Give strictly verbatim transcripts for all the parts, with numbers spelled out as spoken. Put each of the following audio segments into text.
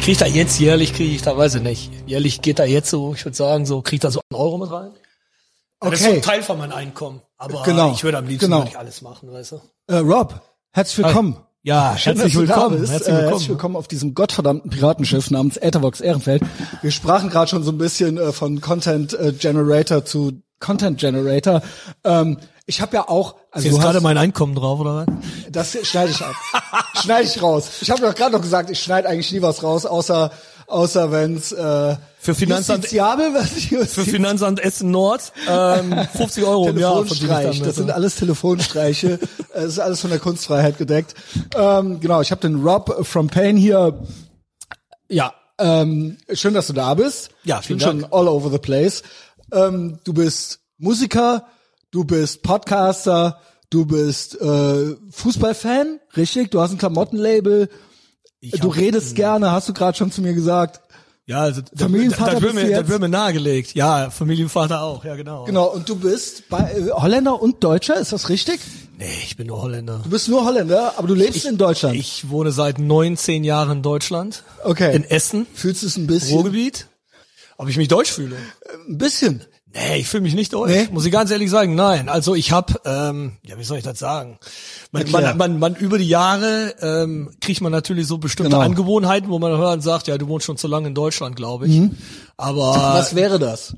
Ich krieg da jetzt jährlich, kriege ich da, weiß ich nicht. Jährlich geht da jetzt so, ich würde sagen, so krieg da so einen Euro mit rein. Okay. Das ist so ein Teil von meinem Einkommen. Aber genau. ich würde am liebsten genau. nicht alles machen, weißt du. Äh, Rob, herzlich willkommen. Hi. Ja, schön, herzlich willkommen. Herzlich willkommen. Äh, herzlich willkommen auf diesem gottverdammten Piratenschiff namens Äthervox Ehrenfeld. Wir sprachen gerade schon so ein bisschen äh, von Content äh, Generator zu Content Generator. Ähm, ich habe ja auch... Also ist gerade mein Einkommen drauf, oder was? Das schneide ich ab. schneide ich raus. Ich habe doch gerade noch gesagt, ich schneide eigentlich nie was raus, außer außer wenn's äh, für Finanzamt für Finanzamt Essen Nord ähm, fünfzig Euro im Jahr. Telefonstreich, das sind alles Telefonstreiche. Das ist alles von der Kunstfreiheit gedeckt. Ähm, genau, ich habe den Rob from Pain hier. Ja, ähm, schön, dass du da bist. Ja, ich bin schon all over the place. Ähm, du bist Musiker, du bist Podcaster, du bist äh, Fußballfan, richtig? Du hast ein Klamottenlabel. Ich du redest gerne, hast du gerade schon zu mir gesagt. Ja, also Familienvater das wird mir, das wird mir nahegelegt. Ja, Familienvater auch, ja genau. Genau, und du bist bei, äh, Holländer und Deutscher, ist das richtig? Nee, ich bin nur Holländer. Du bist nur Holländer, aber du lebst ich, in Deutschland. Ich wohne seit neunzehn Jahren in Deutschland. Okay. In Essen. Fühlst du es ein bisschen? Ruhrgebiet. Ob ich mich deutsch fühle? Ein bisschen. Nee, ich fühle mich nicht deutsch. Nee? Muss ich ganz ehrlich sagen, nein. Also ich habe, ähm, ja, wie soll ich das sagen? Man, man, man, man über die Jahre ähm, kriegt man natürlich so bestimmte genau. Angewohnheiten, wo man hört und sagt, ja, du wohnst schon zu lange in Deutschland, glaube ich. Mhm. Aber was wäre das?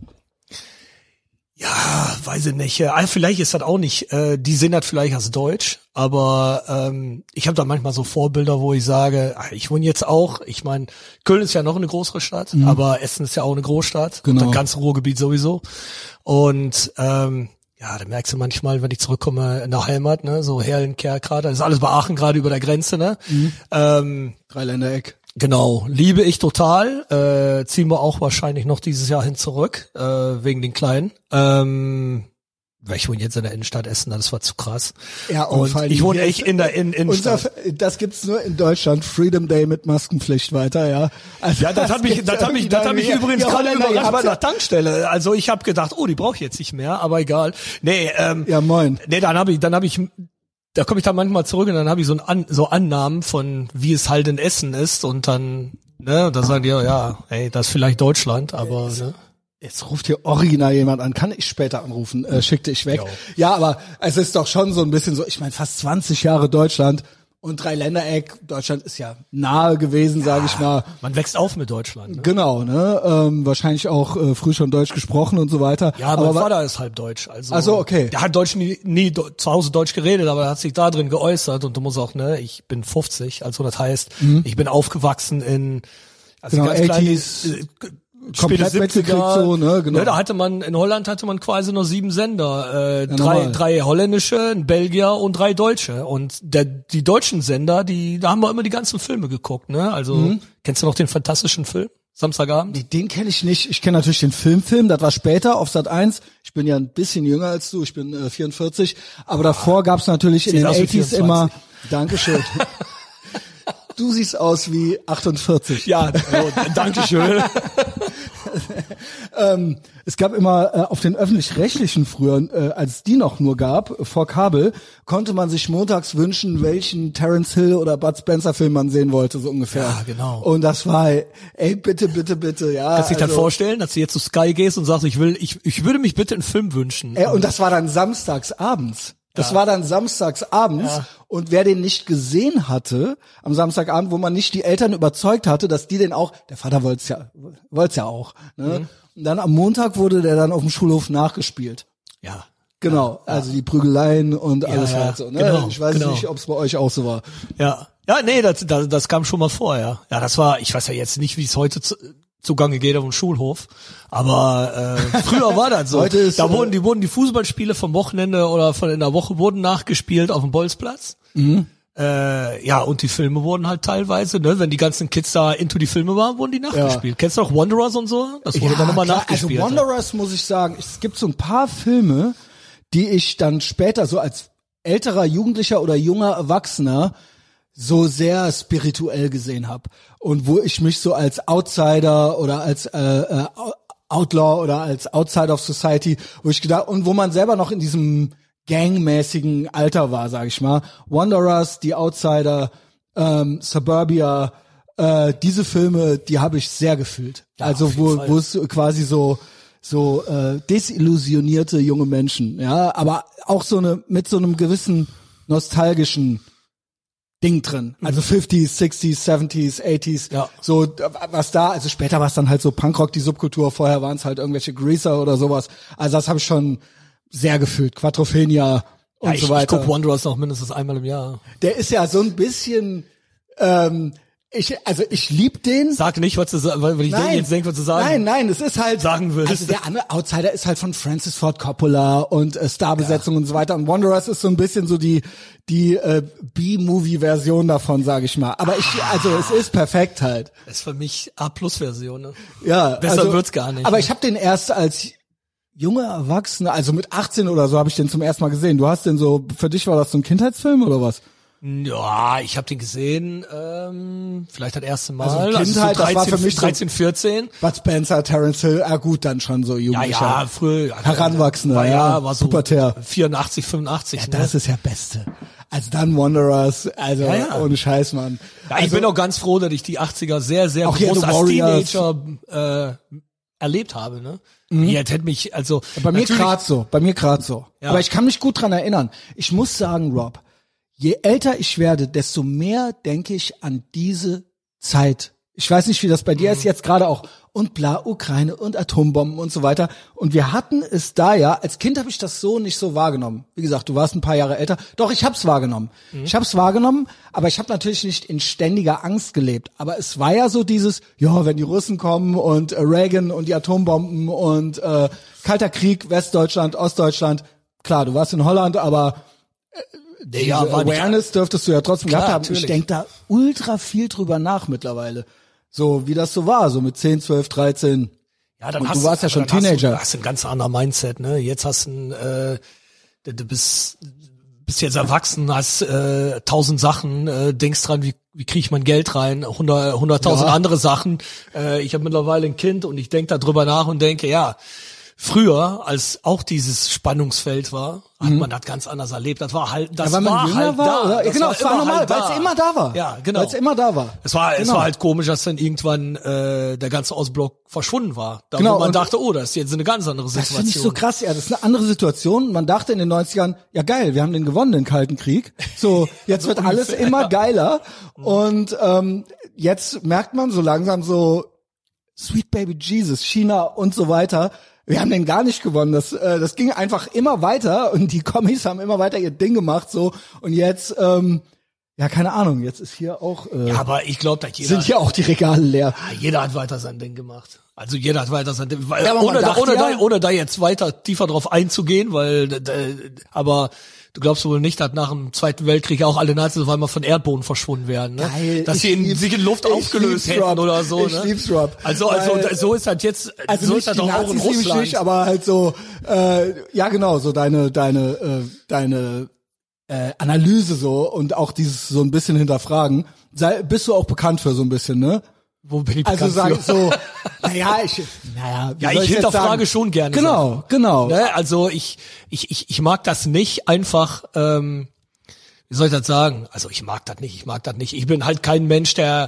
Ja, weiß ich nicht. Äh, vielleicht ist das auch nicht. Äh, die sehen das vielleicht als Deutsch, aber ähm, ich habe da manchmal so Vorbilder, wo ich sage, ich wohne jetzt auch. Ich meine, Köln ist ja noch eine größere Stadt, mhm. aber Essen ist ja auch eine Großstadt. Genau. Und das ganze Ruhrgebiet sowieso. Und ähm, ja, da merkst du manchmal, wenn ich zurückkomme in der Heimat, ne, so Herlen, Kerkrade, das ist alles bei Aachen gerade über der Grenze, ne? Mhm. Ähm, Dreiländereck. Genau, liebe ich total. Äh, ziehen wir auch wahrscheinlich noch dieses Jahr hin zurück, äh, wegen den Kleinen. Ähm, weil ich wohne jetzt in der Innenstadt Essen, das war zu krass. Ja, und, und ich wohne echt in der in, Innenstadt. Unser, das gibt's nur in Deutschland, Freedom Day mit Maskenpflicht weiter, ja. Also ja, das, das hat mich, das hat mich, das hat mich übrigens ja, gerade überrascht bei der Tankstelle. Also ich habe gedacht, oh, die brauche ich jetzt nicht mehr, aber egal. Nee, ähm, ja, moin. Nee, dann habe ich, dann habe ich da komme ich dann manchmal zurück und dann habe ich so, ein An, so Annahmen von, wie es halt in Essen ist und dann, ne, da sagen die, ja, ey, das ist vielleicht Deutschland, aber, jetzt, ne. Jetzt ruft hier original jemand an, kann ich später anrufen, äh, schickte ich weg. Jo. Ja, aber es ist doch schon so ein bisschen so, ich meine, fast zwanzig Jahre Deutschland und Dreiländereck, Deutschland ist ja nahe gewesen, ja, sage ich mal. Man wächst auf mit Deutschland. Ne? Genau, ne, ähm, wahrscheinlich auch äh, früh schon Deutsch gesprochen und so weiter. Ja, mein aber Vater ist halb Deutsch. Also, also okay. Der hat Deutsch nie, nie zu Hause Deutsch geredet, aber er hat sich da drin geäußert und du musst auch, ne, ich bin fünfzig, also das heißt, mhm. ich bin aufgewachsen in, also genau, ganz achtziger, kleine, äh, komplett mitgekriegt so, ne, genau. Ne, da hatte man, in Holland hatte man quasi nur sieben Sender, äh, ja, drei, drei holländische, ein Belgier und drei Deutsche. Und der, die deutschen Sender, die, da haben wir immer die ganzen Filme geguckt, ne, also, mhm. Kennst du noch den fantastischen Film? Samstagabend? Nee, den kenne ich nicht. Ich kenne natürlich den Filmfilm, das war später auf Sat eins. Ich bin ja ein bisschen jünger als du, ich bin äh, vierundvierzig, aber davor gab's natürlich in den achtziger immer, Dankeschön. Du siehst aus wie achtundvierzig. Ja, oh, Dankeschön. ähm, es gab immer äh, auf den öffentlich-rechtlichen früher, äh, als es die noch nur gab, vor Kabel, konnte man sich montags wünschen, welchen Terence Hill oder Bud Spencer Film man sehen wollte, so ungefähr. Ja, genau. Und das war, ey, bitte, bitte, bitte, ja. Kannst du dich also, dann vorstellen, dass du jetzt zu Sky gehst und sagst, ich will, ich, ich würde mich bitte einen Film wünschen. Ey, und das war dann samstags abends. Das ja. war dann samstags abends ja. Und wer den nicht gesehen hatte am Samstagabend, wo man nicht die Eltern überzeugt hatte, dass die den auch, der Vater wollte es ja, wollte es ja auch, ne? Mhm. Und dann am Montag wurde der dann auf dem Schulhof nachgespielt. Ja. Genau, ja. Also die Prügeleien und ja, alles ja. halt so, ne? Genau, ich weiß genau. nicht, ob es bei euch auch so war. Ja. Ja, nee, das, das, das kam schon mal vor, ja. Ja, das war, ich weiß ja jetzt nicht, wie es heute zu, zugange geht auf dem Schulhof. Aber äh, früher war das so. Heute ist, da wurden die wurden die Fußballspiele vom Wochenende oder von in der Woche wurden nachgespielt auf dem Bolzplatz. Mhm. Äh, ja, und die Filme wurden halt teilweise, ne, wenn die ganzen Kids da into die Filme waren, wurden die nachgespielt. Ja. Kennst du auch Wanderers und so? Das wurde ja, dann nochmal klar, nachgespielt. Also Wanderers, muss ich sagen, es gibt so ein paar Filme, die ich dann später so als älterer Jugendlicher oder junger Erwachsener so sehr spirituell gesehen habe und wo ich mich so als Outsider oder als äh, äh, Outlaw oder als Outsider of Society, wo ich gedacht, und wo man selber noch in diesem gangmäßigen Alter war, sag ich mal. Wanderers, die Outsider, ähm, Suburbia, äh, diese Filme, die habe ich sehr gefühlt. Ja, also wo wo es quasi so so äh, desillusionierte junge Menschen, ja, aber auch so eine mit so einem gewissen nostalgischen Ding drin. Also fünfziger, sechziger, siebziger, achtziger, ja. So was da, also später war es dann halt so Punkrock, die Subkultur, vorher waren es halt irgendwelche Greaser oder sowas. Also das habe ich schon sehr gefühlt. Quadrophenia und ja, ich, so weiter. Ich guck Wanderers noch mindestens einmal im Jahr. Der ist ja so ein bisschen ähm, ich, also ich lieb den. Sag nicht, was du weil ich nein, jetzt denke, was du sagen. Nein, nein, es ist halt sagen willst. Also der andere Outsider ist halt von Francis Ford Coppola und äh, Starbesetzung ja. und so weiter. Und Wanderers ist so ein bisschen so die die äh, B-Movie-Version davon, sage ich mal. Aber ich, also es ist perfekt halt. Das ist für mich A-Plus-Version. Ne? Ja, besser also, wird's gar nicht. Aber ne? ich habe den erst als junger Erwachsener, also mit achtzehn oder so, habe ich den zum ersten Mal gesehen. Du hast den so, für dich war das so ein Kindheitsfilm oder was? Ja, ich habe den gesehen, ähm, vielleicht das erste Mal. Also Kindheit, also so dreizehn, das war für mich dreizehn, vierzehn. Bud Spencer, Terence Hill, ah gut, dann schon so Jugendlicher. Ja, ja, früher. Ja, Heranwachsender, war, ja, war so Pubertär. vierundachtzig, fünfundachtzig. Ja, ne? das ist ja Beste. Also dann Wanderers, also ja, ja. ohne Scheiß, Mann. Ja, also, ich bin auch ganz froh, dass ich die achtziger sehr, sehr auch bewusst als Warriors. Teenager äh, erlebt habe. Ne? Mhm. Jetzt hätte mich, also bei mir grad so, bei mir grad so. Ja. Aber ich kann mich gut dran erinnern. Ich muss sagen, Rob, je älter ich werde, desto mehr denke ich an diese Zeit. Ich weiß nicht, wie das bei dir ist jetzt gerade auch. Und bla, Ukraine und Atombomben und so weiter. Und wir hatten es da ja, als Kind habe ich das so nicht so wahrgenommen. Wie gesagt, du warst ein paar Jahre älter. Doch, ich hab's wahrgenommen. Mhm. Ich hab's wahrgenommen, aber ich habe natürlich nicht in ständiger Angst gelebt. Aber es war ja so dieses, ja, wenn die Russen kommen und äh, Reagan und die Atombomben und äh, Kalter Krieg, Westdeutschland, Ostdeutschland. Klar, du warst in Holland, aber äh, diese ja, Awareness dürftest du ja trotzdem klar, gehabt haben. Natürlich. Ich denk da ultra viel drüber nach mittlerweile. So wie das so war, so mit zehn, zwölf, dreizehn. Ja, dann und hast du warst ja schon Teenager. Teenager. Du hast ein ganz anderer Mindset, ne? Jetzt hast du ein, äh, du, du bist, bist jetzt erwachsen, hast äh, tausend Sachen, äh, denkst dran, wie wie kriege ich mein Geld rein, hundert, hunderttausend ja. andere Sachen. Äh, ich habe mittlerweile ein Kind und ich denke da drüber nach und denke, ja, früher, als auch dieses Spannungsfeld war, hat mhm. man das ganz anders erlebt. Das war halt, das ja, weil man war jünger halt war, da. oder? Das genau, war es war normal, halt weil es immer da war. Ja, genau. Weil es immer da war. Es war, genau. es war halt komisch, dass dann irgendwann äh, der ganze Ostblock verschwunden war. Da genau, wo man dachte, oh, das ist jetzt eine ganz andere Situation. Das finde ich so krass, ja, das ist eine andere Situation. Man dachte in den neunzigern, ja geil, wir haben den gewonnen, den Kalten Krieg. So, jetzt wird alles immer geiler. Und ähm, jetzt merkt man so langsam so, Sweet Baby Jesus, China und so weiter. Wir haben den gar nicht gewonnen. Das, äh, das ging einfach immer weiter und die Kommis haben immer weiter ihr Ding gemacht so. Und jetzt, ähm, ja, keine Ahnung. Jetzt ist hier auch. Äh, ja, aber ich glaube, dass jeder sind hier auch die Regale leer. Ja, jeder hat weiter sein Ding gemacht. Also jeder hat weiter sein Ding. Weil, ja, ohne, dachte, da, ohne, ja, da, ohne da jetzt weiter tiefer drauf einzugehen, weil, äh, aber du glaubst wohl nicht, dass nach dem Zweiten Weltkrieg auch alle Nazis auf einmal von Erdboden verschwunden werden, ne? Geil, dass sie in, sich in Luft aufgelöst hätten Rob. Oder so, ich ne? Lieb's, Rob. Also, also, weil, so ist halt jetzt, also so nicht ist halt die auch Nazis in Russland. Nicht, aber halt so, äh, ja genau, so deine, deine, äh, deine äh, Analyse so und auch dieses so ein bisschen hinterfragen. Sei, bist du auch bekannt für so ein bisschen, ne? Wo bin ich also bekannt sag so, naja, ich, naja, ja, ich hinterfrage schon gerne. Genau, Sachen. genau. Ne? Also ich, ich, ich, ich mag das nicht einfach, ähm, wie soll ich das sagen? Also ich mag das nicht, ich mag das nicht. Ich bin halt kein Mensch, der,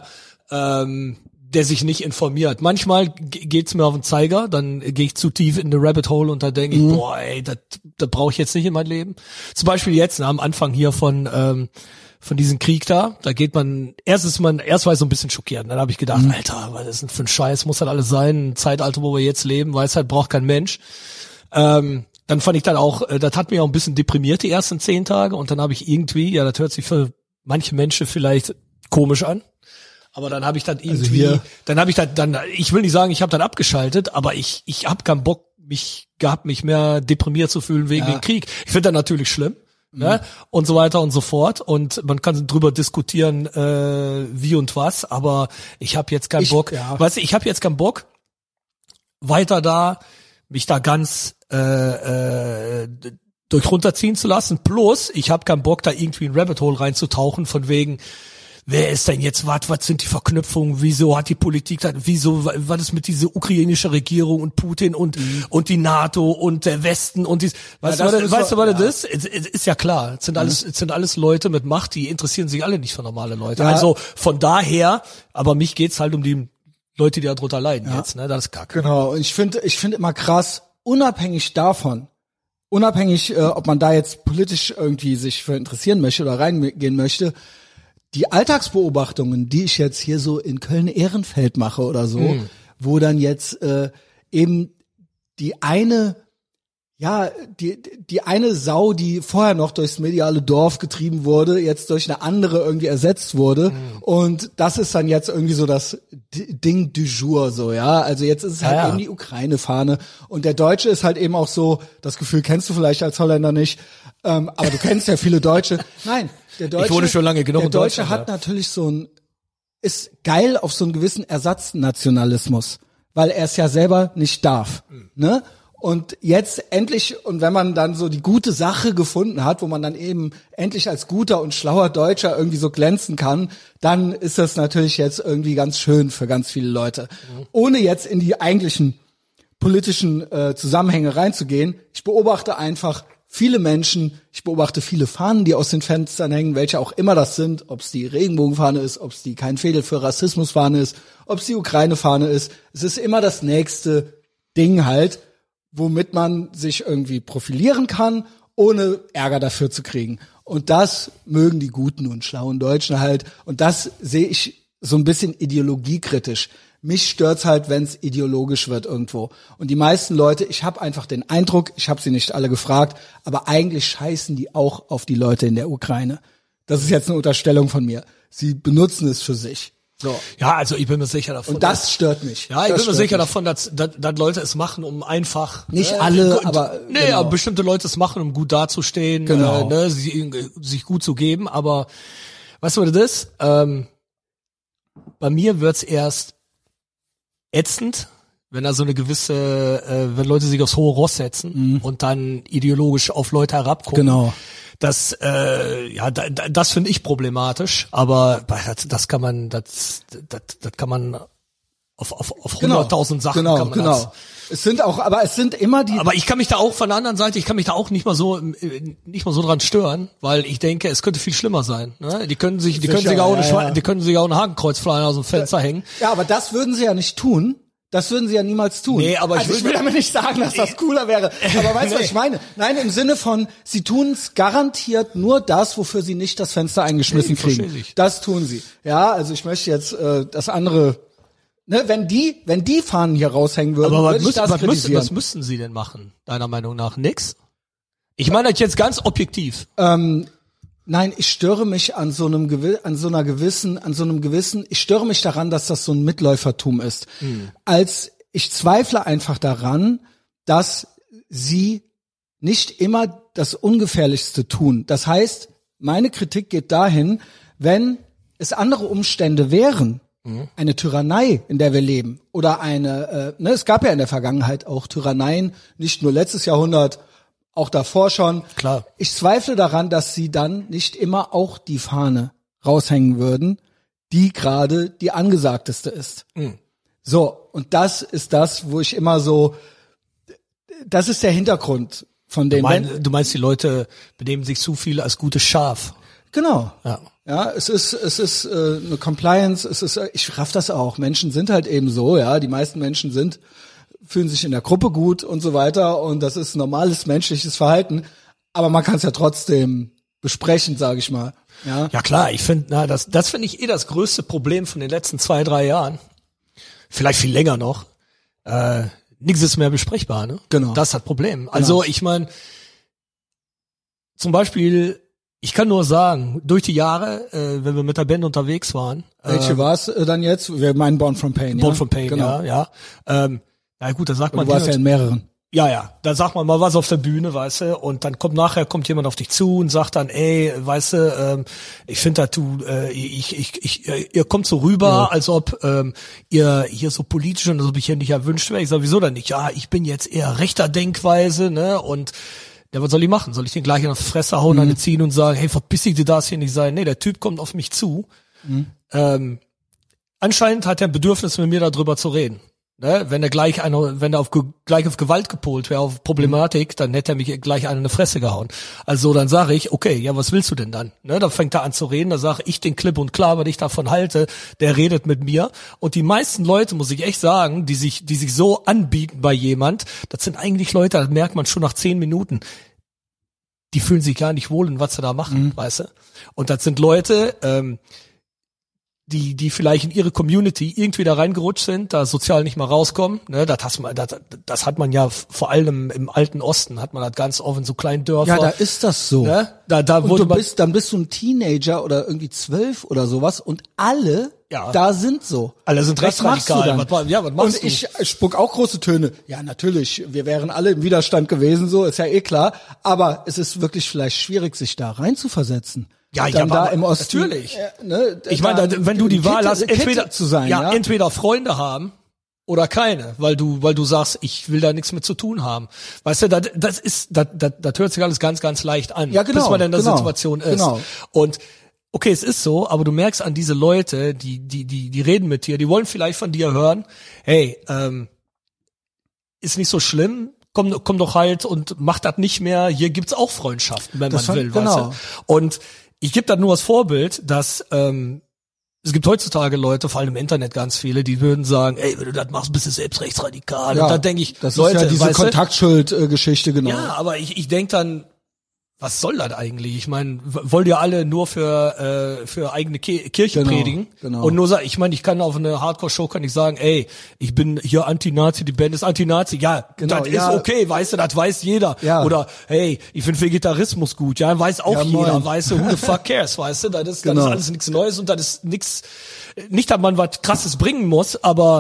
ähm, der sich nicht informiert. Manchmal g- geht's mir auf den Zeiger, dann gehe ich zu tief in the Rabbit Hole und da denke ich, mhm. boah, ey, das, das brauche ich jetzt nicht in mein Leben. Zum Beispiel jetzt, na, am Anfang hier von, ähm, von diesem Krieg da, da geht man, erst ist man, erst war ich so ein bisschen schockiert, dann habe ich gedacht, mhm. Alter, was ist denn für ein Scheiß, muss halt alles sein, ein Zeitalter, wo wir jetzt leben, Weisheit braucht kein Mensch. Ähm, dann fand ich dann auch, äh, das hat mich auch ein bisschen deprimiert, die ersten zehn Tage, und dann habe ich irgendwie, ja, das hört sich für manche Menschen vielleicht komisch an, aber dann habe ich dann irgendwie, also dann habe ich dann, dann, ich will nicht sagen, ich habe dann abgeschaltet, aber ich, ich habe keinen Bock, mich gehabt, mich mehr deprimiert zu fühlen wegen ja. dem Krieg. Ich finde das natürlich schlimm. Ne? Und so weiter und so fort, und man kann drüber diskutieren, äh, wie und was, aber ich habe jetzt keinen ich, Bock, ja. weißt du, ich habe jetzt keinen Bock, weiter da, mich da ganz äh, äh, durch runterziehen zu lassen, plus ich habe keinen Bock, da irgendwie in Rabbit Hole reinzutauchen, von wegen, wer ist denn jetzt was, was sind die Verknüpfungen, wieso hat die Politik, wieso, was ist mit dieser ukrainischen Regierung und Putin und mhm. und die NATO und der Westen und dies, weißt ja, du, was, weißt so, du, was ja. das ist? Es ist ja klar, es sind alles, es sind alles Leute mit Macht, die interessieren sich alle nicht für normale Leute. Ja. Also von daher, aber mich geht's halt um die Leute, die darunter leiden ja. jetzt, ne, das ist gar kein. Genau, und ich finde, ich finde immer krass, unabhängig davon, unabhängig, äh, ob man da jetzt politisch irgendwie sich für interessieren möchte oder reingehen möchte, die Alltagsbeobachtungen, die ich jetzt hier so in Köln-Ehrenfeld mache oder so, mhm. wo dann jetzt äh, eben die eine, ja, die die eine Sau, die vorher noch durchs mediale Dorf getrieben wurde, jetzt durch eine andere irgendwie ersetzt wurde. Mhm. Und das ist dann jetzt irgendwie so das D- Ding du jour, so, ja. Also jetzt ist es halt ja, ja. eben die Ukraine-Fahne. Und der Deutsche ist halt eben auch so, das Gefühl kennst du vielleicht als Holländer nicht, ähm, aber du kennst ja viele Deutsche. Nein, der Deutsche, ich wurde schon lange genug der Deutsche hat ja. natürlich so ein, ist geil auf so einen gewissen Ersatznationalismus, weil er es ja selber nicht darf, mhm. ne? Und jetzt endlich, und wenn man dann so die gute Sache gefunden hat, wo man dann eben endlich als guter und schlauer Deutscher irgendwie so glänzen kann, dann ist das natürlich jetzt irgendwie ganz schön für ganz viele Leute. Mhm. Ohne jetzt in die eigentlichen politischen äh, Zusammenhänge reinzugehen, ich beobachte einfach viele Menschen, ich beobachte viele Fahnen, die aus den Fenstern hängen, welche auch immer das sind, ob es die Regenbogenfahne ist, ob es die Kein Fädel für Rassismusfahne ist, ob es die Ukraine-Fahne ist. Es ist immer das nächste Ding halt, womit man sich irgendwie profilieren kann, ohne Ärger dafür zu kriegen. Und das mögen die guten und schlauen Deutschen halt. Und das sehe ich so ein bisschen ideologiekritisch. Mich stört's halt, wenn es ideologisch wird irgendwo. Und die meisten Leute, ich habe einfach den Eindruck, ich habe sie nicht alle gefragt, aber eigentlich scheißen die auch auf die Leute in der Ukraine. Das ist jetzt eine Unterstellung von mir. Sie benutzen es für sich. So. Ja, also ich bin mir sicher davon. Und das dass, stört mich. Ja, ich das bin mir sicher mich. davon, dass, dass, dass Leute es machen, um einfach nicht äh, alle, gut, aber nee, genau. aber bestimmte Leute es machen, um gut dazustehen, genau. äh, ne, sich, sich gut zu geben. Aber weißt du, was das ist? Ähm, bei mir wird's erst ätzend, wenn da so eine gewisse, äh, wenn Leute sich aufs hohe Ross setzen mhm. und dann ideologisch auf Leute herabgucken. Genau. Das, äh, ja, da, da, das finde ich problematisch, aber das, das kann man, das, das, das kann man auf auf auf hunderttausend genau, Sachen genau, kann man genau. das. Es sind auch, aber es sind immer die. Aber ich kann mich da auch von der anderen Seite, ich kann mich da auch nicht mal so nicht mal so dran stören, weil ich denke, es könnte viel schlimmer sein. Ne? Die können sich, die Sicher, können sich auch, ja, eine, ja. die können sich auch eine Hakenkreuzflagge aus dem Fenster ja, hängen. Ja, aber das würden sie ja nicht tun. Das würden sie ja niemals tun. Nee, aber also ich, ich will damit nicht sagen, dass das cooler wäre. Aber weißt du, nee. was ich meine? Nein, im Sinne von, sie tun es garantiert nur das, wofür sie nicht das Fenster eingeschmissen nee, kriegen. Das tun sie. Ja, also ich möchte jetzt äh, das andere, ne, wenn die, wenn die Fahnen hier raushängen würden, aber würde ich müssen, das was kritisieren. Müssen, was müssten sie denn machen, deiner Meinung nach? Nix? Ich meine das jetzt ganz objektiv. Ähm, Nein, ich störe mich an so einem gewi- an so einer gewissen, an so einem gewissen, ich störe mich daran, dass das so ein Mitläufertum ist. Hm. Als ich zweifle einfach daran, dass sie nicht immer das Ungefährlichste tun. Das heißt, meine Kritik geht dahin, wenn es andere Umstände wären, mhm. eine Tyrannei, in der wir leben, oder eine, äh, ne, es gab ja in der Vergangenheit auch Tyranneien, nicht nur letztes Jahrhundert, auch davor schon. Klar. Ich zweifle daran, dass sie dann nicht immer auch die Fahne raushängen würden, die gerade die angesagteste ist. Mhm. So, und das ist das, wo ich immer so, das ist der Hintergrund von dem. Du, mein, du meinst, die Leute benehmen sich zu viel als gutes Schaf. Genau. Ja. Ja, es ist, es ist äh, eine Compliance, es ist, ich raff das auch. Menschen sind halt eben so, ja, die meisten Menschen sind, fühlen sich in der Gruppe gut und so weiter und das ist normales menschliches Verhalten, aber man kann es ja trotzdem besprechen, sage ich mal. Ja, ja klar, ich finde, na, das, das finde ich eh das größte Problem von den letzten zwei, drei Jahren. Vielleicht viel länger noch. Äh, nichts ist mehr besprechbar, ne? Genau. Das ist das Problem. Also genau. Ich meine, zum Beispiel, ich kann nur sagen, durch die Jahre, äh, wenn wir mit der Band unterwegs waren. Welche äh, war es äh, dann jetzt? Wir meinen Born from Pain, Born ja? from Pain, genau. ja, ja. Ähm, na gut, da sagt und man. Du warst ja in mehreren. Ja, ja, da sagt man mal was auf der Bühne, weißt du, und dann kommt nachher, kommt jemand auf dich zu und sagt dann, ey, weißt du, ähm, ich finde, dass du, äh, ich, ich, ich, ihr kommt so rüber, ja. als ob ähm, ihr hier so politisch und als ob ich hier nicht erwünscht wäre. Ich sag, wieso denn nicht? Ja, ich bin jetzt eher rechter Denkweise, ne, und ja, was soll ich machen? Soll ich den gleich in die Fresse hauen, mhm. eine ziehen und sagen, hey, verpiss dich, du darfst hier nicht sein? Nee, der Typ kommt auf mich zu mhm. ähm, anscheinend hat er ein Bedürfnis, mit mir darüber zu reden. Ne? Wenn er gleich einer, wenn er auf gleich auf Gewalt gepolt wäre, auf Problematik, mhm. dann hätte er mich gleich eine in die Fresse gehauen. Also dann sage ich, okay, ja, was willst du denn dann? Ne? Dann fängt er an zu reden, da sage ich den klipp und klar, was ich davon halte, der redet mit mir. Und die meisten Leute, muss ich echt sagen, die sich, die sich so anbieten bei jemand, das sind eigentlich Leute, das merkt man schon nach zehn Minuten, die fühlen sich gar nicht wohl in was sie da machen, mhm. weißt du? Und das sind Leute, ähm, die die vielleicht in ihre Community irgendwie da reingerutscht sind, da sozial nicht mal rauskommen, ne, das hat man das, das hat man ja vor allem im alten Osten, hat man das ganz oft in so kleinen Dörfern. Ja, da ist das so. Ne? Da da und wurde du man, bist dann bist du ein Teenager oder irgendwie zwölf oder sowas und alle ja. da sind so. Alle sind rechtsradikal. Was, ja, was machst und du? Ich spuck auch große Töne. Ja, natürlich, wir wären alle im Widerstand gewesen, so ist ja eh klar, aber es ist wirklich vielleicht schwierig, sich da reinzuversetzen. Ja, dann ja, da aber im Osten. Natürlich. Äh, ne, ich meine, wenn du die Wahl Kette, hast, entweder Kette zu sein, ja, ja, entweder Freunde haben oder keine, weil du, weil du sagst, ich will da nichts mit zu tun haben. Weißt du, das, das ist, das, das, das hört sich alles ganz, ganz leicht an, ja, genau, bis man in der genau, Situation ist. Genau. Und okay, es ist so, aber du merkst an diese Leute, die, die, die, die reden mit dir, die wollen vielleicht von dir hören, hey, ähm, ist nicht so schlimm. Komm, komm doch halt und mach das nicht mehr. Hier gibt's auch Freundschaften, wenn das man will, genau. weißt du? Und ich gebe da nur als Vorbild, dass ähm, es gibt heutzutage Leute, vor allem im Internet ganz viele, die würden sagen, ey, wenn du das machst, bist du selbst rechtsradikal. Ja, und dann denke ich, das Leute, ist ja diese weißt du, Kontaktschuldgeschichte, genau. ja, aber ich, ich denke dann, was soll das eigentlich? Ich meine, wollt ihr alle nur für äh, für eigene Ki- Kirche genau, predigen? Genau. Und nur sagen, ich meine, ich kann auf eine Hardcore-Show kann ich sagen, ey, ich bin hier Anti-Nazi, die Band ist Anti-Nazi. Ja, genau, das ja. ist okay, weißt du, das weiß jeder. Ja. Oder, hey, ich finde Vegetarismus gut. Ja, weiß auch ja, jeder, moin. weißt du, who the fuck cares, weißt du? Das ist, genau. das ist alles nichts Neues und das ist nichts, nicht, dass man was Krasses bringen muss, aber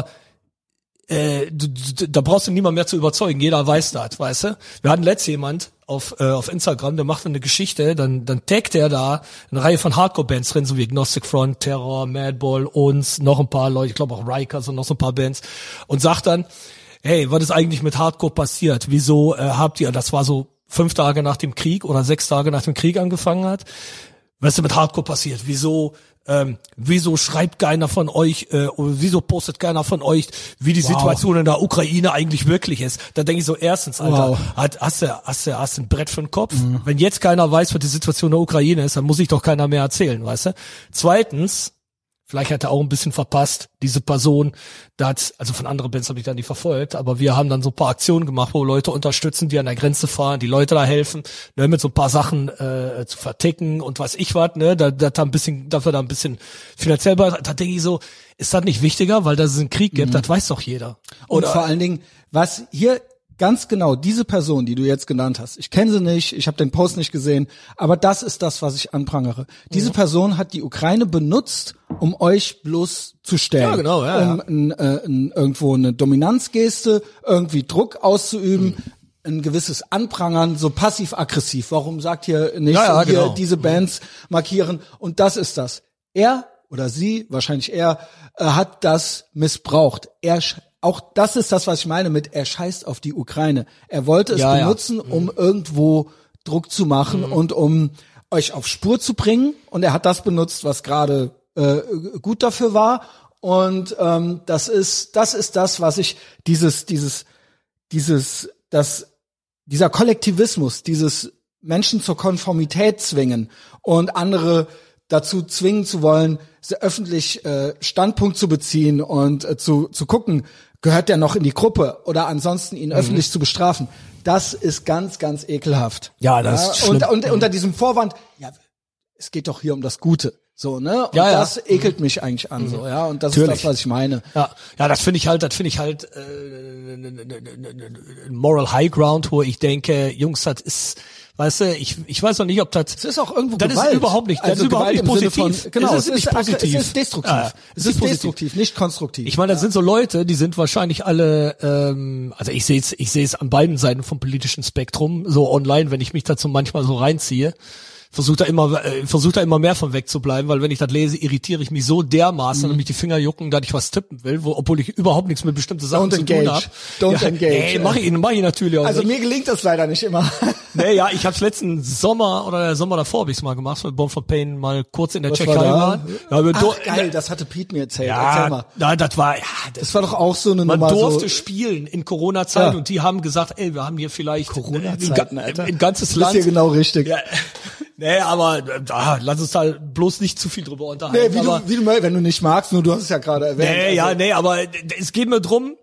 äh, du, du, da brauchst du niemand mehr zu überzeugen. Jeder weiß das, weißt du? Wir hatten letztens jemand auf äh, auf Instagram, der macht eine Geschichte, dann dann taggt er da eine Reihe von Hardcore-Bands drin, so wie Agnostic Front, Terror, Madball, uns, noch ein paar Leute, ich glaube auch Rikers und noch so ein paar Bands und sagt dann, hey, was ist eigentlich mit Hardcore passiert? Wieso äh, habt ihr, das war so fünf Tage nach dem Krieg oder sechs Tage nach dem Krieg angefangen hat, was ist denn mit Hardcore passiert? Wieso Ähm, wieso schreibt keiner von euch, äh, oder wieso postet keiner von euch, wie die wow. Situation in der Ukraine eigentlich wirklich ist? Da denke ich so, erstens, Alter, wow. hat, hast du, hast du, hast du ein Brett für den Kopf? Mhm. Wenn jetzt keiner weiß, was die Situation in der Ukraine ist, dann muss ich doch keiner mehr erzählen, weißt du? Zweitens, vielleicht hat er auch ein bisschen verpasst, diese Person, das, also von anderen Bands habe ich dann nicht verfolgt, aber wir haben dann so ein paar Aktionen gemacht, wo Leute unterstützen, die an der Grenze fahren, die Leute da helfen, ne, mit so ein paar Sachen äh, zu verticken und was ich was, ne, da, da, da ein bisschen, dafür da ein bisschen finanziell, da denke ich so, ist das nicht wichtiger, weil das es einen Krieg gibt, mhm. das weiß doch jeder. Oder und vor allen Dingen, was hier ganz genau, diese Person, die du jetzt genannt hast, ich kenne sie nicht, ich habe den Post nicht gesehen, aber das ist das, was ich anprangere. Diese mhm. Person hat die Ukraine benutzt, um euch bloß zu stellen. Ja, genau, ja, um ja. N, äh, n, irgendwo eine Dominanzgeste, irgendwie Druck auszuüben, mhm. ein gewisses Anprangern, so passiv-aggressiv. Warum sagt hier nicht, ja, ja, hier genau. diese Bands markieren? Und das ist das. Er oder sie, wahrscheinlich er, äh, hat das missbraucht. Er Auch das ist das, was ich meine mit, er scheißt auf die Ukraine. Er wollte es ja, benutzen, ja. um irgendwo Druck zu machen mhm. und um euch auf Spur zu bringen. Und er hat das benutzt, was gerade äh, gut dafür war. Und ähm, das ist, das ist das, was ich dieses, dieses, dieses, das, dieser Kollektivismus, dieses Menschen zur Konformität zwingen und andere dazu zwingen zu wollen, öffentlich äh, Standpunkt zu beziehen und äh, zu zu gucken, gehört der noch in die Gruppe oder ansonsten ihn mhm. öffentlich zu bestrafen. Das ist ganz, ganz ekelhaft. Ja, das ja, ist schlimm. Und, und unter diesem Vorwand, ja, es geht doch hier um das Gute. So, ne? Und ja, ja. das ekelt mich eigentlich an, so, ja. Und das Natürlich. ist das, was ich meine. Ja, ja, das finde ich halt, das finde ich halt äh, ein Moral High Ground, wo ich denke, Jungs, das ist, weißt du, ich ich weiß noch nicht, ob das. Es ist auch irgendwo das Gewalt. ist überhaupt nicht, das also ist überhaupt nicht positiv. Von, genau, es ist, es ist nicht positiv. Es ist destruktiv. Ja, es, es ist, ist destruktiv, nicht konstruktiv. Ich meine, das ja. sind so Leute, die sind wahrscheinlich alle, ähm, also ich sehe es, ich sehe es an beiden Seiten vom politischen Spektrum, so online, wenn ich mich dazu manchmal so reinziehe. versuche da immer, äh, versuche da immer mehr von wegzubleiben, weil wenn ich das lese, irritiere ich mich so dermaßen, mhm. dass mich die Finger jucken, dass ich was tippen will, wo, obwohl ich überhaupt nichts mit bestimmten Sachen Don't zu engage. tun habe. Don't ja, engage. Nee, mach ich, mach ich natürlich auch Also nicht. mir gelingt das leider nicht immer. Nee, ja, ich hab's letzten Sommer oder der Sommer davor habe ich's mal gemacht, mit Born for Pain mal kurz in der Was Tschechei war da? waren. Ja, wir Ach, do- geil, das hatte Pete mir erzählt. ja, Erzähl mal. ja, das war, ja, das, Das war doch auch so eine man Nummer durfte so. spielen in Corona-Zeit Ja. und die haben gesagt, ey, wir haben hier vielleicht Corona-Zeiten, ein, Alter. ein ganzes Du bist Land. hier genau richtig. Ja, nee, aber ah, lass uns da bloß nicht zu viel drüber unterhalten. Nee, wie aber, du, wie du, wenn du nicht magst, nur du hast es ja gerade erwähnt. nee, also, ja, nee, aber es geht mir drum,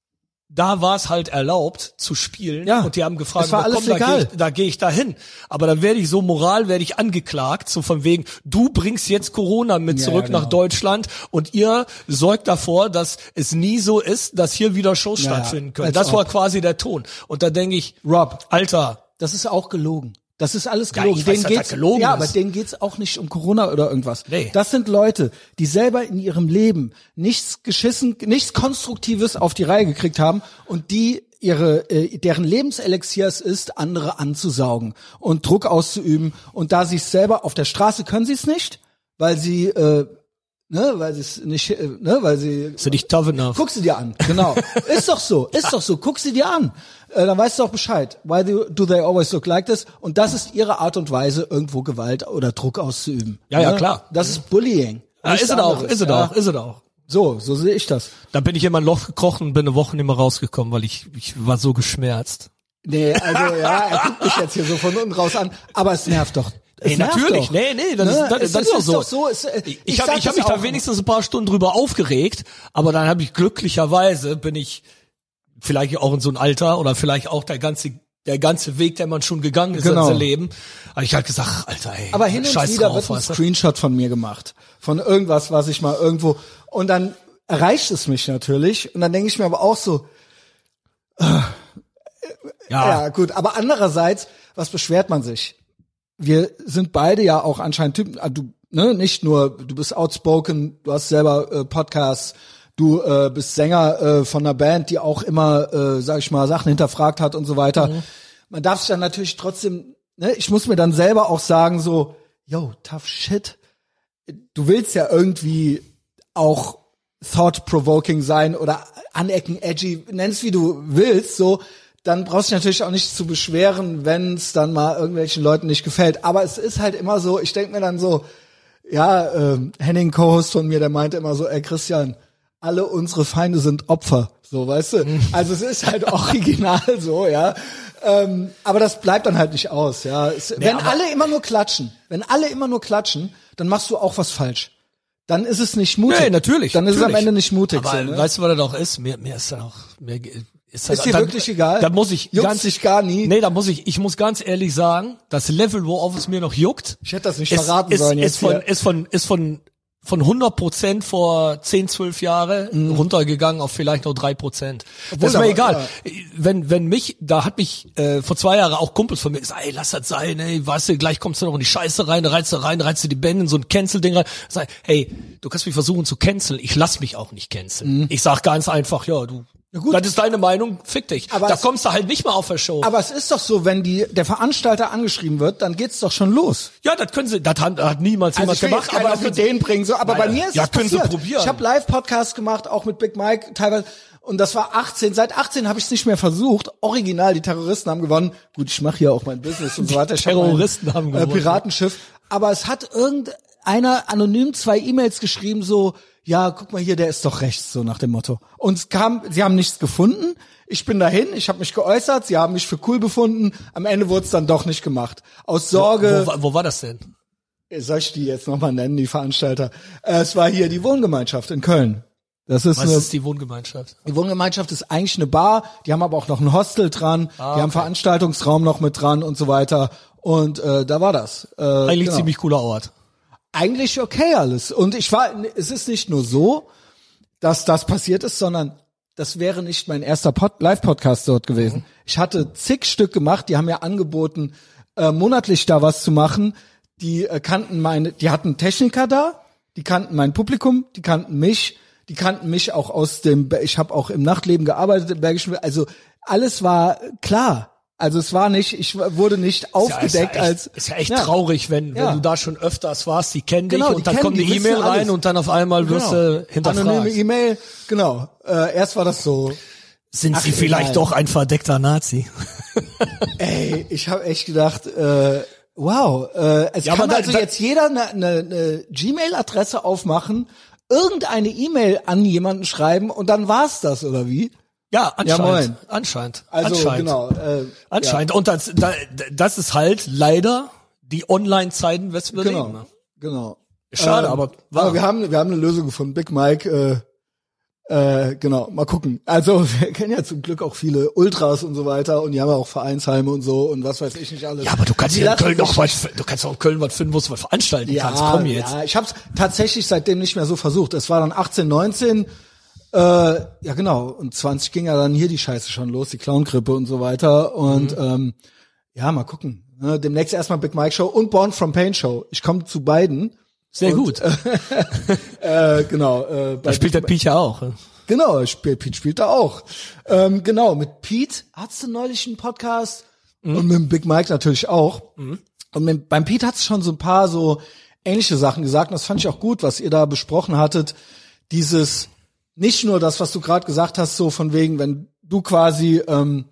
da war es halt erlaubt zu spielen Ja, und die haben gefragt, es war na, alles komm, da legal. gehe ich, da geh ich da hin. Aber dann werde ich so moral, werde ich angeklagt, so von wegen, du bringst jetzt Corona mit Ja, zurück ja, genau. nach Deutschland und ihr sorgt davor, dass es nie so ist, dass hier wieder Shows Ja, ja, stattfinden können. als Das war ob. quasi der Ton. Und da denke ich, Rob, Alter, das ist auch gelogen. Das ist alles Ja, gelogen. ich weiß, denen dass das geht's, gelogen ja, ist. aber denen geht's auch nicht um Corona oder irgendwas. Nee. Das sind Leute, die selber in ihrem Leben nichts geschissen, nichts Konstruktives auf die Reihe gekriegt haben und die ihre, äh, deren Lebenselixier es ist, andere anzusaugen und Druck auszuüben. Und da sie es selber auf der Straße können sie es nicht, weil sie, äh, ne, weil sie es nicht, äh, ne, weil sie ist ja nicht tough enough. Guck sie dir an, genau. Ist doch so, ist doch so. Guck sie dir an. Äh, dann weißt du auch Bescheid. Why do, do they always look like this? Und das ist ihre Art und Weise, irgendwo Gewalt oder Druck auszuüben. Ja, ja, klar. Das ist Bullying. Ja, Nichts ist es auch, anderes, ist es ja. auch, ist es auch. So, so sehe ich das. Da bin ich in mein Loch gekrochen und bin eine Woche nicht mehr rausgekommen, weil ich, ich war so geschmerzt. Nee, also ja, er guckt mich jetzt hier so von unten raus an, aber es nervt doch. Es Ey, nervt natürlich, doch. nee, nee, das, Ne? ist, das, Es das ist, ist doch ist so. doch so. Es, äh, Ich, ich habe sag ich hab das mich da auch wenigstens ein paar Stunden drüber aufgeregt, aber dann habe ich glücklicherweise, bin ich vielleicht auch in so ein Alter oder vielleicht auch der ganze der ganze Weg, der man schon gegangen ist Genau. in sein Leben. Aber ich halt gesagt, Alter, ey, Aber hin und scheiß wieder drauf, wird ein weißt du? Screenshot von mir gemacht. Von irgendwas, was ich mal irgendwo, und dann erreicht es mich natürlich, und dann denke ich mir aber auch so, Ja, ja gut, aber andererseits, was beschwert man sich? Wir sind beide ja auch anscheinend Typen, ah, du, ne, nicht nur, du bist outspoken, du hast selber äh, Podcasts, du äh, bist Sänger äh, von einer Band, die auch immer, äh, sag ich mal, Sachen hinterfragt hat und so weiter. Mhm. Man darf sich dann natürlich trotzdem, ne, ich muss mir dann selber auch sagen so, yo, tough shit. Du willst ja irgendwie auch thought-provoking sein oder anecken, edgy, nenn's wie du willst, so, dann brauchst du dich natürlich auch nicht zu beschweren, wenn es dann mal irgendwelchen Leuten nicht gefällt. Aber es ist halt immer so, ich denke mir dann so, ja, äh, Henning, Co-Host von mir, der meinte immer so, ey Christian, alle unsere Feinde sind Opfer, so, weißt du? Also es ist halt original so, ja. Ähm, aber das bleibt dann halt nicht aus, ja. Es, Nee, wenn aber- alle immer nur klatschen, wenn alle immer nur klatschen, dann machst du auch was falsch. Dann ist es nicht mutig. nee, natürlich. Dann ist es am natürlich. Ende nicht mutig. Aber so, ne? weißt du, was das auch ist? Mir, mir ist das auch, mir ist, das, Ist dir dann, wirklich egal? Da muss ich Juckt's ganz, dich gar nie? Nee, da muss ich, ich muss ganz ehrlich sagen, das Level, worauf es mir noch juckt, Ich hätte das nicht ist, verraten ist, sollen ist jetzt von, hier. ist von, ist von, von hundert Prozent vor zehn, zwölf Jahre runtergegangen auf vielleicht nur drei Prozent. Das ist mir aber- egal. Wenn, wenn mich, da hat mich, äh, vor zwei Jahren auch Kumpels von mir gesagt, ey, lass das sein, ey, weißt du, gleich kommst du noch in die Scheiße rein, reizt du rein, reizt du die Bände in so ein Cancel-Ding rein. Sag, hey, du kannst mich versuchen zu canceln, ich lass mich auch nicht canceln. Ich sag ganz einfach, ja, du, gut. das ist deine Meinung, fick dich. Aber da es- kommst du halt nicht mal auf der Show. Aber es ist doch so, wenn die, der Veranstalter angeschrieben wird, dann geht's doch schon los. Ja, das können sie, das hat, hat niemals Also jemand ich will gemacht, jetzt keinen aber auf das können sie- Ideen bringen, so, aber bei Nein, mir ist ja, das können sie passiert. probieren. Ich habe Live-Podcasts gemacht, auch mit Big Mike teilweise, und das war achtzehn. Seit achtzehn habe ich es nicht mehr versucht. Original, die Terroristen haben gewonnen. Gut, ich mache hier auch mein Business und so weiter. Ich hab Terroristen mein, haben äh, gewonnen. Piratenschiff. Aber es hat irgendeiner anonym zwei E-Mails geschrieben, so, ja, guck mal hier, der ist doch rechts, so nach dem Motto. Und es kam, sie haben nichts gefunden. Ich bin dahin, ich habe mich geäußert, sie haben mich für cool befunden. Am Ende wurde es dann doch nicht gemacht. Aus Sorge. Wo, wo, wo war das denn? Soll ich die jetzt nochmal nennen, die Veranstalter? Äh, es war hier die Wohngemeinschaft in Köln. Das ist Was eine, ist die Wohngemeinschaft? die Wohngemeinschaft ist eigentlich eine Bar, die haben aber auch noch ein Hostel dran, Ah, die haben okay. Veranstaltungsraum noch mit dran und so weiter. Und äh, da war das. Äh, Eigentlich genau. ziemlich cooler Ort. Eigentlich okay alles. Und ich war, es ist nicht nur so, dass das passiert ist, sondern das wäre nicht mein erster Pod- Live-Podcast dort gewesen. Mhm. Ich hatte zig Stück gemacht, die haben mir angeboten, äh, monatlich da was zu machen. Die äh, kannten meine, die hatten Techniker da, die kannten mein Publikum, die kannten mich, die kannten mich auch aus dem, ich habe auch im Nachtleben gearbeitet im Bergischen, also alles war klar. Also es war nicht, ich wurde nicht aufgedeckt ist ja, ist ja echt, als... Ist ja echt ja. traurig, wenn, Ja. wenn du da schon öfters warst, die kennen Genau, dich die und dann kennen, kommt die eine E-Mail wissen rein alles. und dann auf einmal wirst Genau. du hinterfragt. Anonyme E-Mail, genau. Äh, erst war das so... Sind Ach, sie vielleicht egal. doch ein verdeckter Nazi? Ey, ich habe echt gedacht, äh, wow, äh, es Ja, kann aber da- also da- jetzt jeder eine, eine, eine Gmail-Adresse aufmachen, irgendeine E-Mail an jemanden schreiben und dann war's das, oder wie? Ja, anscheinend. moin. Anscheinend. Also anscheinend. genau. Äh, Anscheinend. Und das, da, das ist halt leider die Online-Zeiten, was wir Genau, leben. Ne? genau. Schade, Ähm, aber wahr. aber wir haben wir haben eine Lösung gefunden. Big Mike, äh, äh, genau, mal gucken. Also wir kennen ja zum Glück auch viele Ultras und so weiter und die haben ja auch Vereinsheime und so und was weiß ich nicht alles. Ja, aber du kannst Die ja in lassen Köln sich- noch was, du kannst auch in Köln was finden, wo du was veranstalten ja, kannst. Komm jetzt. Ja, ich habe es tatsächlich seitdem nicht mehr so versucht. Es war dann achtzehn, neunzehn, äh, ja genau, und zwanzig ging ja dann hier die Scheiße schon los, die Clown-Grippe und so weiter. Und Mhm. ähm, ja, mal gucken. Ne, demnächst erstmal Big Mike Show und Born from Pain Show. Ich komme zu beiden. Sehr und, gut. Äh, genau. Äh, bei Da spielt der Piech ja auch. Genau, spielt Pete spielt da auch. Ähm, genau, mit Pete hat's du neulich einen Podcast Mhm. und mit dem Big Mike natürlich auch. Mhm. Und mit, beim Pete hat's schon so ein paar so ähnliche Sachen gesagt und das fand ich auch gut, was ihr da besprochen hattet. Dieses, nicht nur das, was du gerade gesagt hast, so von wegen, wenn du quasi ähm,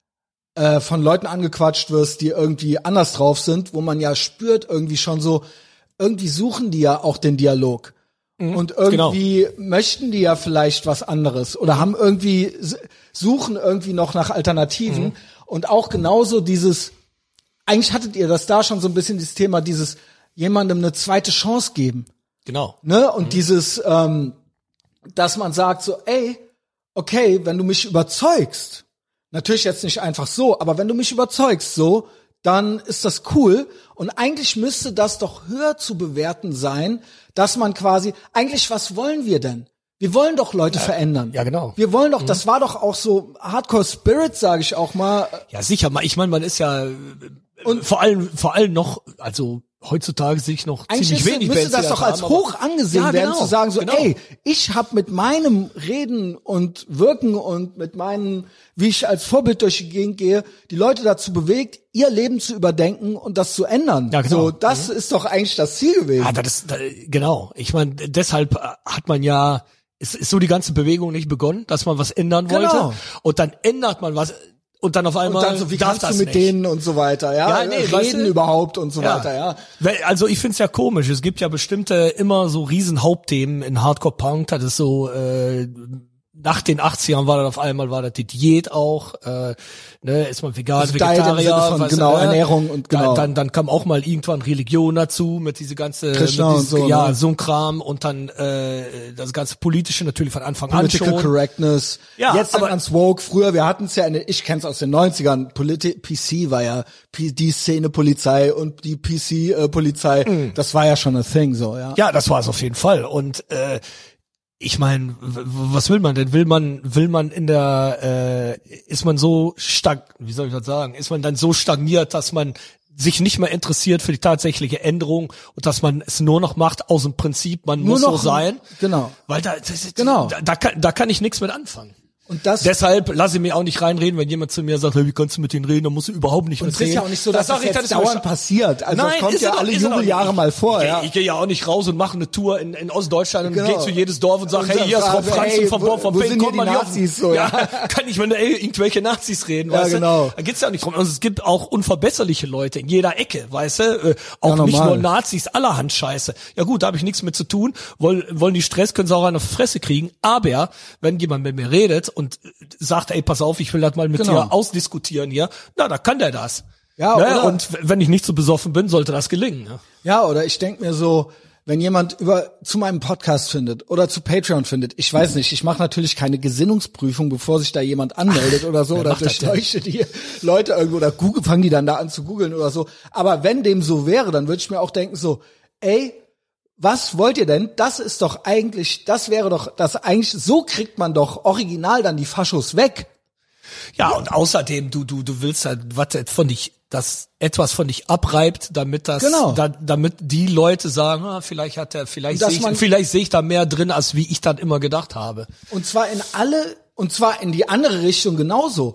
äh, von Leuten angequatscht wirst, die irgendwie anders drauf sind, wo man ja spürt irgendwie schon so, irgendwie suchen die ja auch den Dialog. Und irgendwie genau. möchten die ja vielleicht was anderes oder haben irgendwie, suchen irgendwie noch nach Alternativen. Mhm. Und auch genauso dieses, eigentlich hattet ihr das da schon so ein bisschen, dieses Thema, dieses jemandem eine zweite Chance geben. Genau. Ne? Und mhm. dieses, ähm, dass man sagt so, ey, okay, wenn du mich überzeugst, natürlich jetzt nicht einfach so, aber wenn du mich überzeugst so, dann ist das cool. Und eigentlich müsste das doch höher zu bewerten sein, dass man quasi, eigentlich, was wollen wir denn? Wir wollen doch Leute ja, verändern. Ja, genau. Wir wollen doch, mhm. das war doch auch so Hardcore Spirit, sage ich auch mal. Ja, sicher. Ich meine, man ist ja und vor allem, vor allem noch, also heutzutage sehe ich noch ziemlich wenig müsste Bands, das doch als hoch angesehen ja, werden, genau, zu sagen so, genau. ey, ich habe mit meinem Reden und Wirken und mit meinen, wie ich als Vorbild durch die Gegend gehe, die Leute dazu bewegt, ihr Leben zu überdenken und das zu ändern. Ja, genau. So, das mhm. ist doch eigentlich das Ziel gewesen. Ja, das ist, genau. Ich meine, deshalb hat man ja, ist, ist so die ganze Bewegung nicht begonnen, dass man was ändern wollte. Genau. Und dann ändert man was. Und dann auf einmal und dann so, wie darf kannst das du mit nicht. denen und so weiter, ja, ja nee, reden weißt du, überhaupt und so ja. weiter, ja. Also ich find's ja komisch. Es gibt ja bestimmte immer so riesen Hauptthemen in Hardcore Punk. Das ist so äh, nach den achtzigern war das auf einmal war das die Diät auch. Äh, ne, ist man vegan, also Vegetarier, von, was, genau äh, Ernährung und genau. Dann, dann dann kam auch mal irgendwann Religion dazu mit diese ganze Krishna mit dieses, und so, ja ne? so ein Kram und dann äh, das ganze politische natürlich von Anfang Political an schon. Correctness. Ja, jetzt aber ans Woke. Früher, wir hatten es ja, in, ich kenn's aus den neunzigern. Politi- P C war ja P- die Szene-Polizei und die P C-Polizei. Mhm. Das war ja schon a thing, so ja. Ja, das war es auf jeden Fall. Und äh, ich meine, was will man denn? Will man, will man in der, äh, ist man so stag, wie soll ich das sagen? Ist man dann so stagniert, dass man sich nicht mehr interessiert für die tatsächliche Änderung und dass man es nur noch macht aus dem Prinzip, man Nur muss noch, so sein. Genau. Weil da, das ist, Genau. da, da kann, da kann ich nichts mit anfangen. Und das Deshalb lasse ich mir auch nicht reinreden, wenn jemand zu mir sagt, hey, wie kannst du mit denen reden, dann musst du überhaupt nicht und mit es ist reden. ja auch nicht so, dass das, das sag jetzt ich, das dauernd passiert. Also Nein, das kommt ist ja doch, alle ist doch Jubeljahre nicht. mal vor, ich, ja. Ich, ich gehe ja auch nicht raus und mache eine Tour in, in Ostdeutschland und Genau. gehe zu jedes Dorf und sag, Und hey, hier ist Frau frage, Franzen hey, vom wo- Born von wo Pink, sind hier komm die mal hier. Nazis so, ja? Kann ich mit ey, irgendwelche Nazis reden, Ja, weißt genau. du? Da geht's ja nicht drum. Also es gibt auch unverbesserliche Leute in jeder Ecke, weißt du? Äh, auch Ja, nicht normal. nur Nazis, allerhand Scheiße. Ja gut, da habe ich nichts mit zu tun. Wollen, wollen die Stress, können sie auch eine Fresse kriegen. Aber wenn jemand mit mir redet und sagt, ey, pass auf, ich will das mal mit Genau. dir ausdiskutieren hier, na, da kann der das. Ja, ne? oder- Und wenn ich nicht so besoffen bin, sollte das gelingen. Ne? Ja, oder ich denk mir so, wenn jemand über zu meinem Podcast findet oder zu Patreon findet, ich weiß nicht, ich mache natürlich keine Gesinnungsprüfung, bevor sich da jemand anmeldet oder so, wer oder macht das denn? durchleuchte die Leute irgendwo oder Google, fangen die dann da an zu googeln oder so. Aber wenn dem so wäre, dann würde ich mir auch denken so, ey, was wollt ihr denn? Das ist doch eigentlich, das wäre doch, das eigentlich, so kriegt man doch original dann die Faschos weg. Ja, und außerdem, du, du, du willst halt, was von dich, das etwas von dich abreibt, damit das, Genau. da, damit die Leute sagen, ah, vielleicht hat er, vielleicht Und dass sehe ich, man- vielleicht sehe ich da mehr drin, als wie ich dann immer gedacht habe. Und zwar in alle, und zwar in die andere Richtung genauso.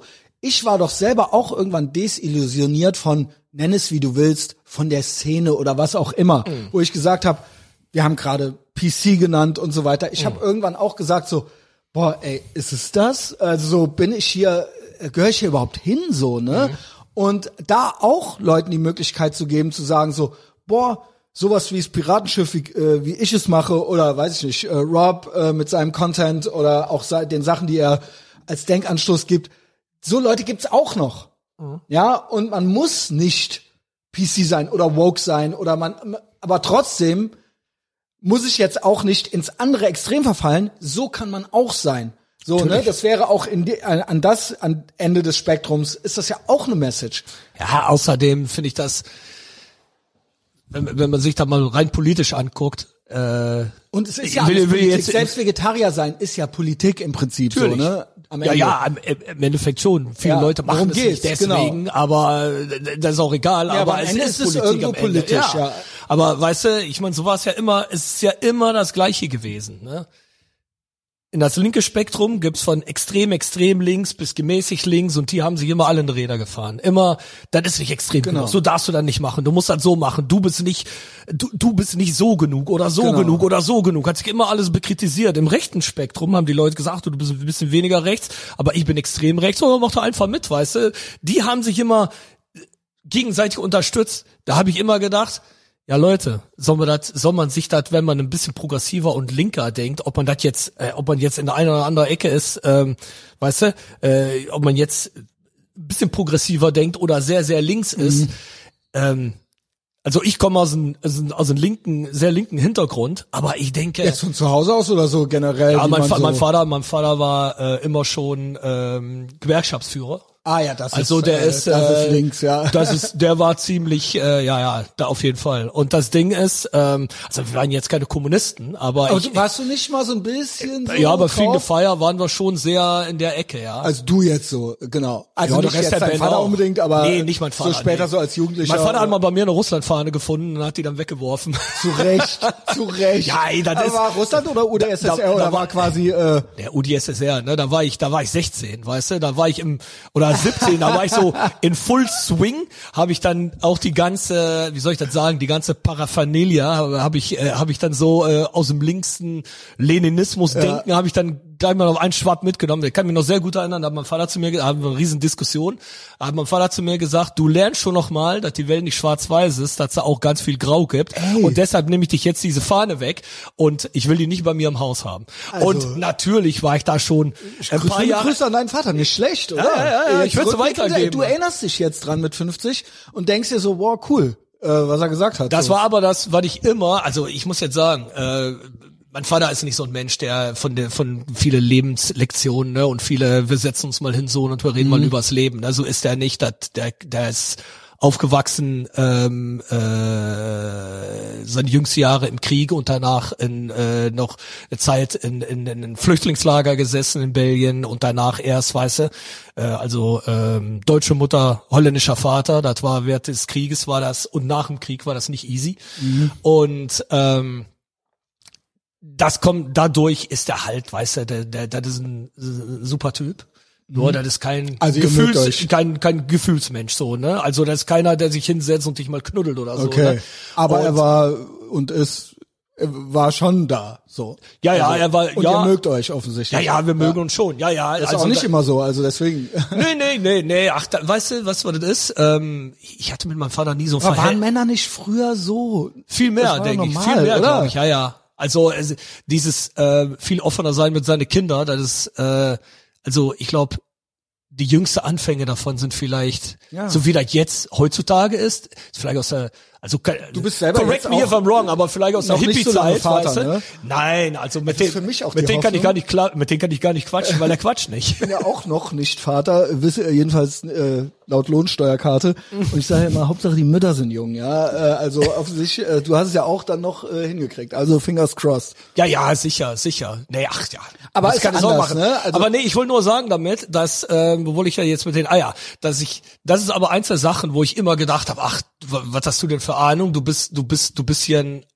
ich war doch selber auch irgendwann desillusioniert von, nenn es wie du willst, von der Szene oder was auch immer, mhm. wo ich gesagt habe, wir haben gerade P C genannt und so weiter. Ich mhm. habe irgendwann auch gesagt so, boah, ey, ist es das? Also so bin ich hier, gehöre ich hier überhaupt hin so, ne? Mhm. Und da auch Leuten die Möglichkeit zu geben, zu sagen so, boah, sowas wie das Piratenschiff, wie, äh, wie ich es mache, oder weiß ich nicht, äh, Rob äh, mit seinem Content oder auch den Sachen, die er als Denkanstoß gibt. So Leute gibt's auch noch. Mhm. Ja, und man muss nicht P C sein oder woke sein oder man, aber trotzdem muss ich jetzt auch nicht ins andere Extrem verfallen. So kann man auch sein. So, Natürlich. ne, das wäre auch in die, an, an das, an Ende des Spektrums ist das ja auch eine Message. Ja, außerdem finde ich das, wenn, wenn man sich da mal rein politisch anguckt, äh, und es ist ja will, will jetzt, selbst Vegetarier sein ist ja Politik im Prinzip Natürlich. so, ne? Am Ende. Ja, ja, im, im Endeffekt schon. Viele ja, Leute machen es nicht deswegen, genau. aber das ist auch egal. Ja, aber, aber es Ende ist, ist es irgendwo politisch, ja. ja. Aber weißt du, ich meine, so war es ja immer, es ist ja immer das Gleiche gewesen, ne? In das linke Spektrum gibt's von extrem, extrem links bis gemäßigt links und die haben sich immer alle in Räder gefahren. Immer, das ist nicht extrem genau. genug. So darfst du dann nicht machen. Du musst das so machen. Du bist nicht, du, du bist nicht so genug oder so genau. genug oder so genug. Hat sich immer alles bekritisiert. Im rechten Spektrum haben die Leute gesagt, du bist ein bisschen weniger rechts, aber ich bin extrem rechts. Oder mach doch einfach mit, weißt du. Die haben sich immer gegenseitig unterstützt. Da habe ich immer gedacht, ja Leute, soll man das, soll man sich das, wenn man ein bisschen progressiver und linker denkt, ob man das jetzt, äh, ob man jetzt in der einen oder anderen Ecke ist, ähm, weißt du, äh, ob man jetzt ein bisschen progressiver denkt oder sehr, sehr links ist. Mhm. Ähm, also ich komme aus einem, aus einem linken, sehr linken Hintergrund, aber ich denke. Jetzt von zu Hause aus oder so generell? Ja, mein, Fa- so mein Vater, mein Vater war äh, immer schon ähm, Gewerkschaftsführer. Ah ja, das also ist der äh, ist das äh, ist links, ja. Das ist der war ziemlich äh, ja ja, da auf jeden Fall. Und das Ding ist, ähm, also wir waren jetzt keine Kommunisten, aber, aber ich, du, warst du nicht mal so ein bisschen so ja, aber Freedom Fire waren wir schon sehr in der Ecke, ja. Also du jetzt so, genau. Also ja, nicht jetzt dein Vater auch. unbedingt, aber nee, nicht mein Vater, so später nee. so als Jugendlicher. Mein Vater hat mal bei mir eine Russlandfahne gefunden und hat die dann weggeworfen. Zu Recht, zu Recht. Ja, ey, das aber ist war Russland oder U d S S R da, da, oder da war quasi äh der U d S S R, ne, da war ich, da war ich sechzehn, weißt du, da war ich im oder siebzehn, da war ich so in Full Swing, habe ich dann auch die ganze, wie soll ich das sagen, die ganze Paraphernalia habe ich äh, habe ich dann so äh, aus dem linksten Leninismus denken, ja. habe ich dann gleich mal noch einen Schwapp mitgenommen. Der kann mich noch sehr gut erinnern, da hat mein Vater zu mir, da haben wir eine riesen Diskussion, da hat mein Vater zu mir gesagt, du lernst schon noch mal, dass die Welt nicht schwarz-weiß ist, dass es auch ganz viel Grau gibt. Ey. Und deshalb nehme ich dich jetzt diese Fahne weg und ich will die nicht bei mir im Haus haben. Also, und natürlich war ich da schon ein paar Jahre. Grüße an deinen Vater, nicht schlecht, oder? Ja, ja, ja, ja. Ich würde es weitergeben. Du erinnerst dich jetzt dran mit fünfzig und denkst dir so, wow, cool, äh, was er gesagt hat. Das so. war aber das, was ich immer, also ich muss jetzt sagen, äh, mein Vater ist nicht so ein Mensch, der von der von viele Lebenslektionen, ne, und viele, wir setzen uns mal hin so und wir reden mhm. mal übers Leben. Ne, so ist er nicht, der, der, der ist aufgewachsen, ähm, äh, seine jüngsten Jahre im Krieg und danach in äh, noch eine Zeit in, in, in einem Flüchtlingslager gesessen in Belgien und danach erst, weißt du, äh, also ähm, deutsche Mutter, holländischer Vater, das war während des Krieges war das und nach dem Krieg war das nicht easy. Mhm. Und ähm, das kommt, dadurch ist er halt, weißt du, der, der, das ist ein super Typ. Nur, das ist kein also Gefühls, kein, kein Gefühlsmensch, so, ne? Also, das ist keiner, der sich hinsetzt und dich mal knuddelt oder so, okay. Ne? Aber und, er war, und ist, er war schon da, so. Ja, ja, also, er war, und ja. ihr mögt euch offensichtlich. Ja, ja, wir mögen ja. uns schon, ja, ja. Das ist also, auch nicht da, immer so, also deswegen. Nee, nee, nee, nee, ach, da, weißt du, was, was das ist? Ähm, ich hatte mit meinem Vater nie so ein Aber waren Männer nicht früher so? Viel mehr, denke ich, viel mehr, glaube ich, ja, ja. Also, also dieses, äh, viel offener sein mit seinen Kindern, das ist, äh, also, ich glaube, die jüngste Anfänge davon sind vielleicht, ja. so wie das jetzt heutzutage ist, ist vielleicht aus der, also du bist selber correct me if I'm wrong, aber vielleicht aus der Hippie-Zeit, so weißt du? Ne? Nein, also mit dem, für mich auch mit dem kann ich gar nicht klar, mit dem kann ich gar nicht quatschen, weil er quatscht nicht. Ich bin ja auch noch nicht Vater, wisse jedenfalls äh, laut Lohnsteuerkarte. Und ich sage ja immer, Hauptsache die Mütter sind jung, ja. Äh, also offensichtlich, äh, du hast es ja auch dann noch äh, hingekriegt. Also fingers crossed. Ja, ja, sicher, sicher. Nee, ach ja. Aber es kann anders, machen. Ne? Also aber nee, ich wollte nur sagen damit, dass, ähm, obwohl ich ja jetzt mit den Eier, dass ich, das ist aber eins der Sachen, wo ich immer gedacht habe, ach, was hast du denn für Ahnung? Du bist, du bist, du bist hier ein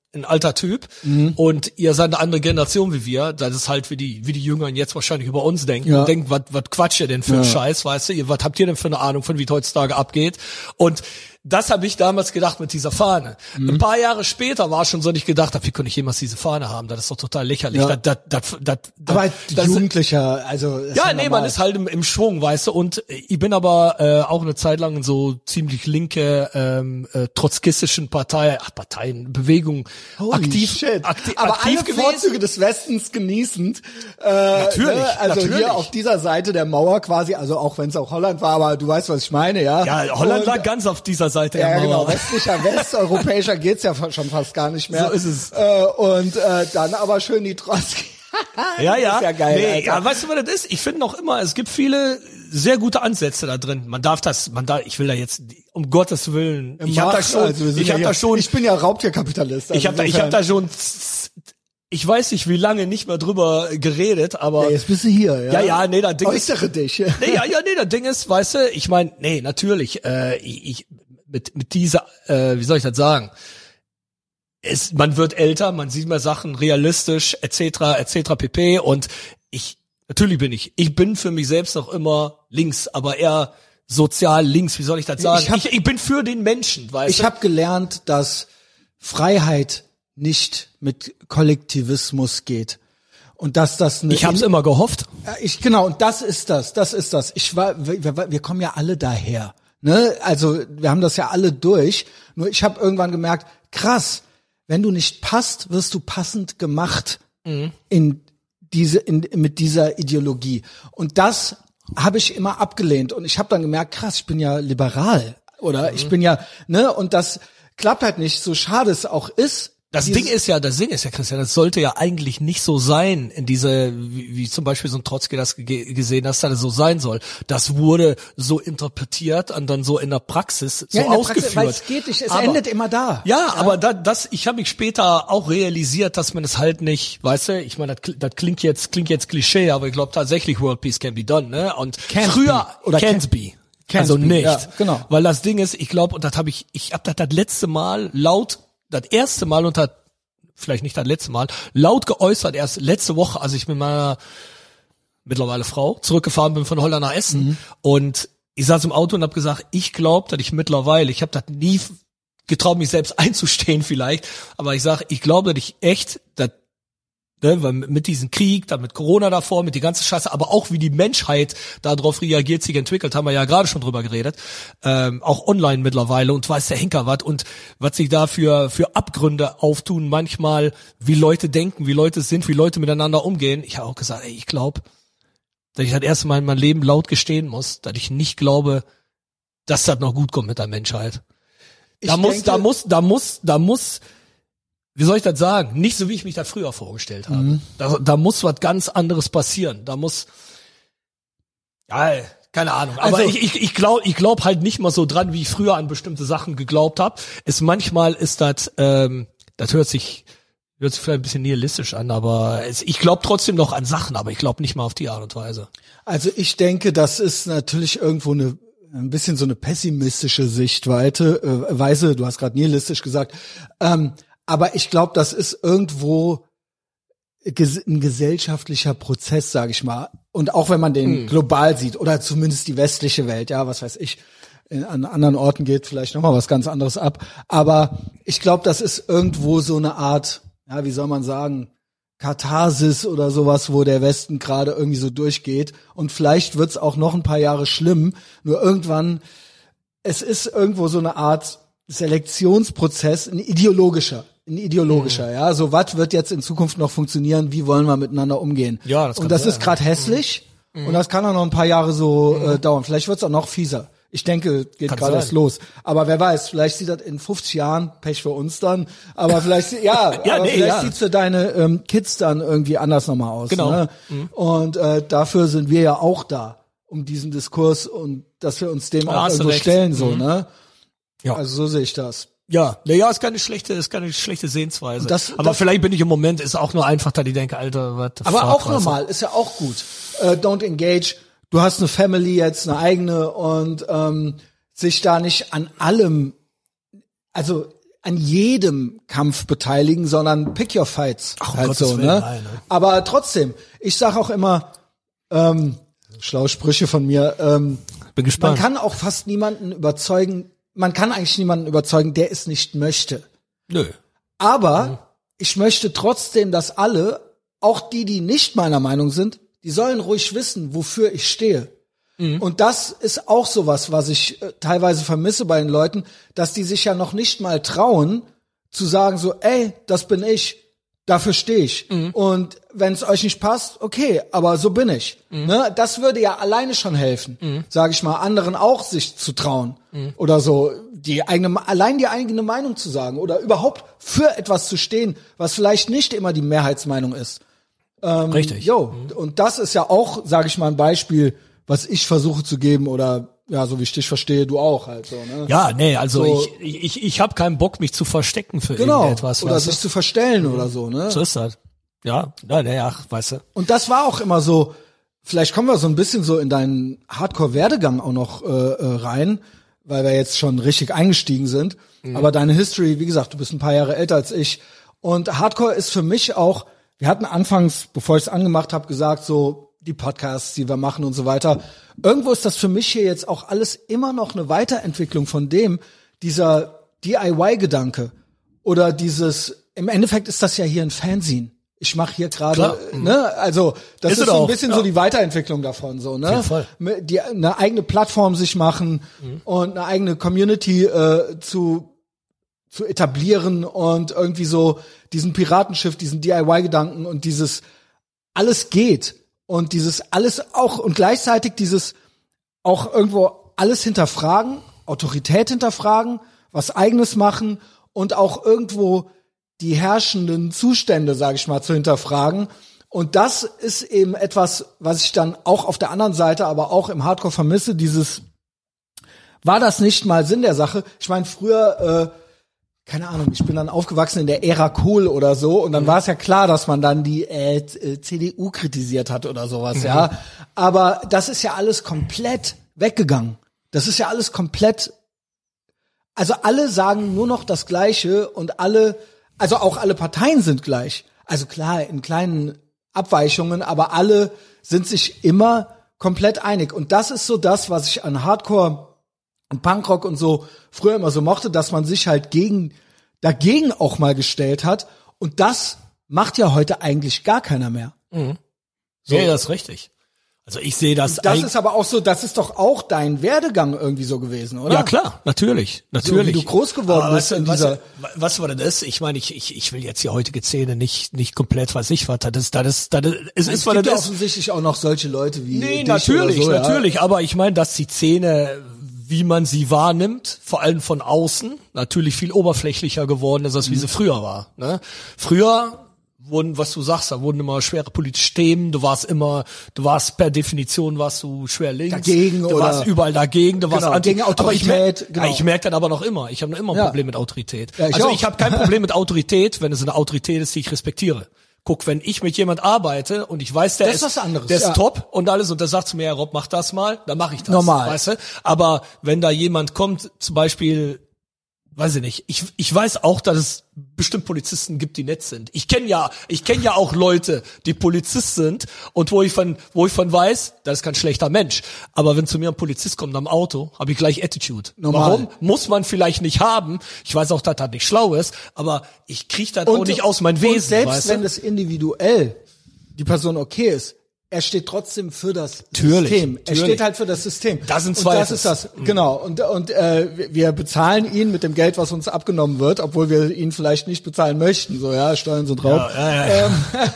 ein alter Typ mhm. und ihr seid eine andere Generation wie wir, das ist halt wie die wie die Jüngeren jetzt wahrscheinlich über uns denken ja. und denken, was was quatscht ihr denn für ja. einen Scheiß, weißt du, ihr, was habt ihr denn für eine Ahnung von wie es heutzutage abgeht? Und das habe ich damals gedacht mit dieser Fahne. Mhm. Ein paar Jahre später war schon so, ich gedacht habe, wie könnte ich jemals diese Fahne haben? Das ist doch total lächerlich. Ja. Das, das, das, das, aber als Jugendlicher, also ja, ja nee, normal. Man ist halt im, im Schwung, weißt du. Und ich bin aber äh, auch eine Zeit lang in so ziemlich linke, ähm, äh, trotzkistischen Partei, ach Parteien, Bewegungen aktiv, shit. aktiv, aber aktiv alle gewesen. Vorzüge des Westens genießend. Äh, natürlich, ne? Also natürlich. hier auf dieser Seite der Mauer quasi, also auch wenn es auch Holland war, aber du weißt, was ich meine, ja. Ja, Holland und, war ganz auf dieser Seite der ja, Mauer. Genau. Westlicher, westeuropäischer geht's ja schon fast gar nicht mehr. So ist es. Äh, und äh, dann aber schön die Trotzki. ja, ja. Ist ja geil. Nee, Alter. ja, weißt du, was das ist? Ich finde noch immer, es gibt viele sehr gute Ansätze da drin. Man darf das, man darf, ich will da jetzt, um Gottes Willen, ich Mach, habe da schon, also ich habe da schon, ich bin ja Raubtierkapitalist. Also ich habe da, ich habe da schon, ich weiß nicht, wie lange nicht mehr drüber geredet, aber ja, jetzt bist du hier, ja. Ja, ja, nee, das Ding Äußere ist, dich. Nee, ja, ja, nee, das Ding ist, weißt du, ich meine, nee, natürlich, äh, ich, ich mit mit dieser, äh, wie soll ich das sagen? Es, man wird älter, man sieht mehr Sachen realistisch, et cetera, et cetera pp. Und ich, natürlich bin ich, ich bin für mich selbst noch immer links, aber eher sozial links, wie soll ich das sagen? Ich, hab, ich, ich bin für den Menschen, weißt ich du? Ich habe gelernt, dass Freiheit nicht mit Kollektivismus geht. Und dass das eine Ich hab's immer gehofft. Ich, genau, und das ist das, das ist das. Ich war, wir, wir kommen ja alle daher. Ne, also wir haben das ja alle durch. Nur ich habe irgendwann gemerkt, krass, wenn du nicht passt, wirst du passend gemacht mhm. in diese in, mit dieser Ideologie. Und das habe ich immer abgelehnt. Und ich habe dann gemerkt, krass, ich bin ja liberal, oder? Mhm. Ich bin ja, ne, und das klappt halt nicht, so schade es auch ist. Das Ding ist ja, das Ding ist ja, Christian, das sollte ja eigentlich nicht so sein, in diese, wie, wie zum Beispiel so ein Trotzki das ge- gesehen, dass das so sein soll. Das wurde so interpretiert und dann so in der Praxis ja, so in der ausgeführt. Praxis, weil es geht nicht, es aber, endet immer da. Ja, ja. aber da, das, ich habe mich später auch realisiert, dass man es halt nicht, weißt du, ich meine, das, das klingt jetzt, klingt jetzt Klischee, aber ich glaube tatsächlich, World Peace can be done, ne? Und Can't früher be. Oder can't be. Can't also be. nicht, Ja, genau. Weil das Ding ist, ich glaube, und das habe ich, ich habe das das letzte Mal laut, das erste Mal unter vielleicht nicht das letzte Mal, laut geäußert, erst letzte Woche, als ich mit meiner mittlerweile Frau zurückgefahren bin von Holland nach Essen. Mhm. Und ich saß im Auto und habe gesagt, ich glaube, dass ich mittlerweile, ich habe das nie getraut, mich selbst einzustehen vielleicht, aber ich sage, ich glaube, dass ich echt, dass Ne, weil mit diesem Krieg, dann mit Corona davor, mit die ganze Scheiße, aber auch wie die Menschheit darauf reagiert, sich entwickelt, haben wir ja gerade schon drüber geredet, ähm, auch online mittlerweile und weiß der Henker was und was sich da für, für Abgründe auftun manchmal, wie Leute denken, wie Leute sind, wie Leute miteinander umgehen. Ich habe auch gesagt, ey, ich glaube, dass ich das erste Mal in meinem Leben laut gestehen muss, dass ich nicht glaube, dass das noch gut kommt mit der Menschheit. Da Ich muss, denke, da muss, da muss, da muss wie soll ich das sagen? Nicht so, wie ich mich das früher vorgestellt habe. Mhm. Da, da muss was ganz anderes passieren. Da muss, ja, keine Ahnung. Aber also, ich, ich, ich glaube ich glaub halt nicht mal so dran, wie ich früher an bestimmte Sachen geglaubt habe. Es manchmal ist das, ähm, das hört sich, hört sich vielleicht ein bisschen nihilistisch an, aber es, ich glaube trotzdem noch an Sachen, aber ich glaube nicht mal auf die Art und Weise. Also ich denke, das ist natürlich irgendwo eine ein bisschen so eine pessimistische Sichtweite, äh, Weise. Du hast gerade nihilistisch gesagt. Ähm, Aber ich glaube, das ist irgendwo ges- ein gesellschaftlicher Prozess, sage ich mal. Und auch wenn man den hm. global sieht, oder zumindest die westliche Welt, ja, was weiß ich, in, an anderen Orten geht vielleicht nochmal was ganz anderes ab. Aber ich glaube, das ist irgendwo so eine Art, ja, wie soll man sagen, Katharsis oder sowas, wo der Westen gerade irgendwie so durchgeht. Und vielleicht wird's auch noch ein paar Jahre schlimm. Nur irgendwann, es ist irgendwo so eine Art Selektionsprozess, ein ideologischer, ein ideologischer, mhm. ja, so was wird jetzt in Zukunft noch funktionieren, wie wollen wir miteinander umgehen? Ja, das kann und das sein. ist gerade hässlich mhm. und das kann auch noch ein paar Jahre so mhm. äh, dauern. Vielleicht wird's auch noch fieser. Ich denke, geht gerade erst los. Aber wer weiß, vielleicht sieht das in fünfzig Jahren, Pech für uns dann, aber vielleicht, ja, ja aber nee, vielleicht ja. sieht's für deine ähm, Kids dann irgendwie anders nochmal aus. Genau. Ne? Mhm. Und äh, dafür sind wir ja auch da, um diesen Diskurs und dass wir uns dem ja, auch irgendwo stellen, so, mhm. ne? Ja. Also so sehe ich das. Ja, na ja, ist keine schlechte, ist keine schlechte Sehensweise. Das, aber das, vielleicht bin ich im Moment, ist auch nur einfach, da die denke, Alter, was. Aber auch normal, ist ja auch gut. Äh, don't engage. Du hast eine Family jetzt, eine eigene und ähm, sich da nicht an allem, also an jedem Kampf beteiligen, sondern pick your fights. Ach, um halt Gottes so, Willen, ne? nein, ne? Aber trotzdem, ich sag auch immer, ähm, schlaue Sprüche von mir, ähm, Bin gespannt. man kann auch fast niemanden überzeugen, man kann eigentlich niemanden überzeugen, der es nicht möchte. Nö. Aber Mhm. ich möchte trotzdem, dass alle, auch die, die nicht meiner Meinung sind, die sollen ruhig wissen, wofür ich stehe. Mhm. Und das ist auch sowas, was ich äh, teilweise vermisse bei den Leuten, dass die sich ja noch nicht mal trauen, zu sagen so, ey, das bin ich, dafür stehe ich. Mhm. Und wenn es euch nicht passt, okay, aber so bin ich. Mhm. Ne? Das würde ja alleine schon helfen, mhm. sage ich mal, anderen auch sich zu trauen. Mhm. Oder so, die eigene, allein die eigene Meinung zu sagen oder überhaupt für etwas zu stehen, was vielleicht nicht immer die Mehrheitsmeinung ist. Ähm, Richtig. Jo, mhm. Und das ist ja auch, sage ich mal, ein Beispiel, was ich versuche zu geben oder ja, so wie ich dich verstehe, du auch halt so, ne? Ja, nee, also So, ich ich ich habe keinen Bock, mich zu verstecken für genau, irgendetwas. oder weißt du? sich zu verstellen mhm. oder so, ne? So ist das. Ja, ja, nee, ach, weißt du. Und das war auch immer so, vielleicht kommen wir so ein bisschen so in deinen Hardcore-Werdegang auch noch äh, äh, rein, weil wir jetzt schon richtig eingestiegen sind. Mhm. Aber deine History, wie gesagt, du bist ein paar Jahre älter als ich. Und Hardcore ist für mich auch, wir hatten anfangs, bevor ich es angemacht habe, gesagt, so die Podcasts, die wir machen und so weiter. Irgendwo ist das für mich hier jetzt auch alles immer noch eine Weiterentwicklung von dem, dieser D I Y-Gedanke oder dieses, im Endeffekt ist das ja hier ein Fanzine. Ich mache hier gerade, ne, also das ist, ist so ein auch. bisschen ja. so die Weiterentwicklung davon, so, ne, auf jeden Fall. Die, eine eigene Plattform sich machen mhm. und eine eigene Community äh, zu zu etablieren und irgendwie so diesen Piratenschiff, diesen D I Y-Gedanken und dieses alles geht und dieses alles auch und gleichzeitig dieses auch irgendwo alles hinterfragen, Autorität hinterfragen, was Eigenes machen und auch irgendwo die herrschenden Zustände, sage ich mal, zu hinterfragen. Und das ist eben etwas, was ich dann auch auf der anderen Seite, aber auch im Hardcore vermisse, dieses, war das nicht mal Sinn der Sache? Ich meine, früher, äh, keine Ahnung, ich bin dann aufgewachsen in der Ära Kohl oder so und dann mhm. war es ja klar, dass man dann die äh, C D U kritisiert hat oder sowas, mhm. ja. Aber das ist ja alles komplett weggegangen. Das ist ja alles komplett, also alle sagen nur noch das Gleiche und alle, also auch alle Parteien sind gleich. Also klar, in kleinen Abweichungen, aber alle sind sich immer komplett einig. Und das ist so das, was ich an Hardcore und Punkrock und so früher immer so mochte, dass man sich halt gegen, dagegen auch mal gestellt hat. Und das macht ja heute eigentlich gar keiner mehr. Mhm. So. Ja, das ist richtig. Also ich sehe das. Das ist aber auch so, das ist doch auch dein Werdegang irgendwie so gewesen, oder? Ja klar, natürlich, natürlich. So wie du groß geworden aber bist was, in was, dieser. Was war denn das? Ich meine, ich, ich, ich will jetzt die heutige Szene nicht, nicht komplett, was ich was. Das ist, das ist, das ist, es ist, weil das gibt ist. offensichtlich auch noch solche Leute wie. Nee, dich natürlich, oder so, natürlich. Ja. Aber ich meine, dass die Szene, wie man sie wahrnimmt, vor allem von außen, natürlich viel oberflächlicher geworden ist, als wie sie früher war. Ne? Früher wurden, was du sagst, da wurden immer schwere politische Themen, du warst immer, du warst per Definition warst du schwer links. Dagegen du oder warst überall dagegen, du warst genau, anti, gegen Autorität. Ich, genau. ich merke dann aber noch immer, ich habe noch immer ein ja. Problem mit Autorität. Ja, ich also auch. ich habe kein Problem mit Autorität, wenn es eine Autorität ist, die ich respektiere. Guck, wenn ich mit jemand arbeite und ich weiß, der das ist, ist, was anderes, der ist ja. top und alles und der sagt zu mir, ja, Rob, mach das mal, dann mache ich das. Normal. Weißt du? Aber wenn da jemand kommt, zum Beispiel, weiß ich nicht, ich, ich weiß auch, dass es bestimmt Polizisten gibt, die nett sind. Ich kenne ja, ich kenne ja auch Leute, die Polizist sind und wo ich von, wo ich von weiß, das ist kein schlechter Mensch. Aber wenn zu mir ein Polizist kommt am Auto, habe ich gleich Attitude. Normal. Warum? Muss man vielleicht nicht haben. Ich weiß auch, dass das nicht schlau ist, aber ich kriege das und, auch nicht aus meinem Wesen. Und selbst weißt wenn du? es individuell die Person okay ist, er steht trotzdem für das Natürlich, System. Er natürlich. steht halt für das System. Das sind und zwei. das ist das. Mhm. Genau. Und und äh, wir bezahlen ihn mit dem Geld, was uns abgenommen wird, obwohl wir ihn vielleicht nicht bezahlen möchten. So ja, Steuern sind drauf. Ja, ja, ja. Ähm,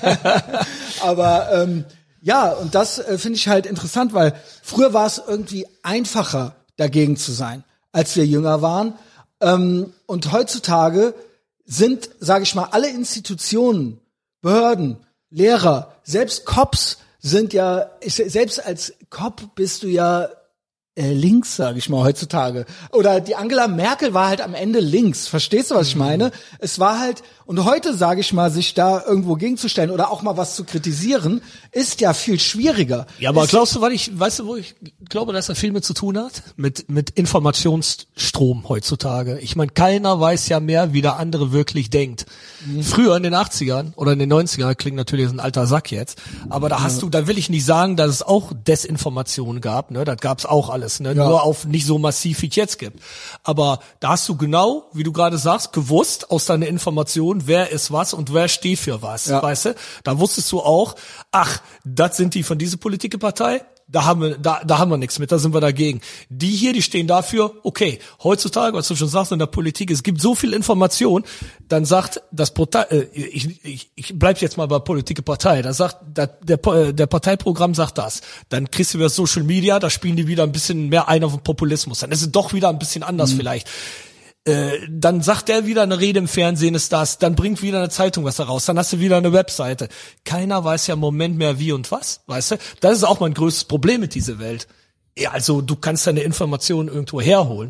aber ähm, ja, und das äh, finde ich halt interessant, weil früher war es irgendwie einfacher, dagegen zu sein, als wir jünger waren. Ähm, und heutzutage sind, sage ich mal, alle Institutionen, Behörden, Lehrer, selbst Cops sind ja, ich, selbst als Cop bist du ja äh, links, sage ich mal, heutzutage. Oder die Angela Merkel war halt am Ende links. Verstehst du, was ich meine? Es war halt, und heute, sage ich mal, sich da irgendwo gegenzustellen oder auch mal was zu kritisieren, ist ja viel schwieriger. Ja, aber es glaubst du, weil ich, weißt du, wo ich glaube, dass das viel mit zu tun hat? Mit mit Informationsstrom heutzutage. Ich meine, keiner weiß ja mehr, wie der andere wirklich denkt. Mhm. Früher in den achtzigern oder in den neunzigern, klingt natürlich ein alter Sack jetzt, aber da hast ja. du, da will ich nicht sagen, dass es auch Desinformation gab, ne? Das gab's auch alles, ne? Ja. Nur auf nicht so massiv, wie es jetzt gibt. Aber da hast du genau, wie du gerade sagst, gewusst aus deiner Information, wer ist was und wer steht für was, ja. weißt du? Da wusstest du auch, ach, das sind die von dieser Politikpartei, da haben wir, da, da haben wir nichts mit, da sind wir dagegen. Die hier, die stehen dafür, okay, heutzutage, was du schon sagst in der Politik, es gibt so viel Information, dann sagt das Partei, äh, ich, ich, ich bleib jetzt mal bei Politikpartei, da sagt, da, der, der Parteiprogramm sagt das, dann kriegst du über Social Media, da spielen die wieder ein bisschen mehr ein auf den Populismus, dann ist es doch wieder ein bisschen anders mhm. vielleicht. Äh, dann sagt der wieder eine Rede im Fernsehen ist das, dann bringt wieder eine Zeitung was daraus, dann hast du wieder eine Webseite. Keiner weiß ja im Moment mehr wie und was, weißt du? Das ist auch mein größtes Problem mit dieser Welt. Ja, also du kannst deine Informationen irgendwo herholen,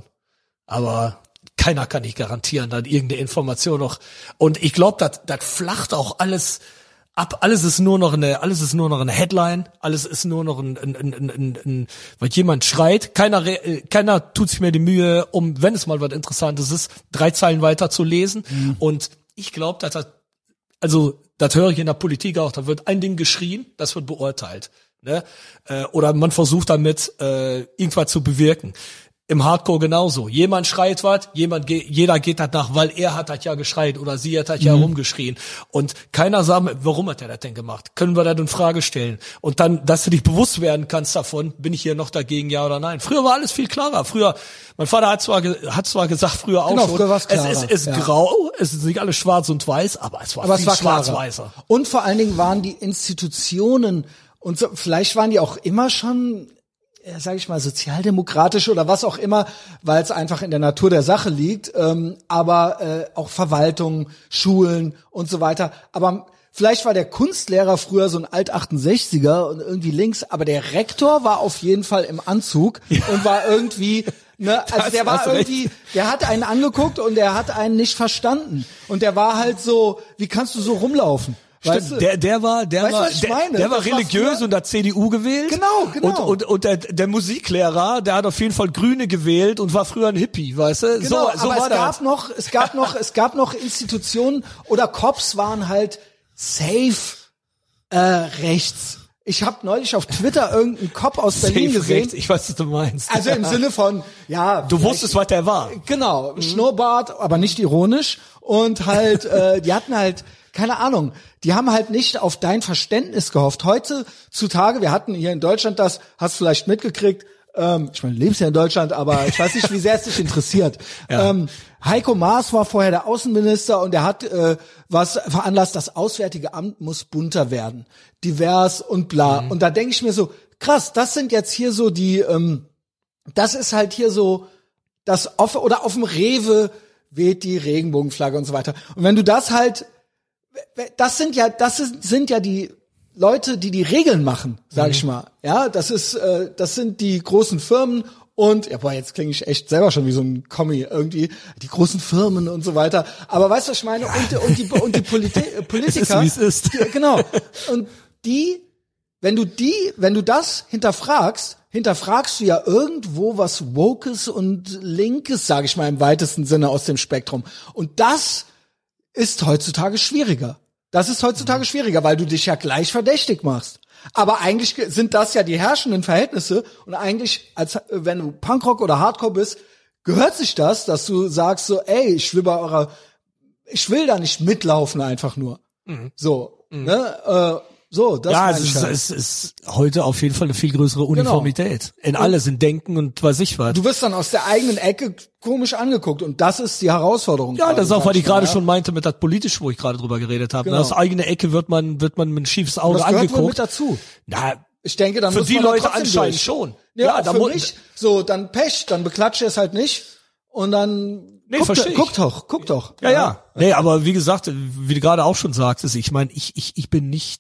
aber keiner kann nicht garantieren, dass irgendeine Information noch. Und ich glaube, das das flacht auch alles ab, alles ist nur noch eine, alles ist nur noch eine Headline, alles ist nur noch ein, ein, ein, ein, ein, ein weil jemand schreit, keiner, keiner tut sich mehr die Mühe, um, wenn es mal was Interessantes ist, drei Zeilen weiter zu lesen. Mhm. Und ich glaube, dass das, also, das höre ich in der Politik auch, da wird ein Ding geschrien, das wird beurteilt, ne? Oder man versucht damit, äh, irgendwas zu bewirken. Im Hardcore genauso. Jemand schreit was, jemand ge- jeder geht das nach, weil er hat das ja geschreit oder sie hat das mhm. ja rumgeschrien. Und keiner sagt, warum hat er das denn gemacht? Können wir das in Frage stellen? Und dann, dass du dich bewusst werden kannst davon, bin ich hier noch dagegen, ja oder nein. Früher war alles viel klarer. Früher, mein Vater hat zwar, ge- hat zwar gesagt, früher auch genau, schon, früher war's klarer. es ist, ist ja. grau, es ist nicht alles schwarz und weiß, aber es war aber viel es war schwarz-weißer. Und vor allen Dingen waren die Institutionen, und so, vielleicht waren die auch immer schon, sage ich mal, sozialdemokratisch oder was auch immer, weil es einfach in der Natur der Sache liegt, ähm, aber äh, auch Verwaltung, Schulen und so weiter. Aber vielleicht war der Kunstlehrer früher so ein Alt-achtundsechziger und irgendwie links, aber der Rektor war auf jeden Fall im Anzug ja. und war irgendwie, ne, also der war irgendwie, der hat einen angeguckt und der hat einen nicht verstanden. Und der war halt so, wie kannst du so rumlaufen? Weißt du, der, der war, der weißt war, du, der, der war das religiös war und hat C D U gewählt. Genau, genau. Und, und, und der, der Musiklehrer, der hat auf jeden Fall Grüne gewählt und war früher ein Hippie, weißt du? Genau, so, so aber war es das. gab noch, es gab noch, es gab noch Institutionen oder Cops waren halt safe, äh, rechts. Ich habe neulich auf Twitter irgendeinen Cop aus Berlin Safe gesehen. Rechts, ich weiß, was du meinst. Also im Sinne von, ja. Du wusstest, was der war. Genau, mhm. Schnurrbart, aber nicht ironisch. Und halt, äh, die hatten halt, keine Ahnung, die haben halt nicht auf dein Verständnis gehofft. Heutzutage, wir hatten hier in Deutschland das, hast du vielleicht mitgekriegt, ähm, ich meine, du lebst ja in Deutschland, aber ich weiß nicht, wie sehr es dich interessiert. Ja. Ähm, Heiko Maas war vorher der Außenminister und er hat äh, was veranlasst, das Auswärtige Amt muss bunter werden, divers und bla. Mhm. Und da denke ich mir so, krass, das sind jetzt hier so die, ähm, das ist halt hier so das auf, oder auf dem Rewe weht die Regenbogenflagge und so weiter. Und wenn du das halt, das sind ja, das ist, sind ja die Leute, die die Regeln machen, sag mhm. ich mal. Ja, das ist, äh, das sind die großen Firmen und, ja, boah, jetzt klinge ich echt selber schon wie so ein Kommi irgendwie, die großen Firmen und so weiter. Aber weißt du, was ich meine? Und, und die, und die Politi- Politiker. Es ist, wie es ist. Die, genau. Und die, wenn du die, wenn du das hinterfragst, hinterfragst du ja irgendwo was Wokes und Linkes, sag ich mal im weitesten Sinne aus dem Spektrum. Und das ist heutzutage schwieriger. Das ist heutzutage schwieriger, weil du dich ja gleich verdächtig machst. Aber eigentlich sind das ja die herrschenden Verhältnisse und eigentlich, als wenn du Punkrock oder Hardcore bist, gehört sich das, dass du sagst so, ey, ich will bei eurer, ich will da nicht mitlaufen einfach nur. Mhm. So, mhm. ne, äh, so, das ja, es ist, halt. es ist heute auf jeden Fall eine viel größere Uniformität. Genau. In alles, in Denken und weiß ich was. Du wirst dann aus der eigenen Ecke komisch angeguckt und das ist die Herausforderung. Ja, das ist auch, was ich gerade ja. schon meinte mit das Politisch, wo ich gerade drüber geredet habe. Genau. Aus eigener Ecke wird man, wird man mit ein schiefes Auge das angeguckt. Das gehört wohl mit dazu. Na, ich denke, dann für muss die man Leute anscheinend durch. schon. Ja, ja da für mich, so, dann Pech, dann beklatsche es halt nicht und dann Nee, guck, verstehe ich. guck doch, guck doch. Ja, ja. Nee, aber wie gesagt, wie du gerade auch schon sagtest, ich meine, ich, ich, ich bin nicht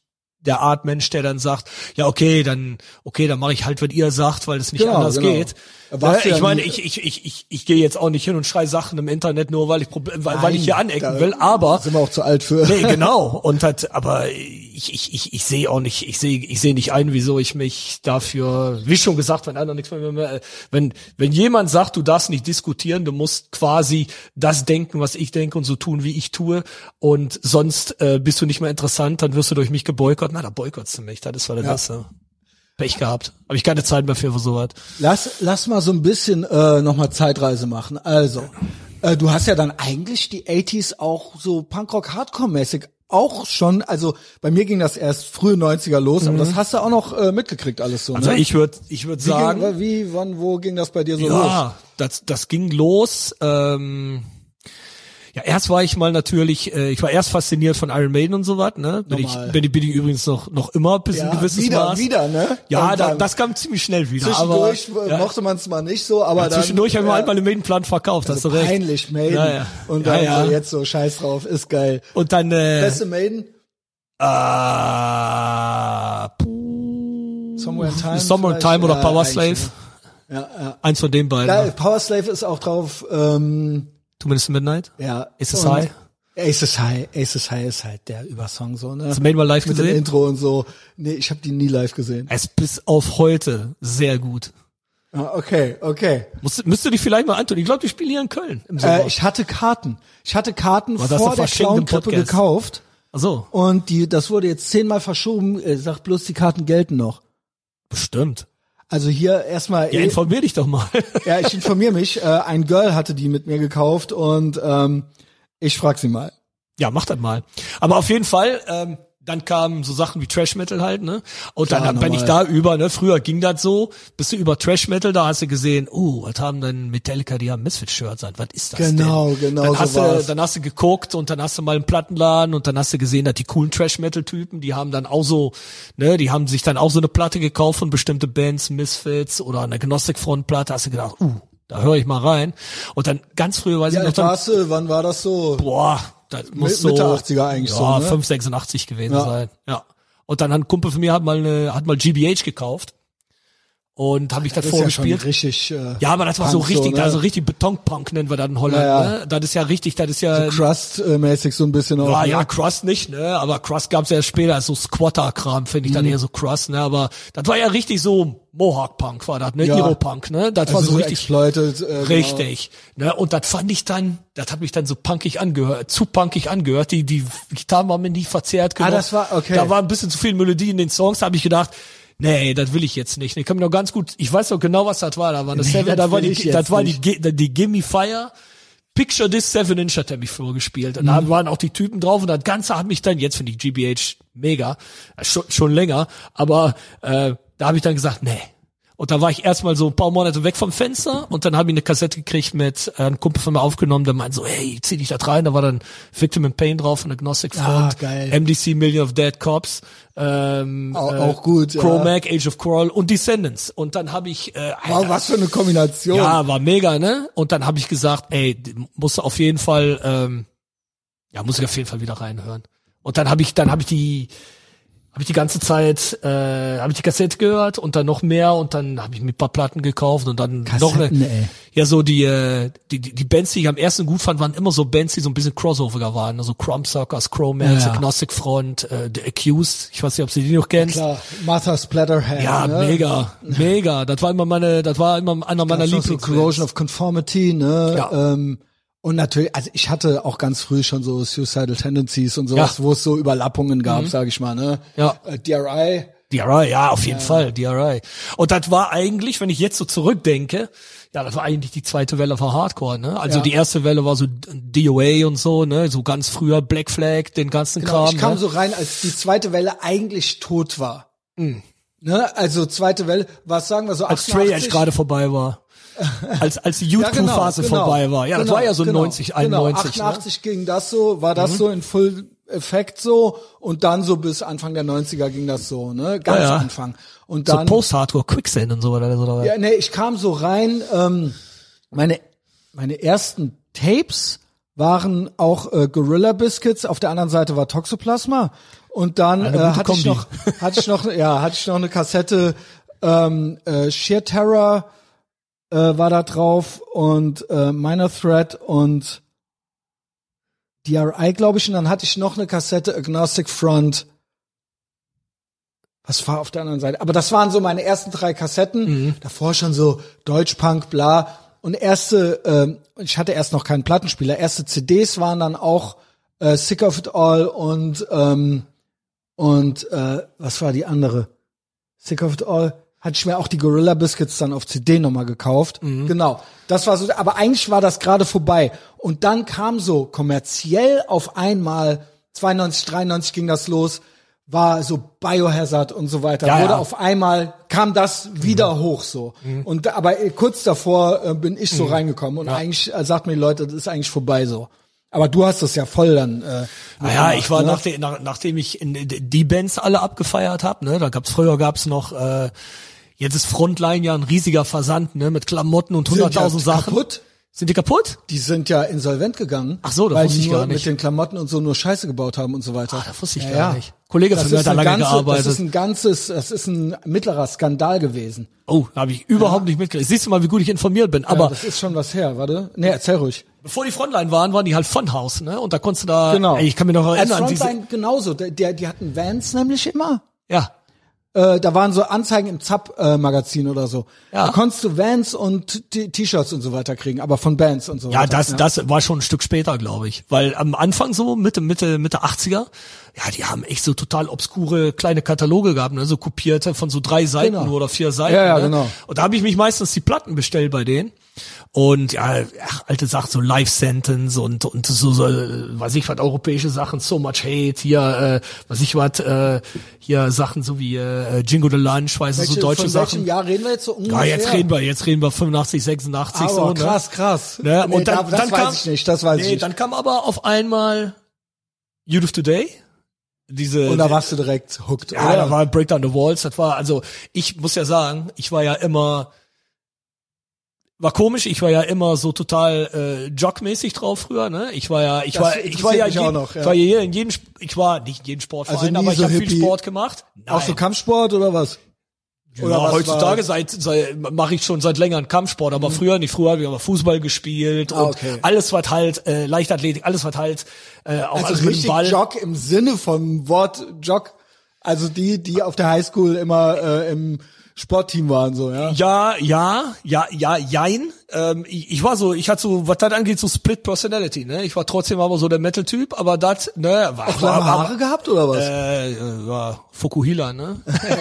der Art Mensch, der dann sagt, ja okay, dann okay, dann mache ich halt, was ihr sagt, weil es nicht Genau, anders genau. geht. Warst du ich ja meine, nie- ich ich ich ich ich gehe jetzt auch nicht hin und schrei Sachen im Internet nur, weil ich Prob- weil, weil ich hier Nein, anecken da will, aber sind wir auch zu alt für. nee, genau. Und halt, aber ich, ich, ich, ich sehe auch nicht, ich sehe, ich sehe nicht ein, wieso ich mich dafür, wie schon gesagt, wenn einer nichts mehr, mehr, wenn, wenn jemand sagt, du darfst nicht diskutieren, du musst quasi das denken, was ich denke und so tun, wie ich tue und sonst äh, bist du nicht mehr interessant, dann wirst du durch mich geboykott. Na, da boykottst du mich, das ist, was das Ja. ist. Ja. Pech gehabt. Habe ich keine Zeit mehr für, für sowas. Lass, lass mal so ein bisschen äh, nochmal Zeitreise machen. Also, äh, du hast ja dann eigentlich die achtziger auch so Punkrock-Hardcore-mäßig auch schon, also bei mir ging das erst frühe neunziger los, aber das hast du auch noch äh, mitgekriegt alles so, Also ne? ich würde ich würd wie sagen, ging, wie, wann, wo ging das bei dir so los? ja, das, das ging los. Ähm, ja, erst war ich mal natürlich, äh, ich war erst fasziniert von Iron Maiden und so was, ne? Bin ich, Normal. bin ich, bin ich übrigens noch noch immer bis ein Ja, gewisses wieder, Maß. wieder, ne? Ja, Und da, dann das kam ziemlich schnell wieder. Aber Zwischendurch ja, mochte man es mal nicht so, aber ja, dann... zwischendurch habe ich mal ja, halt meine Maidenplan verkauft, hast du recht. peinlich, Maiden. Ja, ja. Und Ja, dann ja. so jetzt so scheiß drauf, ist geil. Und dann äh, Beste Maiden? äh, puh, Somewhere in Time Somewhere in vielleicht? Time oder Ja, Power eigentlich, Slave. Ja, ja. Eins von den beiden. Ja, ne? Power Slave ist auch drauf, ähm, Two Minutes to Midnight. ja. Aces Und High. Aces High, Aces High ist halt der Übersong so, ne? Hast du Maiden mal live Mit dem gesehen? Intro und so. Nee, ich habe die nie live gesehen. Es ist bis auf heute sehr gut. Ah, okay, okay. Musst, müsst du dich vielleicht mal antun. Ich glaube, die spielen hier in Köln im Sommer. Äh, ich hatte Karten. Ich hatte Karten Was hast vor du der verschenkt im Clown-Krippe Podcast? gekauft. Ach so, Und die, das wurde jetzt zehnmal verschoben. Äh, Sagt bloß, die Karten gelten noch. bestimmt. Also hier erstmal, Ja, eh- informier dich doch mal. ja, ich informiere mich. Äh, ein Girl hatte die mit mir gekauft und ähm, ich frag sie mal. Ja, mach das mal. Aber auf jeden Fall, ähm, dann kamen so Sachen wie Trash Metal halt, ne? Und Klar, dann bin ich normal. da über, ne? Früher ging das so, bist du über Trash Metal, da hast du gesehen, uh, was haben denn Metallica, die haben Misfit-Shirts an, was ist das Genau, denn? genau Dann so hast du, war's. dann hast du geguckt und dann hast du mal einen Plattenladen und dann hast du gesehen, dass die coolen Trash Metal Typen, die haben dann auch so, ne, die haben sich dann auch so eine Platte gekauft von bestimmte Bands, Misfits oder eine Agnostic Front Platte, hast du gedacht, uh, da höre ich mal rein. Und dann ganz früh weiß Ja, ich noch, dann, warst du, wann war das so? boah, das muss so Mitte achtziger eigentlich ja, so, ne? fünf sechsundachtzig gewesen Ja. sein. Ja. Und dann hat ein Kumpel von mir hat mal eine, hat mal G B H gekauft und habe ich das, Das ist ja schon vorgespielt. richtig. Äh, Ja, aber das war so Punk richtig, ne? also richtig Betonpunk nennen wir das in Holland. Ja, ja. Ne? Das ist ja richtig, das ist ja, Crust-mäßig so ein bisschen auch. ja, ne? ja, Crust nicht, ne? Aber Crust gab's ja später, so Squatter-Kram finde ich Mhm. dann eher so Crust, ne? Aber das war ja richtig so Mohawk-Punk war das, ne? Ja. Iro-Punk, ne? Das also war so so richtig. exploited. Äh, genau. Richtig. Ne, und das fand ich dann, das hat mich dann so punkig angehört, zu punkig angehört. Die, die Gitarren waren mir nie verzerrt genug. Ah, das war- okay. Da war ein bisschen zu viel Melodie in den Songs, da habe ich gedacht, nee, das will ich jetzt nicht. Ich kann mir noch ganz gut, ich weiß noch genau, was das war. Da war das Nee, Seven, das da war will die, ich jetzt das war die, nicht. die, die Gimme Fire. Picture This Seven Inch hat er mich vorgespielt. Und Mhm. da waren auch die Typen drauf und das Ganze hat mich dann, jetzt finde ich G B H mega, äh, schon, schon länger, aber äh, da habe ich dann gesagt, nee. Und da war ich erstmal so ein paar Monate weg vom Fenster und dann habe ich eine Kassette gekriegt mit äh, einem Kumpel von mir aufgenommen, der meinte so, hey, zieh dich da rein. Da war dann Victim in Pain drauf von Agnostic Front, Ah, geil. M D C Million of Dead Cops, ähm, Auch- auch gut, ja. Cro-Mac, Age of Quarrel und Descendants. Und dann habe ich, äh, Wow, Alter, was für eine Kombination. ja, war mega, ne? Und dann habe ich gesagt, ey, musst du auf jeden Fall, ähm, ja, muss ich auf jeden Fall wieder reinhören. Und dann habe ich, dann habe ich die, habe ich die ganze Zeit, äh, habe ich die Kassette gehört und dann noch mehr und dann habe ich mir ein paar Platten gekauft und dann noch Kassetten, eine, ey. ja so die, äh, die, die, die Bands, die ich am ersten gut fand, waren immer so Bands, die so ein bisschen Crossover waren, also Crumbsuckers, Cro-Max, Ja. Agnostic Front, äh, The Accused, ich weiß nicht, ob du die noch kennst. Klar, Martha Splatterhead. Ja, ne? mega, mega. Das war immer meine, das war immer einer meiner Gab's noch so Lieblings. Corrosion of Conformity, ne? Ja. Ähm, und natürlich, also ich hatte auch ganz früh schon so Suicidal Tendencies und sowas, Ja. Mhm. wo es so Überlappungen gab, sag ich mal, ne? Ja. Äh, D R I. D R I, ja, auf jeden Fall, D R I. Und das war eigentlich, wenn ich jetzt so zurückdenke, ja, das war eigentlich die zweite Welle von Hardcore, ne? Also Ja. die erste Welle war so D O A und so, ne? So ganz früher Black Flag, den ganzen Genau, Kram. ich kam ne? so rein, als die zweite Welle eigentlich tot war. Ne? Also zweite Welle, was sagen wir so, Mhm. als Stray Edge achtundachtzig? gerade vorbei war. Als, als die Ja, genau, Youth-Crew-Phase genau, vorbei war. Ja, das genau, war ja so genau, neunzig, einundneunzig. Genau, achtundachtzig ging das so, war das so in Full Effekt so und dann so bis Anfang der neunziger ging das so, ne? Ganz Ja, ja. Anfang. Und Ne? So dann, Post-Hardcore, Quicksand und so weiter. Oder? ja, nee, ich kam so rein, ähm, meine, meine ersten Tapes waren auch äh, Gorilla Biscuits, auf der anderen Seite war Toxoplasma und dann äh, hatte Kombi. ich noch hatte ich noch ja hatte ich noch eine Kassette ähm, äh, Sheer Terror äh, war da drauf und äh, Minor Threat und D R I, glaube ich, und dann hatte ich noch eine Kassette Agnostic Front. Was war auf der anderen Seite? Aber das waren so meine ersten drei Kassetten. Mhm. Davor schon so Deutschpunk, bla. Und erste, ähm, ich hatte erst noch keinen Plattenspieler. Erste C Ds waren dann auch äh, Sick of It All und ähm, und äh, was war die andere? Sick of It All. Hatte ich mir auch die Gorilla Biscuits dann auf C D nochmal gekauft. Mhm. Genau. Das war so, aber eigentlich war das gerade vorbei. Und dann kam so kommerziell auf einmal, zweiundneunzig, dreiundneunzig ging das los, war so Biohazard und so weiter. Ja, Wurde ja. auf einmal, kam das wieder mhm. hoch so. Mhm. Und aber kurz davor äh, bin ich so mhm. reingekommen und ja. eigentlich äh, sagt mir die Leute, das ist eigentlich vorbei so. Aber du hast das ja voll dann. Äh, naja, gemacht, ich war ne? nach de, nach, nachdem ich in, die Bands alle abgefeiert habe, ne, da gab's früher gab's noch äh, jetzt ist Frontline ja ein riesiger Versand, ne, mit Klamotten und hunderttausend ja Sachen. Kaputt? Sind die kaputt? Die sind ja insolvent gegangen. Ach so, das weil wusste die ich nur gar nicht. Mit den Klamotten und so nur Scheiße gebaut haben und so weiter. Ah, das wusste ich ja, gar ja. nicht. Kollege von mir hat da lange ganze, gearbeitet. Das ist ein ganzes, das ist ein mittlerer Skandal gewesen. Oh, habe ich überhaupt ja. nicht mitgekriegt. Siehst du mal, wie gut ich informiert bin. Aber ja, das ist schon was her, warte. Nee, erzähl ruhig. Bevor die Frontline waren, waren die halt Funhouse, ne? Und da konntest du da, genau. ey, ich kann mir noch erinnern. Als Frontline genauso. Der, der, die hatten Vans nämlich immer. Ja. Äh, da waren so Anzeigen im Zapp-Magazin äh, oder so. Ja. Da konntest du Vans und T-Shirts und so weiter kriegen, aber von Bands und so ja, weiter. Das, ja, das war schon ein Stück später, glaube ich. Weil am Anfang so, Mitte, Mitte, Mitte achtziger, ja, die haben echt so total obskure kleine Kataloge gehabt, ne? So kopierte von so drei Seiten genau. nur oder vier Seiten. Ja, ja, ne? genau. Und da habe ich mich meistens die Platten bestellt bei denen. Und ja, ach, alte Sachen, so Life Sentence und und so, so weiß ich was, europäische Sachen, So Much Hate, hier, äh, was ich was, äh, hier Sachen so wie äh, Jingo the Lunch, weiß ich, so deutsche von Sachen. Von welchem Jahr reden wir jetzt so ungefähr? Ja, jetzt reden wir, jetzt reden wir fünfundachtzig, sechsundachtzig aber so, ne? krass, krass. Ne? Nee, und dann, da, das dann weiß kam, ich nicht, das weiß nee, ich nicht. dann kam aber auf einmal Youth of Today. Diese, und da warst du direkt hooked, ja, oder? da war Breakdown the Walls, das war, also, ich muss ja sagen, ich war ja immer, war komisch, ich war ja immer so total äh, jockmäßig drauf früher, ne? Ich war ja, ich das war, ich war ja, je, je, noch, ja. ich war ja in jedem, ich war nicht in jedem Sportverein, also aber ich so habe viel Hippie. Sport gemacht. Nein. Auch so Kampfsport oder was? Oder ja, heutzutage seit, seit mache ich schon seit längerem Kampfsport, aber mhm. früher nicht. Früher habe ich aber Fußball gespielt und ah, okay. alles was halt äh, Leichtathletik, alles was halt äh, auch also alles mit dem Ball. Jog im Sinne vom Wort Jog, also die die auf der Highschool immer äh, im Sportteam waren so, ja. Ja, ja, ja, ja, jein. Ähm, ich, ich war so, ich hatte so, was das angeht, so Split Personality, ne? Ich war trotzdem aber so der Metal-Typ, aber das, ne, war auch lange Haare aber, gehabt oder was? Äh, war Fukuhila, ne?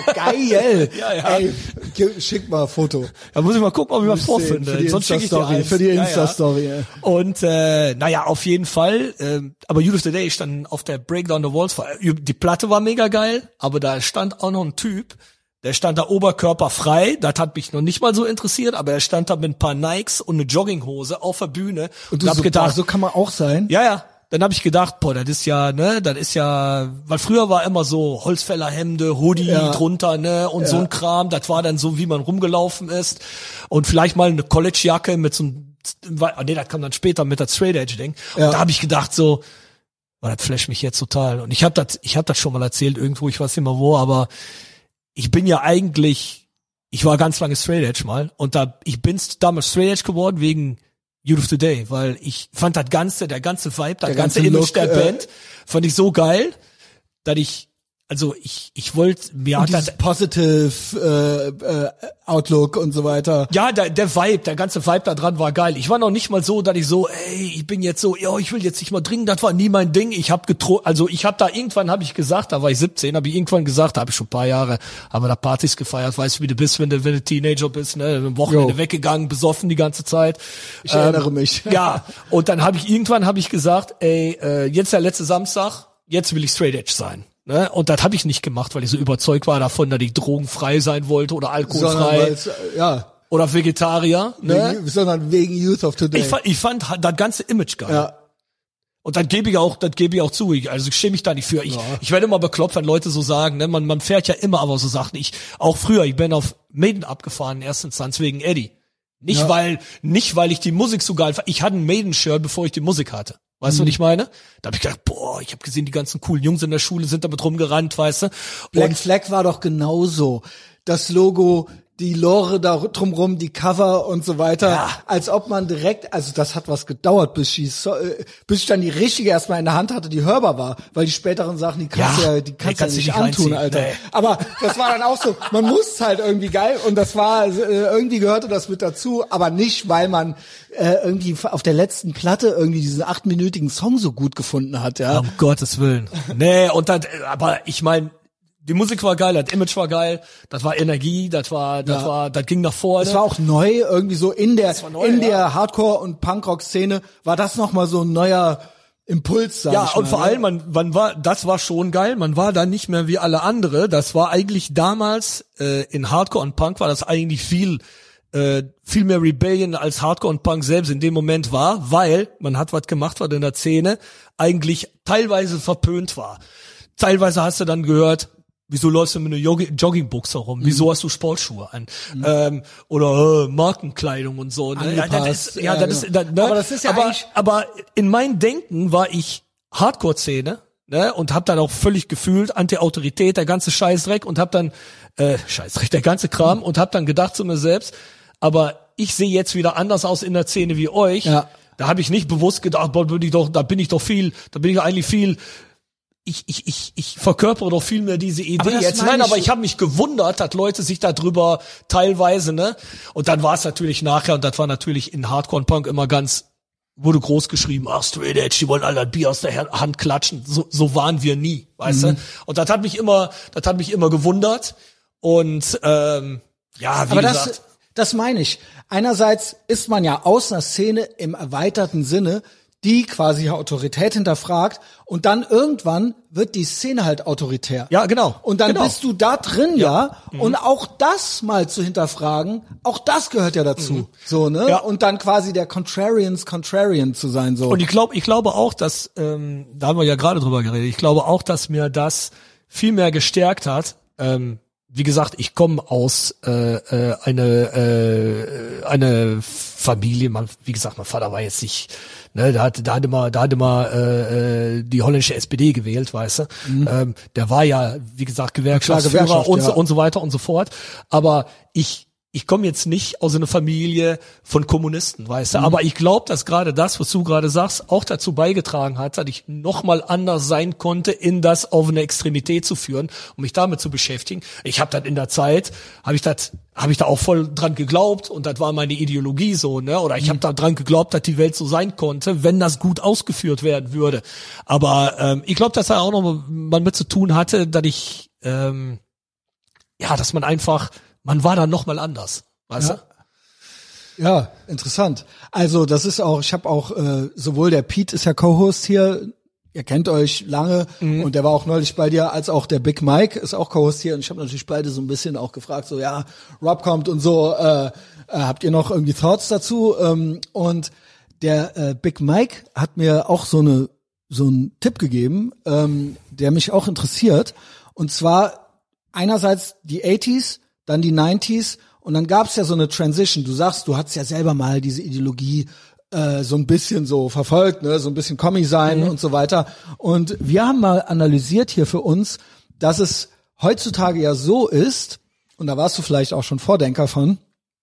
Geil. Ja, ja. Ey, schick mal ein Foto. Da muss ich mal gucken, ob ich was vorfinde. Sonst schicke ich dir eins. Für die Insta-Story. Ja, ja. Und äh, naja, auf jeden Fall. Äh, aber Youth of the Day stand auf der Breakdown the Walls. Die Platte war mega geil, aber da stand auch noch ein Typ. Der stand da oberkörperfrei, das hat mich noch nicht mal so interessiert, aber er stand da mit ein paar Nikes und eine Jogginghose auf der Bühne. Und du hab so, gedacht, boah, so kann man auch sein? Ja, ja. Dann habe ich gedacht, boah, das ist ja, ne, das ist ja, weil früher war immer so Holzfällerhemde, Hoodie ja. drunter, ne, und ja. so ein Kram, das war dann so, wie man rumgelaufen ist. Und vielleicht mal eine Collegejacke mit so einem, nee, das kam dann später mit der Straight Edge Ding. Ja. Und da habe ich gedacht so, boah, das flasht mich jetzt total. Und ich habe das, ich habe das schon mal erzählt irgendwo, ich weiß nicht mehr wo, aber ich bin ja eigentlich, ich war ganz lange Straight Edge mal und da, ich bin damals Straight Edge geworden wegen Youth of the Day, weil ich fand das ganze, der ganze Vibe, das der ganze, ganze Image Look, der äh, Band, fand ich so geil, dass ich, also ich, ich wollte, mir und hat dieses das, positive äh, äh, Outlook und so weiter. ja, der, der Vibe, der ganze Vibe da dran war geil. Ich war noch nicht mal so, dass ich so, ey, ich bin jetzt so, ja, ich will jetzt nicht mal trinken, das war nie mein Ding. Ich habe getro, also ich habe da irgendwann, habe ich gesagt, da war ich siebzehn, habe ich irgendwann gesagt, da habe ich schon ein paar Jahre, haben wir da Partys gefeiert, weißt du, wie du bist, wenn du, wenn du Teenager bist, ne, am Wochenende jo. weggegangen, besoffen die ganze Zeit. Ich ähm, erinnere mich. Ja, und dann habe ich irgendwann habe ich gesagt, ey, äh, jetzt der letzte Samstag, jetzt will ich Straight Edge sein. Ne? Und das habe ich nicht gemacht, weil ich so überzeugt war davon, dass ich drogenfrei sein wollte oder alkoholfrei ja. oder Vegetarier. Ne? Wegen, sondern wegen Youth of Today. Ich fand, ich fand das ganze Image geil. Ja. Und dann gebe ich auch, das gebe ich auch zu. Ich, also ich schäme mich da nicht für. Ich, ja. ich werde immer bekloppt, wenn Leute so sagen. Ne? Man, man fährt ja immer aber so Sachen. Ich auch früher. Ich bin auf Maiden abgefahren in erster Instanz wegen Eddie. Nicht ja. weil, nicht weil ich die Musik so geil fand. Ich hatte ein Maiden-Shirt, bevor ich die Musik hatte. Weißt Mhm. du, was ich meine? Da habe ich gedacht, boah, ich habe gesehen, die ganzen coolen Jungs in der Schule sind damit rumgerannt, weißt du? Black Und Flag war doch genauso. Das Logo, die Lore da drumrum, die Cover und so weiter. Ja. Als ob man direkt, also das hat was gedauert, bis ich, so, äh, bis ich dann die richtige erstmal in der Hand hatte, die hörbar war. Weil die späteren Sachen, die kannst du Ja, ja, die kannst du nee, ja nicht kannst du antun, nicht Alter. reinziehen. Nee. Aber das war dann auch so, man muss halt irgendwie geil und das war, äh, irgendwie gehörte das mit dazu, aber nicht, weil man äh, irgendwie auf der letzten Platte irgendwie diesen achtminütigen Song so gut gefunden hat, ja. um Gottes Willen. Nee, und dann, aber ich meine, die Musik war geil, das Image war geil, das war Energie, das war, das Ja. war, das ging nach vorne. Es war auch neu, irgendwie so in der, war neu, in ja. der Hardcore- und Punkrock-Szene war das nochmal so ein neuer Impuls, sag Ja, ich und mal, vor ne? allem, man, man war, das war schon geil. Man war da nicht mehr wie alle andere. Das war eigentlich damals äh, in Hardcore und Punk war das eigentlich viel, äh, viel mehr Rebellion als Hardcore und Punk selbst in dem Moment war, weil man hat was gemacht, was in der Szene eigentlich teilweise verpönt war. Teilweise hast du dann gehört, wieso läufst du mit einer Jogg- Joggingbuchse rum? Wieso hast du Sportschuhe an? Mhm. Ähm, oder äh, Markenkleidung und so. Ne? Ja, das Angepasst, ist, ja, ja, das genau. ist, da, ne? Aber das ist ja aber, eigentlich- aber in meinem Denken war ich Hardcore-Szene, ne? Und hab dann auch völlig gefühlt Anti-Autorität, der ganze Scheißdreck und hab dann äh, Scheißdreck, der ganze Kram und hab dann gedacht zu mir selbst, aber ich sehe jetzt wieder anders aus in der Szene wie euch. Ja. Da habe ich nicht bewusst gedacht, boah, bin ich doch, da bin ich doch viel, da bin ich eigentlich viel ich, ich, ich, ich verkörpere doch viel mehr diese Idee Aber das jetzt. meine Nein, ich- aber ich habe mich gewundert, dass Leute sich darüber teilweise, ne? Und dann war es natürlich nachher, und das war natürlich in Hardcore und Punk immer ganz, wurde groß geschrieben, ach, Straight Edge, die wollen alle das Bier aus der Hand klatschen. So, so waren wir nie, weißt du? Und das hat mich immer, das hat mich immer gewundert. Und ähm, ja, wie Aber gesagt. das, das meine ich. Einerseits ist man ja aus einer Szene im erweiterten Sinne, die quasi Autorität hinterfragt und dann irgendwann wird die Szene halt autoritär. Ja, genau. Und dann genau. bist du da drin, ja, Mhm. und auch das mal zu hinterfragen, auch das gehört ja dazu, so, ne? Ja. Und dann quasi der Contrarians Contrarian zu sein, so. Und ich glaube, ich glaube auch, dass, ähm, da haben wir ja gerade drüber geredet, ich glaube auch, dass mir das viel mehr gestärkt hat. Ähm, wie gesagt, ich komme aus äh, äh, eine äh, eine Familie, man, wie gesagt, mein Vater war jetzt nicht, ne, da hat, da hat immer, da hat immer äh, äh, die holländische S P D gewählt, weißt du. Mhm. Ähm, der war ja, wie gesagt, Gewerkschaftsführer Gewerkschaft, und, ja. so, und so weiter und so fort. Aber ich Ich komme jetzt nicht aus einer Familie von Kommunisten, weißt du, Mhm. aber ich glaube, dass gerade das, was du gerade sagst, auch dazu beigetragen hat, dass ich noch mal anders sein konnte, in das auf eine Extremität zu führen, um mich damit zu beschäftigen. Ich habe das in der Zeit, habe ich das, habe ich da auch voll dran geglaubt und das war meine Ideologie so, ne? Oder ich Mhm. habe da dran geglaubt, dass die Welt so sein konnte, wenn das gut ausgeführt werden würde. Aber ähm, ich glaube, dass da auch noch mal mit zu tun hatte, dass ich ähm, ja, dass man einfach man war dann noch mal anders, weißt Ja. du? Ja, interessant. Also das ist auch, ich habe auch, äh, sowohl der Pete ist ja Co-Host hier, ihr kennt euch lange Mhm. und der war auch neulich bei dir, als auch der Big Mike ist auch Co-Host hier und ich habe natürlich beide so ein bisschen auch gefragt, so ja, Rob kommt und so, äh, äh, habt ihr noch irgendwie Thoughts dazu? Ähm, und der äh, Big Mike hat mir auch so eine so einen Tipp gegeben, ähm, der mich auch interessiert und zwar einerseits die achtziger, dann die neunziger und dann gab's ja so eine Transition. Du sagst, du hattest ja selber mal diese Ideologie äh, so ein bisschen so verfolgt, ne, so ein bisschen Kommi sein Mhm. und so weiter. Und wir haben mal analysiert hier für uns, dass es heutzutage ja so ist, und da warst du vielleicht auch schon Vordenker von,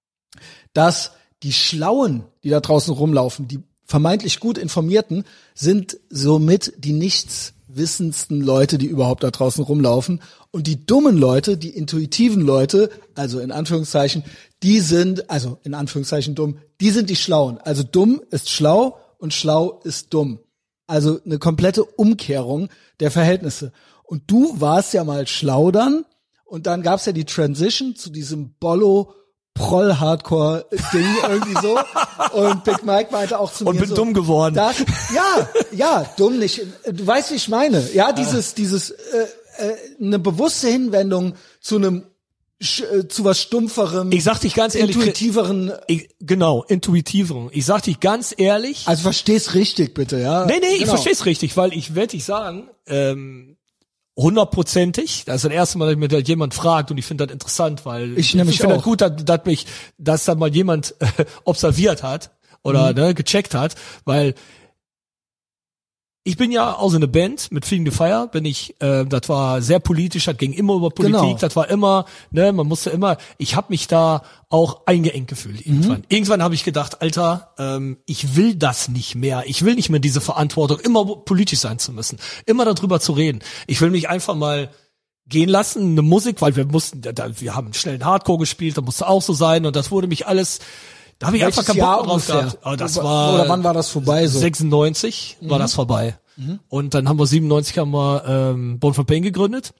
dass die Schlauen, die da draußen rumlaufen, die vermeintlich gut informierten, sind somit die nichtswissendsten Leute, die überhaupt da draußen rumlaufen. Und die dummen Leute, die intuitiven Leute, also in Anführungszeichen, die sind, also in Anführungszeichen dumm, die sind die Schlauen. Also dumm ist schlau und schlau ist dumm. Also eine komplette Umkehrung der Verhältnisse. Und du warst ja mal schlau dann und dann gab's ja die Transition zu diesem Bollo Proll-Hardcore-Ding irgendwie so. Und Big Mike meinte auch zu Und mir bin so, dumm geworden. Das, ja, ja, dumm nicht. Du weißt, wie ich meine. Ja, dieses, dieses, äh, äh, eine bewusste Hinwendung zu einem, sch- äh, zu was stumpferem, Ich sag dich ganz ehrlich, intuitiveren. ich, genau, intuitiveren. Ich sag dich ganz ehrlich, Also versteh's richtig, bitte, ja. nee, nee, ich Genau. versteh's richtig, weil ich werde dich sagen, ähm, hundertprozentig, das ist das erste Mal, dass mich da jemand fragt und ich finde das interessant, weil Ich nämlich finde das auch. gut, dass, dass mich, dass da mal jemand äh, observiert hat oder Mhm. ne, gecheckt hat, weil ich bin ja aus einer Band mit Fliegende Feier, bin ich, äh, das war sehr politisch, das ging immer über Politik, genau. Das war immer, ne, man musste immer, ich habe mich da auch eingeengt gefühlt irgendwann. Mhm. Irgendwann habe ich gedacht, Alter, ähm, ich will das nicht mehr, ich will nicht mehr diese Verantwortung, immer politisch sein zu müssen, immer darüber zu reden. Ich will mich einfach mal gehen lassen, eine Musik, weil wir mussten, da, wir haben schnell einen Hardcore gespielt, da musste auch so sein und das wurde mich alles, da habe ich Welches einfach keinen Jahr Bock drauf ungefähr? gehabt. Aber das war oder wann war das vorbei? So sechsundneunzig mhm. war das vorbei. Mhm. Und dann haben wir siebenundneunzig haben wir ähm, Born from Pain gegründet.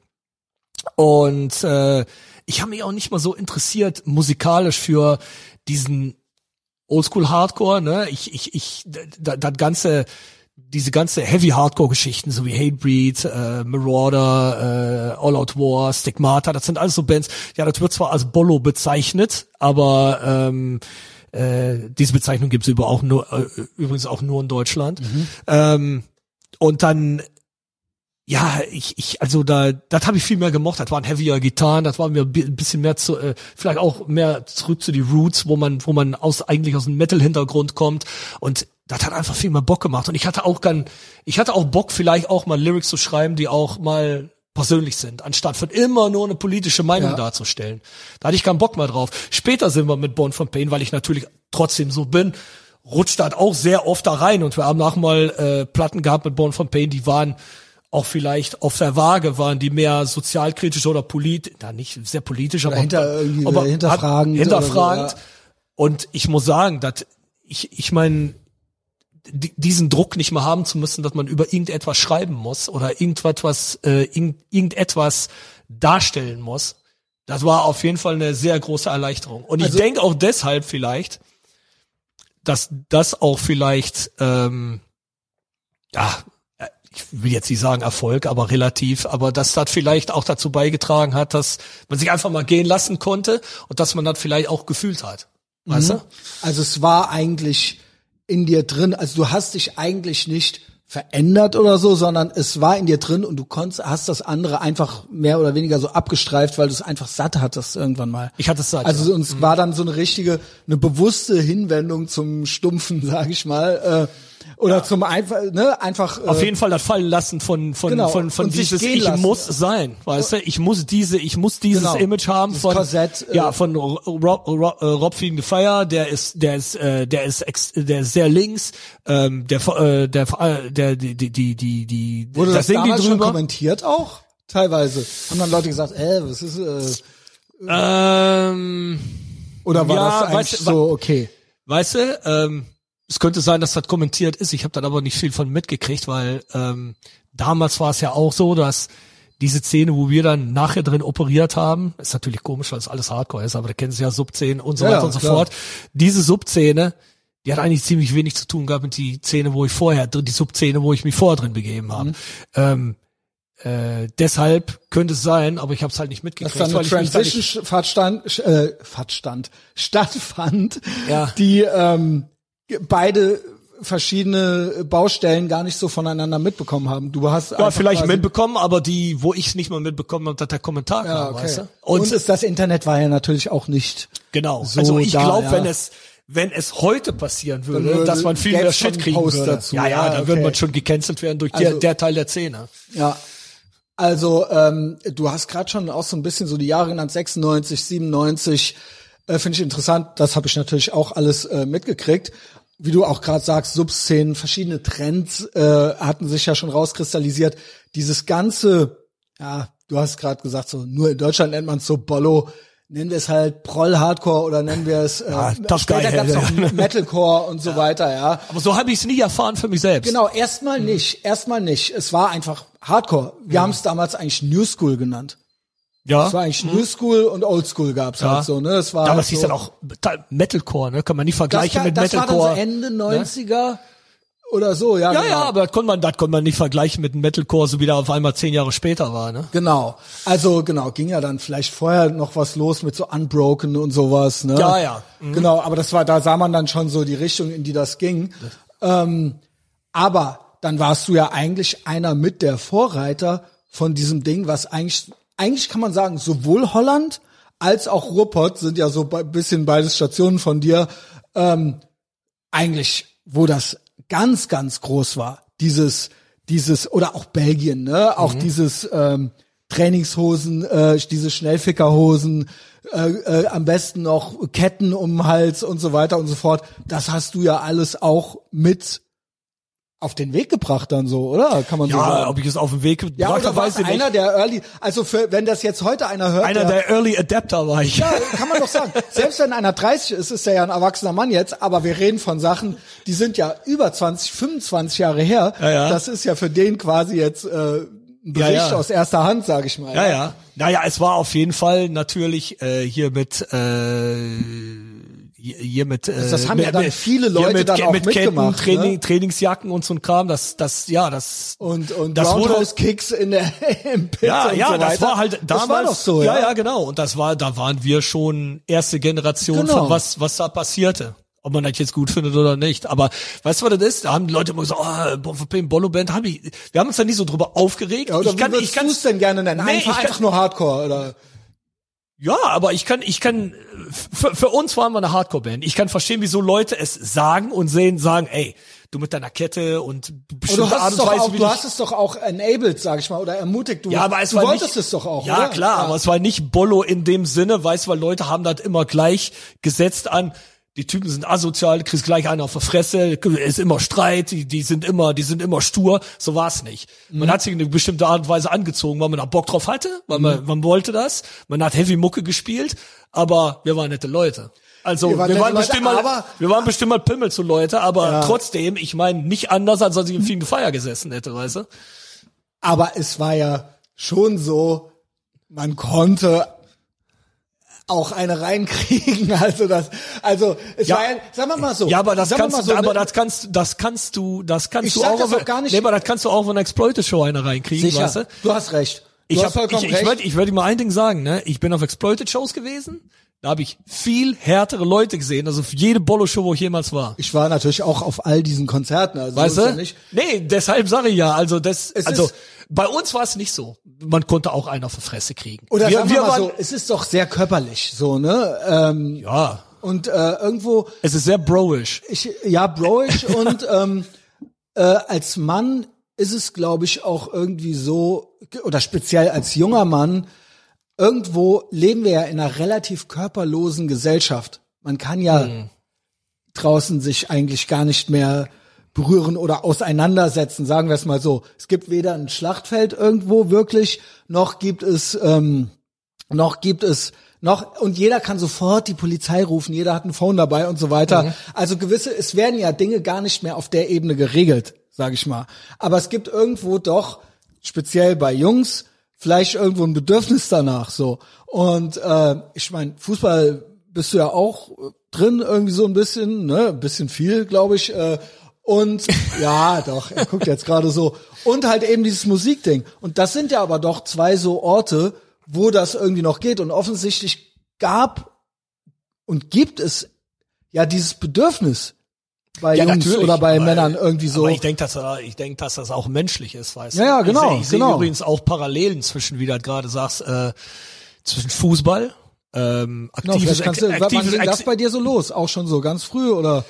Und äh, ich habe mich auch nicht mal so interessiert musikalisch für diesen Oldschool Hardcore. Ne, ich ich ich das, das ganze diese ganze Heavy-Hardcore-Geschichten, so wie Hatebreed, äh, Marauder, äh, All Out War, Stigmata, das sind alles so Bands, ja, das wird zwar als Bollo bezeichnet, aber ähm, äh, diese Bezeichnung gibt's über auch nur, äh, übrigens auch nur in Deutschland. Mhm. Ähm, und dann, ja, ich, ich, also da, das habe ich viel mehr gemocht, das waren heavier Gitarren, das war mir ein bisschen mehr zu, äh, vielleicht auch mehr zurück zu die Roots, wo man, wo man aus, eigentlich aus dem Metal-Hintergrund kommt und das hat einfach viel mehr Bock gemacht und ich hatte auch gern, ich hatte auch Bock vielleicht auch mal Lyrics zu schreiben, die auch mal persönlich sind, anstatt von immer nur eine politische Meinung ja. darzustellen. Da hatte ich keinen Bock mehr drauf. Später sind wir mit Born from Pain, weil ich natürlich trotzdem so bin, rutscht halt auch sehr oft da rein und wir haben auch mal äh, Platten gehabt mit Born from Pain, die waren auch vielleicht auf der Waage, waren die mehr sozialkritisch oder politisch, na nicht sehr politisch, oder aber, hinter, aber hinterfragend. hinterfragend. So, ja. Und ich muss sagen, dass ich, ich meine, diesen Druck nicht mehr haben zu müssen, dass man über irgendetwas schreiben muss oder irgendetwas, äh, irgend, irgendetwas darstellen muss. Das war auf jeden Fall eine sehr große Erleichterung. Und also, ich denke auch deshalb vielleicht, dass das auch vielleicht, ähm, ja, ich will jetzt nicht sagen Erfolg, aber relativ, aber dass das vielleicht auch dazu beigetragen hat, dass man sich einfach mal gehen lassen konnte und dass man das vielleicht auch gefühlt hat. Weißt mhm. du? Also es war eigentlich in dir drin, also du hast dich eigentlich nicht verändert oder so, sondern es war in dir drin und du konntest, hast das andere einfach mehr oder weniger so abgestreift, weil du es einfach satt hattest irgendwann mal. Ich hatte es satt. Also ja. uns mhm. war dann so eine richtige, eine bewusste Hinwendung zum Stumpfen, sag ich mal, äh, oder ja. zum einfach, ne, einfach. Auf äh, jeden Fall das Fallen lassen von von genau. von von und dieses ich lassen. muss sein, weißt du? Ich muss diese, ich muss dieses genau. Image haben das von Korsett, äh, ja von Rob Rob, Rob, Rob Fliegende Feier, der ist der ist äh, der ist ex, der ist sehr links, ähm, der äh, der der die die die die die wurde das, das damals schon drüber. kommentiert auch teilweise haben dann Leute gesagt, äh, was ist äh, ähm, oder war ja, das eigentlich weißt, so okay? Weißt du, ähm, es könnte sein, dass das kommentiert ist. Ich habe dann aber nicht viel von mitgekriegt, weil ähm, damals war es ja auch so, dass diese Szene, wo wir dann nachher drin operiert haben, ist natürlich komisch, weil es alles Hardcore ist, aber da kennen Sie ja Subszenen und so ja, weiter und so klar. fort. Diese Subszene, die hat eigentlich ziemlich wenig zu tun gehabt mit die Szene, wo ich vorher, die Subszene, wo ich mich vorher drin begeben habe. Mhm. Ähm, äh, deshalb könnte es sein, aber ich habe es halt nicht mitgekriegt. Dass dann eine Transition Fahrtstand, äh, Fahrtstand stattfand, ja. die ähm, beide verschiedene Baustellen gar nicht so voneinander mitbekommen haben. Du hast ja vielleicht mitbekommen, aber die, wo ich es nicht mal mitbekommen habe, dass der Kommentar ja, kam, okay. weißt du? Und, Und ist, das Internet war ja natürlich auch nicht genau. So also ich da, glaube, ja. wenn es wenn es heute passieren würde, würde dass man viel mehr Shit kriegen würde. Dazu. Ja, ja, ja, dann okay. würde man schon gecancelt werden durch also, der, der Teil der Szene. Ja. Also ähm, du hast gerade schon auch so ein bisschen so die Jahre genannt, sechsundneunzig, siebenundneunzig, äh, finde ich interessant. Das habe ich natürlich auch alles äh, mitgekriegt. Wie du auch gerade sagst, Subszenen, verschiedene Trends äh, hatten sich ja schon rauskristallisiert. Dieses ganze, ja, du hast gerade gesagt, so nur in Deutschland nennt man es so Bollo, nennen wir es halt Proll-Hardcore oder nennen wir es äh, ja, später gab es auch Metalcore und so ja. weiter, ja. Aber so habe ich es nie erfahren für mich selbst. Genau, erstmal mhm. nicht, erstmal nicht. Es war einfach Hardcore. Wir mhm. haben es damals eigentlich New School genannt. Ja. Es war eigentlich mhm. New School und Old School gab's ja. halt so, ne? Es war damals halt so, hieß dann auch Metalcore, ne? Kann man nicht vergleichen das, mit das Metalcore. Das war dann so Ende neunziger. Ne? Oder so, ja. Ja, genau. ja, aber das konnte man, das konnte man nicht vergleichen mit dem Metalcore, so wie der auf einmal zehn Jahre später war, ne? Genau. Also, genau, ging ja dann vielleicht vorher noch was los mit so Unbroken und sowas, ne? Ja, ja. Mhm. Genau, aber das war, da sah man dann schon so die Richtung, in die das ging. Ähm, aber dann warst du ja eigentlich einer mit der Vorreiter von diesem Ding, was eigentlich, eigentlich kann man sagen, sowohl Holland als auch Ruhrpott sind ja so ein bisschen beides Stationen von dir, ähm, eigentlich, wo das ganz, ganz groß war. Dieses, dieses, oder auch Belgien, ne, auch mhm. dieses ähm, Trainingshosen, äh, diese Schnellfickerhosen, äh, äh, am besten noch Ketten um den Hals und so weiter und so fort. Das hast du ja alles auch mit auf den Weg gebracht dann so, oder? Kann man ja, so sagen. Ja, ob ich es auf den Weg gebracht habe, ja, weiß ich nicht. Einer der Early, also für, wenn das jetzt heute einer hört. Einer der, der Early Adapter war ich. Ja, kann man doch sagen. Selbst wenn einer dreißig ist, ist er ja ein erwachsener Mann jetzt, aber wir reden von Sachen, die sind ja über zwanzig, fünfundzwanzig Jahre her. Ja, ja. Das ist ja für den quasi jetzt äh, ein Bericht ja, ja. aus erster Hand, sage ich mal. Ja, ja, ja. Naja, es war auf jeden Fall natürlich äh, hier mit äh, hier mit äh, das haben mit, ja dann viele Leute mit, dann auch mit mitgemacht, Ketten, Training, ne? Trainingsjacken und so ein Kram, das das ja, das und und das Roundhouse Kicks in der im Pit ja, und ja, so weiter. Das war halt damals das war doch so, ja, ja, ja, genau, und das war da waren wir schon erste Generation genau. von was was da passierte. Ob man das jetzt gut findet oder nicht. Aber weißt du, was das ist? Da haben die Leute immer gesagt, oh, Bollo Band, hab ich, wir haben uns da nicht so drüber aufgeregt. Ja, oder ich kann, wie würdest ich kann es denn gerne nennen? Nee, einfach, ich kann, einfach nur Hardcore, oder? Ja, aber ich kann, ich kann, für, für uns waren wir eine Hardcore-Band. Ich kann verstehen, wieso Leute es sagen und sehen, sagen, ey, du mit deiner Kette und bestimmte Art und Weise. Auch, du hast es doch auch enabled, sag ich mal, oder ermutigt. Du, ja, aber es du war wolltest nicht, es doch auch, ja, oder? Klar, ja, aber es war nicht Bollo in dem Sinne, weißt du, weil Leute haben das immer gleich gesetzt an, die Typen sind asozial, du kriegst gleich einen auf der Fresse, ist immer Streit, die, die sind immer, die sind immer stur. So war's nicht. Man mhm. hat sich in eine bestimmte Art und Weise angezogen, weil man da Bock drauf hatte, weil mhm. man, man wollte das. Man hat Heavy Mucke gespielt, aber wir waren nette Leute. Also wir waren, wir waren Leute, bestimmt mal, wir waren bestimmt mal Pimmel zu Leute, aber ja. trotzdem, ich meine, nicht anders, als als ich im Fliegende Feier gesessen hätte, weißt du? Aber es war ja schon so, man konnte auch eine reinkriegen, also das, also es ja. war ja, sagen wir mal so. Ja, aber das sagen kannst, so, aber das kannst, das kannst du, das kannst ich du sag auch, das auf, auch gar nicht. Nee, aber das kannst du auch von einer Exploited-Show eine reinkriegen, Sicher. Weißt du? Du hast recht. Du ich hast hab, ich, ich würde, ich würde dir mal ein Ding sagen, ne? Ich bin auf Exploited-Shows gewesen. Da habe ich viel härtere Leute gesehen, also für jede Bollo-Show, wo ich jemals war. Ich war natürlich auch auf all diesen Konzerten, also weißt du? Ja nicht. Nee, deshalb sage ich ja, also das, es also bei uns war es nicht so. Man konnte auch einen auf die Fresse kriegen. Oder wir, sagen wir, wir mal waren, so, es ist doch sehr körperlich, so, ne? Ähm, ja. Und äh, irgendwo. Es ist sehr broish. Ich, ja, broish und ähm, äh, als Mann ist es, glaube ich, auch irgendwie so, oder speziell als junger Mann, irgendwo leben wir ja in einer relativ körperlosen Gesellschaft. Man kann ja hm. draußen sich eigentlich gar nicht mehr berühren oder auseinandersetzen, sagen wir es mal so. Es gibt weder ein Schlachtfeld irgendwo wirklich, noch gibt es, ähm, noch gibt es, noch, und jeder kann sofort die Polizei rufen, jeder hat ein Phone dabei und so weiter. Mhm. Also gewisse, es werden ja Dinge gar nicht mehr auf der Ebene geregelt, sag ich mal. Aber es gibt irgendwo doch, speziell bei Jungs, vielleicht irgendwo ein Bedürfnis danach, so. Und äh, ich meine, Fußball bist du ja auch drin, irgendwie so ein bisschen, ne, ein bisschen viel, glaube ich. Äh, und ja, doch, er guckt jetzt gerade so. Und halt eben dieses Musikding. Und das sind ja aber doch zwei so Orte, wo das irgendwie noch geht. Und offensichtlich gab und gibt es ja dieses Bedürfnis bei ja, Jungs oder bei aber, Männern irgendwie so. Aber ich denke, dass ich denke, dass das auch menschlich ist, weißt du? Ja, ja, genau. Ich sehe genau. seh übrigens auch Parallelen zwischen, wie du gerade sagst, äh, zwischen Fußball, ähm, aktives, genau, kannst du, aktives, wann ging das bei dir so los? Auch schon so ganz früh oder?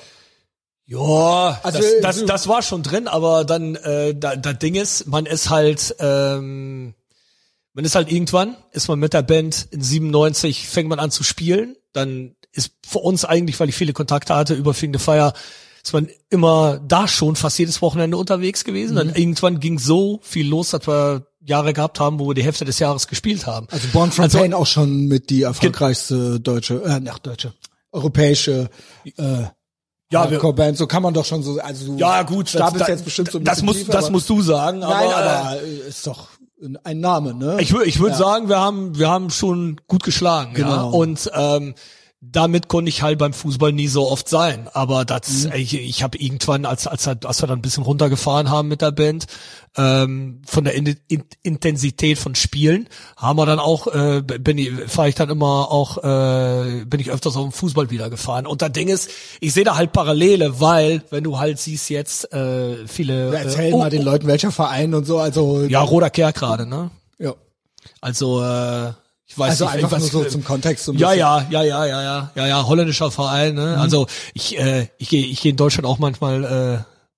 Ja, also, das, das, das war schon drin, aber dann, äh, da, das Ding ist, man ist halt, ähm, man ist halt irgendwann, ist man mit der Band in siebenundneunzig, fängt man an zu spielen, dann ist für uns eigentlich, weil ich viele Kontakte hatte über Fliegende Feier, ist man immer da schon fast jedes Wochenende unterwegs gewesen. Mhm. Dann irgendwann ging so viel los, dass wir Jahre gehabt haben, wo wir die Hälfte des Jahres gespielt haben. Also Born from also, Pain auch schon mit die erfolgreichste deutsche, äh, nicht deutsche, europäische äh, ja, Hardcore-Band, so kann man doch schon so, also du ja, gut, stapelst das, jetzt bestimmt so ein das bisschen muss, tiefer, das musst du sagen. Nein, aber, aber äh, ist doch ein Name, ne? Ich würde, ich würde ja. sagen, wir haben, wir haben schon gut geschlagen, genau. ja. Und ähm, damit konnte ich halt beim Fußball nie so oft sein. Aber das, mhm. ich, ich habe irgendwann, als, als, als wir dann ein bisschen runtergefahren haben mit der Band, ähm, von der In- In- Intensität von Spielen, haben wir dann auch, äh, bin ich, fahre ich dann immer auch, äh, bin ich öfters auf dem Fußball wieder gefahren. Und das Ding ist, ich sehe da halt Parallele, weil, wenn du halt siehst jetzt, äh, viele. Ja, erzähl äh, oh, mal den Leuten, welcher Verein und so, also. Ja, Roter Kerk gerade, ne? Ja. Also, äh, Ich weiß also nicht, einfach ich weiß, nur so zum Kontext. So ein ja, bisschen. ja, ja, ja, ja, ja, ja, ja, holländischer Verein. Ne? Mhm. Also ich, äh, ich gehe, ich gehe in Deutschland auch manchmal äh,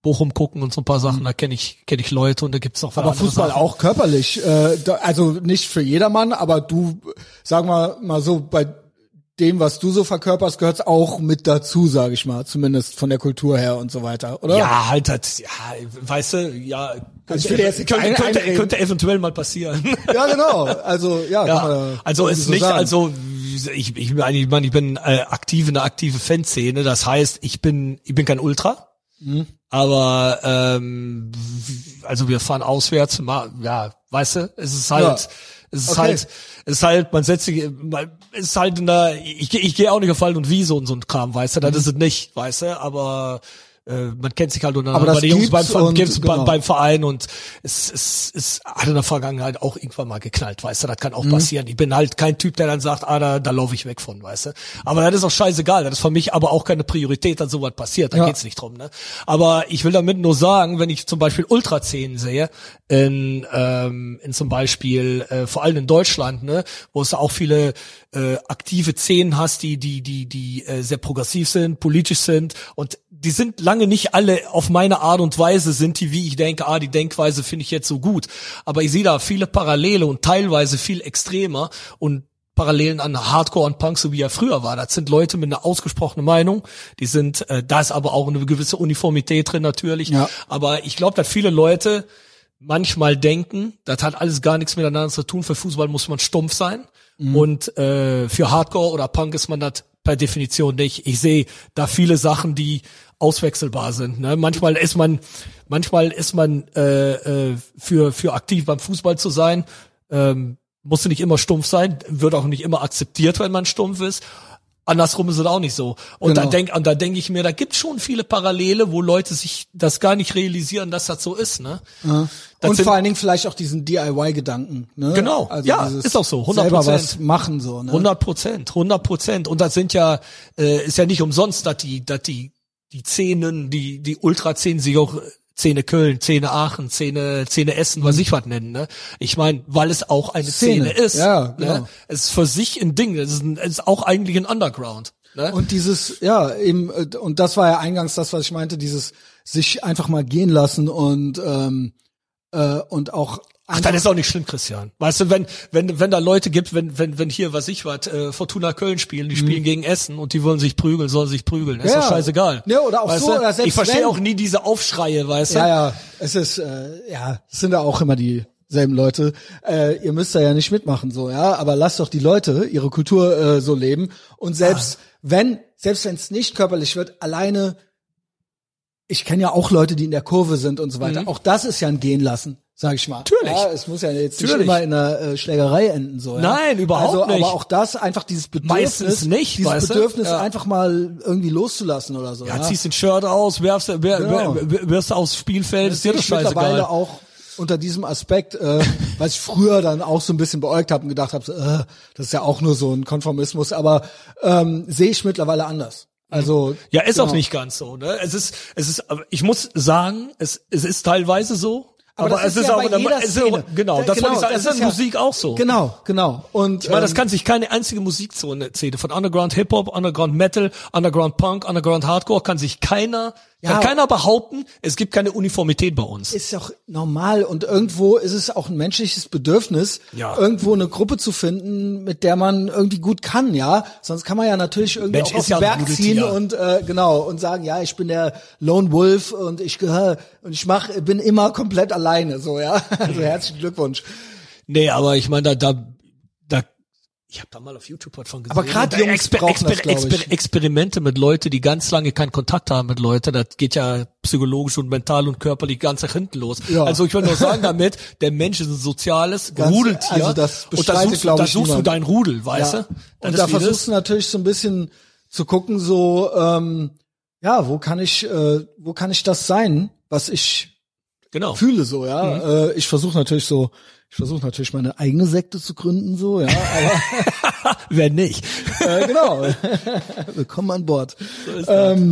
Bochum gucken und so ein paar Sachen, da kenne ich kenne ich Leute und da gibt's noch aber Fußball Sachen. Auch körperlich, äh, da, also nicht für jedermann, aber du, sag mal mal so, bei dem, was du so verkörperst, gehört's auch mit dazu, sage ich mal, zumindest von der Kultur her und so weiter, oder? Ja, halt, halt ja, weißt du, ja, also könnte, jetzt könnte, könnte, könnte eventuell mal passieren. Ja, genau, also ja. ja kann man also ist so nicht, sagen. also ich ich meine, ich, mein, ich bin äh, aktiv in der aktive Fanszene, das heißt, ich bin ich bin kein Ultra, mhm. aber ähm, also wir fahren auswärts, mal, ja, weißt du, es ist halt, ja. es ist okay. halt, es ist halt, man setzt sich, es ist halt in der, ich, ich gehe auch nicht auf Wald und Wiese und so ein Kram, weißt du, das mhm. ist es nicht, weißt du, aber äh, man kennt sich halt untereinander bei den Jungs beim, und, gibt's genau. beim, beim Verein und es, es, es hat in der Vergangenheit auch irgendwann mal geknallt, weißt du, das kann auch mhm. passieren. Ich bin halt kein Typ, der dann sagt, ah, da, da laufe ich weg von, weißt du. Aber das ist auch scheißegal, das ist für mich aber auch keine Priorität, dass sowas passiert, da ja. geht's nicht drum, ne. Aber ich will damit nur sagen, wenn ich zum Beispiel Ultraszenen sehe, in, ähm, in zum Beispiel, äh, vor allem in Deutschland, ne, wo es auch viele äh, aktive Szenen hast, die, die, die, die äh, sehr progressiv sind, politisch sind und die sind lange nicht alle auf meine Art und Weise sind die, wie ich denke, ah, die Denkweise finde ich jetzt so gut. Aber ich sehe da viele Parallele und teilweise viel extremer und Parallelen an Hardcore und Punk, so wie er früher war. Das sind Leute mit einer ausgesprochenen Meinung. Die sind, äh, da ist aber auch eine gewisse Uniformität drin natürlich. Ja. Aber ich glaube, dass viele Leute manchmal denken, das hat alles gar nichts miteinander zu tun. Für Fußball muss man stumpf sein. Mhm. Und äh, für Hardcore oder Punk ist man das per Definition nicht. Ich sehe da viele Sachen, die auswechselbar sind. Ne? Manchmal ist man, manchmal ist man äh, äh, für für aktiv beim Fußball zu sein, ähm, musste nicht immer stumpf sein, wird auch nicht immer akzeptiert, wenn man stumpf ist. Andersrum ist es auch nicht so. Und genau. da denk, und da denke ich mir, da gibt schon viele Parallele, wo Leute sich das gar nicht realisieren, dass das so ist, ne? Ja. Und sind, vor allen Dingen vielleicht auch diesen D I Y-Gedanken, ne? Genau. Also ja, ist auch so. hundert Prozent. Selber was machen, so, ne? hundert Prozent. hundert Prozent. Und das sind ja, äh, ist ja nicht umsonst, dass die, dass die, die Szenen, die, die Ultra-Szenen sich auch Szene Köln, Szene Aachen, Szene, Szene Essen, was ich was nennen, ne? Ich meine, weil es auch eine Szene, Szene ist. Ja, genau. Ne? Es ist für sich ein Ding. Es ist, ein, es ist auch eigentlich ein Underground. Ne? Und dieses, ja, eben, und das war ja eingangs das, was ich meinte, dieses sich einfach mal gehen lassen und, ähm, äh, und auch Ach, das ist auch nicht schlimm, Christian. Weißt du, wenn wenn wenn da Leute gibt, wenn wenn wenn hier, was ich was, äh, Fortuna Köln spielen, die mhm. spielen gegen Essen und die wollen sich prügeln, sollen sich prügeln. Das ja. ist doch scheißegal. Ja, oder auch weißt so, du? oder selbst Ich verstehe wenn, auch nie diese Aufschreie, weißt du? Ja, ja, es ist, äh, ja, es sind ja auch immer dieselben Leute. Äh, ihr müsst da ja nicht mitmachen, so, ja, aber lasst doch die Leute ihre Kultur äh, so leben und selbst ah. wenn, selbst wenn es nicht körperlich wird, alleine, ich kenne ja auch Leute, die in der Kurve sind und so weiter. Mhm. Auch das ist ja ein Gehen lassen. Sag ich mal. Natürlich. Ja, es muss ja jetzt Natürlich. nicht immer in einer äh, Schlägerei enden, so. Ja? Nein, überhaupt also, nicht. Aber auch das, einfach dieses Bedürfnis, Meistens nicht, dieses weißt Bedürfnis du? Ja. einfach mal irgendwie loszulassen oder so. Ja, ja? ziehst ein Shirt aus, werfst, wer, genau. wer, wirst aufs Spielfeld, das ist dir das scheißegal. Mittlerweile auch unter diesem Aspekt, äh, was ich früher dann auch so ein bisschen beäugt habe und gedacht habe, so, äh, das ist ja auch nur so ein Konformismus, aber ähm, sehe ich mittlerweile anders. Also ja, ist genau. auch nicht ganz so. Ne? Es ist, es ist. Ich muss sagen, es, es ist teilweise so. Aber, aber es ist, ja auch, es ist auch, genau, das genau, wollte ich sagen, es ist in ja, Musik auch so. Genau, genau. Und ich meine, das ähm, kann sich keine einzige Musikzone zählen. Von Underground Hip Hop, Underground Metal, Underground Punk, Underground Hardcore kann sich keiner, ja, kann keiner behaupten, es gibt keine Uniformität bei uns. Ist doch normal und irgendwo ist es auch ein menschliches Bedürfnis, ja. irgendwo eine Gruppe zu finden, mit der man irgendwie gut kann, ja. Sonst kann man ja natürlich irgendwie Mensch auch auf den ja Berg ziehen und äh, genau und sagen, ja, ich bin der Lone Wolf und ich gehöre und ich mach, bin immer komplett alleine, so, ja. Also herzlichen Glückwunsch. Nee, aber ich meine, da, da, da, ich habe da mal auf YouTube was von gesehen. Aber gerade Jungs Exper brauchen Exper das, Exper Experimente mit Leuten, die ganz lange keinen Kontakt haben mit Leuten, das geht ja psychologisch und mental und körperlich ganz nach hinten los. Ja. Also ich will nur sagen damit, der Mensch ist ein soziales ganz, Rudeltier. Also das und da suchst, du, da suchst du deinen Rudel, weißt ja. du? Das und da versuchst du natürlich so ein bisschen zu gucken, so, ähm, ja, wo kann ich, äh, wo kann ich das sein, was ich genau. fühle, so, ja. Mhm. Äh, ich versuche natürlich so, ich versuche natürlich meine eigene Sekte zu gründen, so, ja, aber wer nicht? äh, genau. Willkommen an Bord. So ist ähm,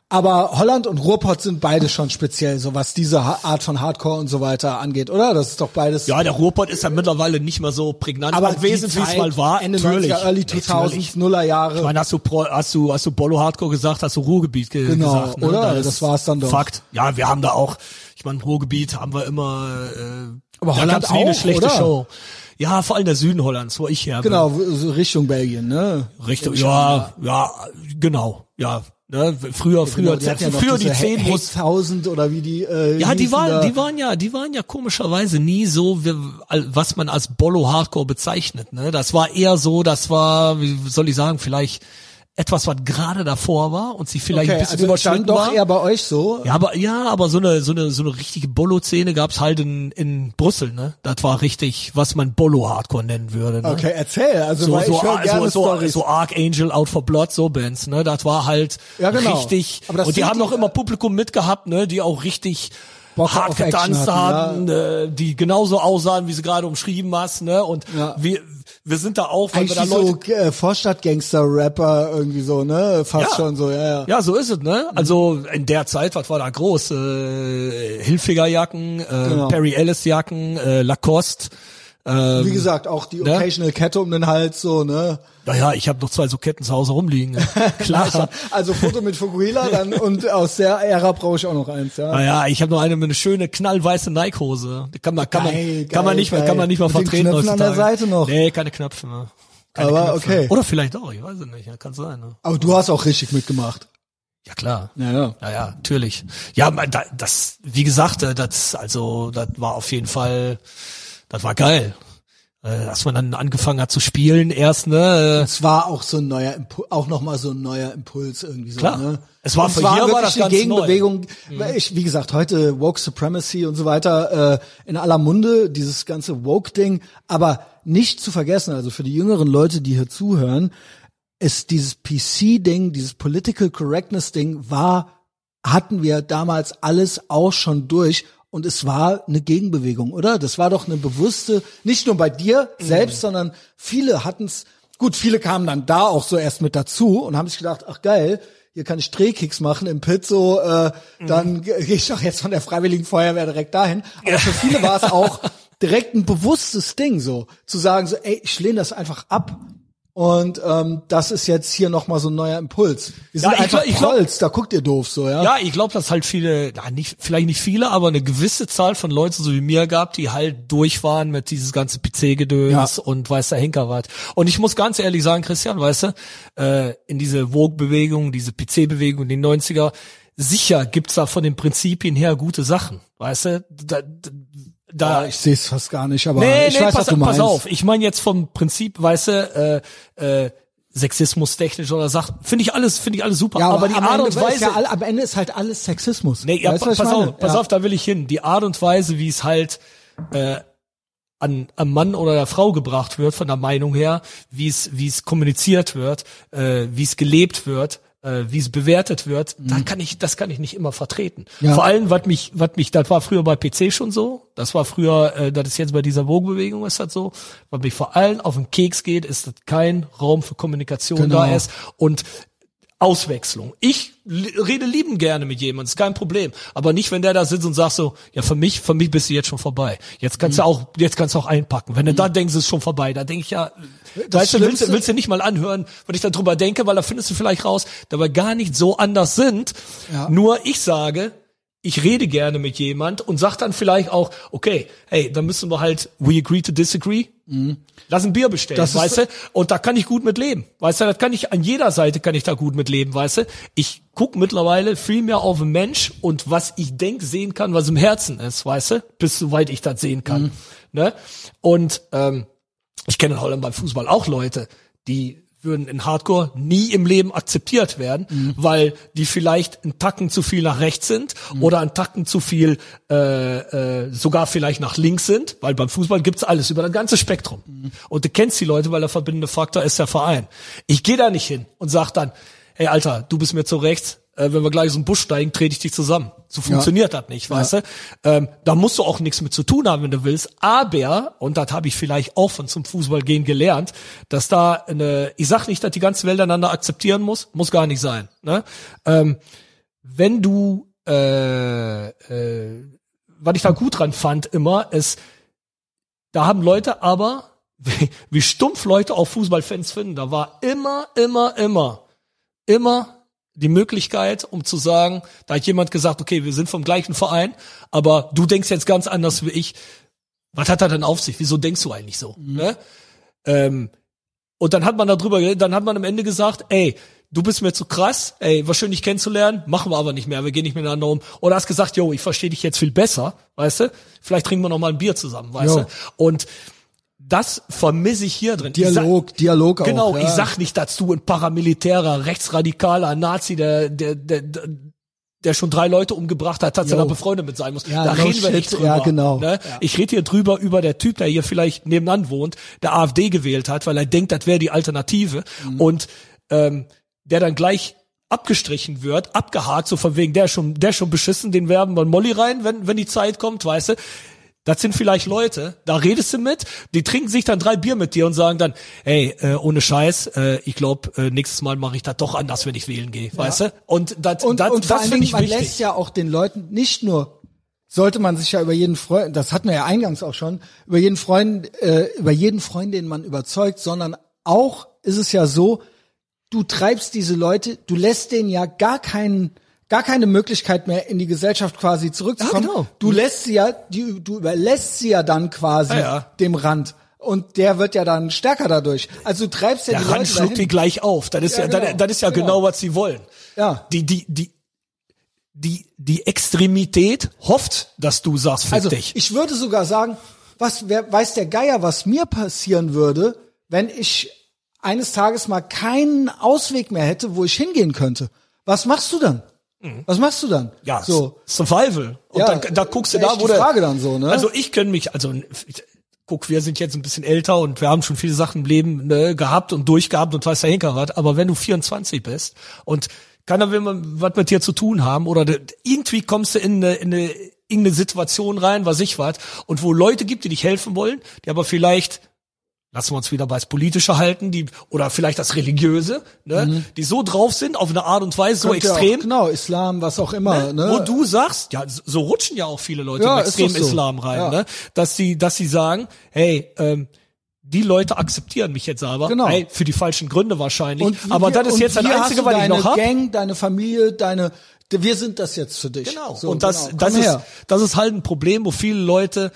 Aber Holland und Ruhrpott sind beide schon speziell, so was diese Art von Hardcore und so weiter angeht, oder? Das ist doch beides. Ja, der Ruhrpott ist ja mittlerweile nicht mehr so prägnant aber gewesen, wie es mal war. Ende neunziger, Early zweitausend, Nuller Jahre. Ich meine, hast du Pro, hast du hast du Bollo Hardcore gesagt, hast du Ruhrgebiet ge genau, gesagt, ne? Oder? Da das war's dann doch. Fakt. Ja, wir haben da auch, ich meine, Ruhrgebiet haben wir immer äh, aber da Holland gab's nie eine auch, schlechte oder? Show. Ja, vor allem der Süden Hollands, wo ich her bin. Genau, so Richtung Belgien, ne? Richtung, ja, ja, genau, ja. Ne, früher, ja, früher, genau, die, ja früher die zehn tausend oder wie die äh, ja, die waren, da. die waren ja, die waren ja komischerweise nie so, wie, was man als Bollo Hardcore bezeichnet. Ne, das war eher so, das war, wie soll ich sagen, vielleicht etwas, was gerade davor war und sie vielleicht okay, ein bisschen also überschritten dann doch war. eher bei euch so. Ja, aber ja, aber so eine so eine so eine richtige Bollo-Szene gab's halt in in Brüssel. Ne, das war richtig, was man Bollo Hardcore nennen würde. Ne? Okay, erzähl. Also so weil so ich höre gerne so, so, Storys. so Archangel, Out for Blood, so Bands. Ne, das war halt ja, genau. richtig. Aber das und die sind haben die, auch immer Publikum mitgehabt, ne, die auch richtig Bock hart auf Action getanzt hatten, hatten, äh, die genauso aussahen, wie sie gerade umschrieben hast, ne? Und Ja. wir wir sind da auch, weil Eigentlich wir da Leute so äh, Vorstadtgangster-Rapper irgendwie so, ne? Fast Ja. schon so, ja, ja. ja, so ist es, ne? Also in der Zeit, was war da groß? Äh, Hilfiger-Jacken, äh, Genau. Perry Ellis-Jacken, äh, Lacoste. Ähm, Wie gesagt, auch die ne? occasional Kette um den Hals, so, ne? Naja, ich habe noch zwei so Ketten zu Hause rumliegen. Ne? Klar. Also Foto mit Fukuhila dann und aus der Ära brauche ich auch noch eins, ja. Naja, ich habe noch eine mit einer schöne knallweiße Nike-Hose. Die kann man, kann man, Geil, kann man geil, nicht mehr, geil. kann man nicht mal Mit den vertreten Knöpfen an der heutzutage. Seite noch. Nee, keine Knöpfe mehr. Keine Aber Knöpfe. okay. Oder vielleicht auch, ich weiß es nicht. Ja, kann sein. Ne? Aber du hast auch richtig mitgemacht. Ja klar. Ja, ja. Ja, ja, natürlich. Ja, man, da- das, wie gesagt, äh, das, also, das war auf jeden Fall, das war geil. Äh, Als man dann angefangen hat zu spielen, erst, ne, Es war auch so ein neuer Impuls, auch nochmal so ein neuer Impuls irgendwie so, Klar. ne? Es war Und für zwar hier war wirklich das eine ganz Gegenbewegung. Weil Ich, wie gesagt, heute Woke Supremacy und so weiter äh, in aller Munde, dieses ganze Woke-Ding, aber nicht zu vergessen, also für die jüngeren Leute, die hier zuhören, ist dieses P C-Ding, dieses Political Correctness-Ding war, hatten wir damals alles auch schon durch. Und es war eine Gegenbewegung, oder? Das war doch eine bewusste, nicht nur bei dir selbst, mhm. sondern viele hatten's, gut, viele kamen dann da auch so erst mit dazu und haben sich gedacht, ach geil, hier kann ich Drehkicks machen im Pit, so, äh, mhm. dann gehe ich doch jetzt von der Freiwilligen Feuerwehr direkt dahin. Aber ja. für viele war es auch direkt ein bewusstes Ding, so, zu sagen so, ey, ich lehne das einfach ab. Und ähm, das ist jetzt hier nochmal so ein neuer Impuls. Wir sind Ja, ich einfach glaub- ich glaub- Trolls, da guckt ihr doof so, ja? Ja, ich glaube, dass halt viele, ja, nicht, vielleicht nicht viele, aber eine gewisse Zahl von Leuten, so wie mir gab, die halt durch waren mit dieses ganze P C-Gedöns Ja. und weiß der Henker was. Und ich muss ganz ehrlich sagen, Christian, weißt du, äh, in diese Vogue-Bewegung, diese P C-Bewegung in den neunziger, sicher gibt's da von den Prinzipien her gute Sachen, weißt du? Da, da, da Oh, ich sehe es fast gar nicht, aber nee, ich nee, weiß, pass, was du pass meinst. auf. Ich meine jetzt vom Prinzip, weißt du, äh, äh, Sexismus technisch oder Sachen, finde ich alles, finde ich alles super. Ja, aber, aber die am Art Ende und ist Weise, ja all, am Ende ist halt alles Sexismus. nee, ja, weißt, pa- was ich pass meine? auf, pass ja. auf, da will ich hin. Die Art und Weise, wie es halt äh, an am Mann oder der Frau gebracht wird, von der Meinung her, wie es wie es kommuniziert wird, äh, wie es gelebt wird, äh, wie es bewertet wird, mhm. da kann ich, das kann ich nicht immer vertreten. Ja. Vor allem, was mich, was mich, das war früher bei P C schon so, das war früher, äh, das ist jetzt bei dieser Vogue-Bewegung ist das so, was mich vor allem auf den Keks geht, ist, dass kein Raum für Kommunikation Genau. da ist und Auswechslung. Ich li- rede lieben gerne mit jemandem, ist kein Problem. Aber nicht, wenn der da sitzt und sagt so, ja, für mich, für mich bist du jetzt schon vorbei. Jetzt kannst Mhm. du auch, jetzt kannst du auch einpacken. Wenn du da denkst, es ist schon vorbei, da denke ich ja, Das weißt du, willst, Schlimmste- du- willst du nicht mal anhören, wenn ich darüber denke, weil da findest du vielleicht raus, da wir gar nicht so anders sind. Ja. Nur ich sage, ich rede gerne mit jemand und sag dann vielleicht auch, okay, hey, dann müssen wir halt, we agree to disagree. Lass ein Bier bestellen, Das ist- weißt du? Und da kann ich gut mit leben. Weißt du, das kann ich, an jeder Seite kann ich da gut mit leben, weißt du? Ich guck mittlerweile viel mehr auf den Mensch und was ich denk, sehen kann, was im Herzen ist, weißt du? Bis soweit ich das sehen kann. Ne? Und ähm, ich kenne in Holland beim Fußball auch Leute, die würden in Hardcore nie im Leben akzeptiert werden, Mhm. weil die vielleicht einen Tacken zu viel nach rechts sind Mhm. oder einen Tacken zu viel äh, äh, sogar vielleicht nach links sind, weil beim Fußball gibt's alles über das ganze Spektrum. Mhm. Und du kennst die Leute, weil der verbindende Faktor ist der Verein. Ich gehe da nicht hin und sag dann, hey Alter, du bist mir zu rechts, äh, wenn wir gleich so einen Busch steigen, trete ich dich zusammen. So funktioniert das nicht, weißt du? Ähm, da musst du auch nichts mit zu tun haben, wenn du willst. Aber, und das habe ich vielleicht auch von zum Fußball gehen gelernt, dass da eine, ich sag nicht, dass die ganze Welt einander akzeptieren muss, muss gar nicht sein. Ne? Ähm, wenn du, äh, äh, was ich da gut dran fand immer, ist, da haben Leute aber, wie, wie stumpf Leute auch Fußballfans finden, da war immer, immer, immer, immer die Möglichkeit, um zu sagen, da hat jemand gesagt, okay, wir sind vom gleichen Verein, aber du denkst jetzt ganz anders wie ich. Was hat er denn auf sich? Wieso denkst du eigentlich so? Mhm. Ne? Ähm, und dann hat man darüber geredet, dann hat man am Ende gesagt, ey, du bist mir zu krass, ey, war schön, dich kennenzulernen, machen wir aber nicht mehr, wir gehen nicht miteinander um. Oder hast gesagt, yo, ich verstehe dich jetzt viel besser, weißt du? Vielleicht trinken wir noch mal ein Bier zusammen, weißt jo. du? Und das vermisse ich hier drin. Dialog, sag, Dialog auch. Genau, ja. ich sag nicht dazu, ein paramilitärer, rechtsradikaler Nazi, der, der, der, der schon drei Leute umgebracht hat, dass er da befreundet mit sein muss. Ja, da no reden shit. wir nicht drüber. Ja, genau. Ne? Ja. Ich rede hier drüber über der Typ, der hier vielleicht nebenan wohnt, der AfD gewählt hat, weil er denkt, das wäre die Alternative. Mhm. Und ähm, der dann gleich abgestrichen wird, abgehakt, so von wegen, der ist schon, der ist schon beschissen, den werben wir Molly rein, wenn, wenn die Zeit kommt, weißt du. Das sind vielleicht Leute, da redest du mit, die trinken sich dann drei Bier mit dir und sagen dann, ey, äh, ohne Scheiß, äh, ich glaube, äh, nächstes Mal mache ich das doch anders, wenn ich wählen gehe, ja. weißt du? Und das, und, das, und vor das allen finde Dingen, ich man wichtig. lässt ja auch den Leuten nicht nur, sollte man sich ja über jeden Freund, das hatten wir ja eingangs auch schon, über jeden Freund, äh, über jeden Freund, den man überzeugt, sondern auch ist es ja so, du treibst diese Leute, du lässt denen ja gar keinen, gar keine Möglichkeit mehr in die Gesellschaft quasi zurückzukommen. Ja, genau. Du lässt sie ja, die, du überlässt sie ja dann quasi ja, ja. dem Rand. Und der wird ja dann stärker dadurch. Also du treibst ja der die Rand Leute schluckt dahin. die gleich auf. Das ist ja, Ja, genau. das, das ist ja genau. genau, was sie wollen. Ja. Die, die, die, die, die Extremität hofft, dass du sagst, fick also, dich. Ich würde sogar sagen, was, wer weiß der Geier, was mir passieren würde, wenn ich eines Tages mal keinen Ausweg mehr hätte, wo ich hingehen könnte. Was machst du dann? Was machst du dann? Ja, so Survival. Und ja, dann, da guckst du echt da, wo die der, Frage dann so, ne? Also ich kenne mich, also guck, wir sind jetzt ein bisschen älter und wir haben schon viele Sachen im Leben ne, gehabt und durchgehabt und weiß der Henker was. Aber wenn du vierundzwanzig bist und keiner will mal was mit dir zu tun haben oder de, irgendwie kommst du in eine, in eine irgendeine Situation rein, was ich was, und wo Leute gibt, die dich helfen wollen, die aber vielleicht lassen wir uns wieder bei das Politische halten, die oder vielleicht das Religiöse, ne, mhm. die so drauf sind auf eine Art und Weise, so Könnte extrem. Auch, genau, Islam, was auch immer. Ne? Ne? Wo du sagst, ja, so rutschen ja auch viele Leute ja, im extremen so. Islam rein, ja. ne, dass sie, dass sie sagen, hey, ähm, die Leute akzeptieren mich jetzt aber, genau. hey, für die falschen Gründe wahrscheinlich, und aber wir, das ist jetzt das Einzige, was ich noch habe. Deine Gang, deine Familie, deine, wir sind das jetzt für dich. Genau. So, und das, genau. das ist, her. das ist halt ein Problem, wo viele Leute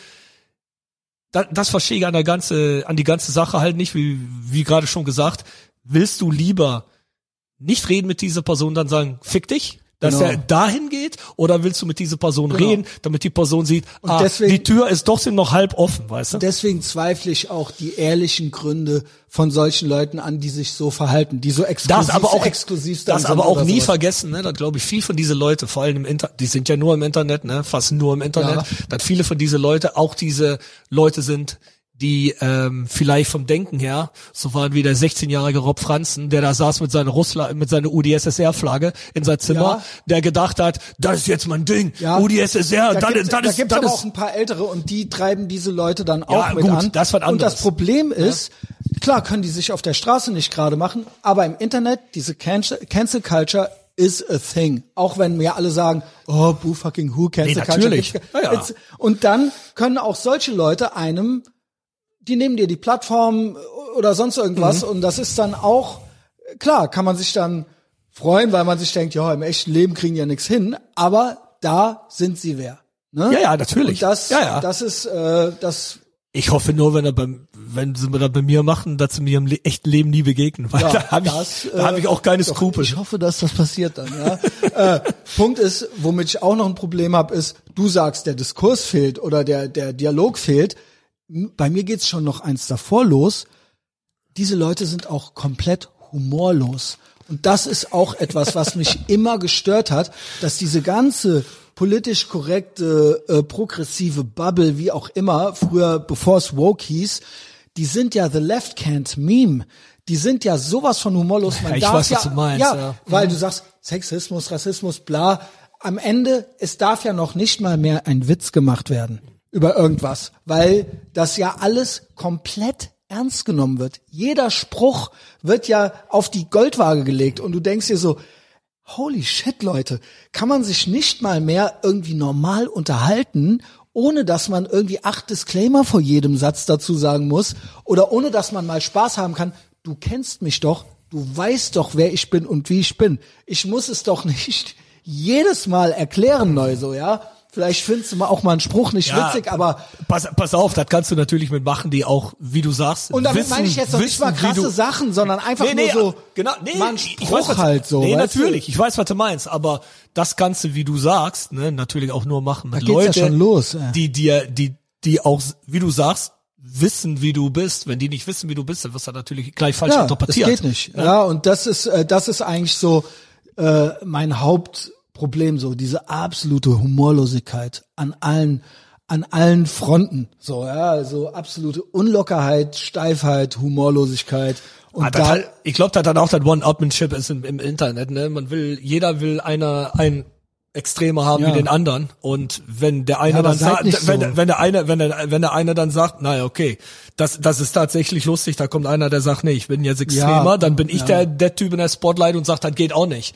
Das, das verstehe ich an der ganze, an die ganze Sache halt nicht, wie, wie gerade schon gesagt. Willst du lieber nicht reden mit dieser Person, dann sagen, fick dich, dass genau. er dahin geht, oder willst du mit dieser Person genau. reden, damit die Person sieht, und ah, deswegen, die Tür ist doch noch halb offen, weißt du? Deswegen zweifle ich auch die ehrlichen Gründe von solchen Leuten an, die sich so verhalten, die so exklusiv, das aber auch exklusiv das sind aber auch nie sowas. vergessen, ne? Da glaube ich viel von diese Leute, vor allem im Internet, die sind ja nur im Internet, ne? Fast nur im Internet, ja. dass viele von diese Leute auch diese Leute sind, die ähm, vielleicht vom Denken her, so waren wie der sechzehnjährige Rob Franzen, der da saß mit seiner Russland, mit seiner U D S S R-Flagge in sein Zimmer, ja. der gedacht hat, das ist jetzt mein Ding, ja. U D S S R, da dann, gibt's, dann da ist, gibt's dann aber ist, auch ein paar Ältere und die treiben diese Leute dann auch ja, mit gut, an. Das war und das Problem ist, ja. klar können die sich auf der Straße nicht gerade machen, aber im Internet, diese Cancel, Cancel Culture is a thing. Auch wenn mir alle sagen, oh, boo fucking who, Cancel nee, Culture. Natürlich. Ja, ja. Und dann können auch solche Leute einem, die nehmen dir die Plattform oder sonst irgendwas, mhm. und das ist dann auch, klar, kann man sich dann freuen, weil man sich denkt, ja, im echten Leben kriegen die ja nichts hin, aber da sind sie wer. Ne? Ja, ja, natürlich. Und das, ja, ja. das ist, äh, das. Ich hoffe nur, wenn er beim, wenn sie das bei mir machen, dass sie mir im le- echten Leben nie begegnen, weil ja, da habe ich, äh, da habe ich auch keine doch, Skrupel. Ich hoffe, dass das passiert dann. Ja. äh, Punkt ist, womit ich auch noch ein Problem habe, ist, du sagst, der Diskurs fehlt oder der der Dialog fehlt. Bei mir geht's schon noch eins davor los. Diese Leute sind auch komplett humorlos. Und das ist auch etwas, was mich immer gestört hat, dass diese ganze politisch korrekte, äh, progressive Bubble, wie auch immer, früher, bevor es woke hieß, die sind ja the left can't meme. Die sind ja sowas von humorlos. Man ja, ich darf weiß, ja, was du meinst. Ja, ja. weil du sagst, Sexismus, Rassismus, bla. Am Ende, es darf ja noch nicht mal mehr ein Witz gemacht werden über irgendwas, weil das ja alles komplett ernst genommen wird. Jeder Spruch wird ja auf die Goldwaage gelegt und du denkst dir so, holy shit, Leute, kann man sich nicht mal mehr irgendwie normal unterhalten, ohne dass man irgendwie acht Disclaimer vor jedem Satz dazu sagen muss oder ohne dass man mal Spaß haben kann. Du kennst mich doch, du weißt doch, wer ich bin und wie ich bin. Ich muss es doch nicht jedes Mal erklären neu so, ja. Vielleicht findest du mal auch mal einen Spruch nicht ja, witzig, aber pass, pass auf, das kannst du natürlich mit machen, die auch, wie du sagst, und damit wissen, meine ich jetzt noch wissen, nicht mal krasse du, Sachen, sondern einfach nee, nee, nur so genau, nee, mal einen ich Spruch weiß, was, halt so. Nee, weißt natürlich, du? ich weiß, was du meinst, aber das Ganze, wie du sagst, ne, natürlich auch nur machen mit da geht's Leuten, ja schon los, ja. die dir, die, die auch, wie du sagst, wissen, wie du bist. Wenn die nicht wissen, wie du bist, dann wirst du natürlich gleich falsch ja, interpretiert. Das geht nicht. Ja, ja und das ist, äh, das ist eigentlich so äh, mein Hauptproblem, so diese absolute Humorlosigkeit an allen, an allen Fronten. So, ja, also absolute Unlockerheit, Steifheit, Humorlosigkeit. Und ah, da, halt, ich glaube, dass dann auch das One-Upmanship ist im, im Internet. Ne, man will, jeder will einer ein Extreme haben ja. wie den anderen und wenn der eine ja, dann sagt, so. wenn, wenn der eine, wenn der, wenn der eine dann sagt, naja, okay, das, das ist tatsächlich lustig, da kommt einer, der sagt, nee, ich bin jetzt extremer, ja, dann bin ich ja. der, der Typ in der Spotlight und sagt, das geht auch nicht.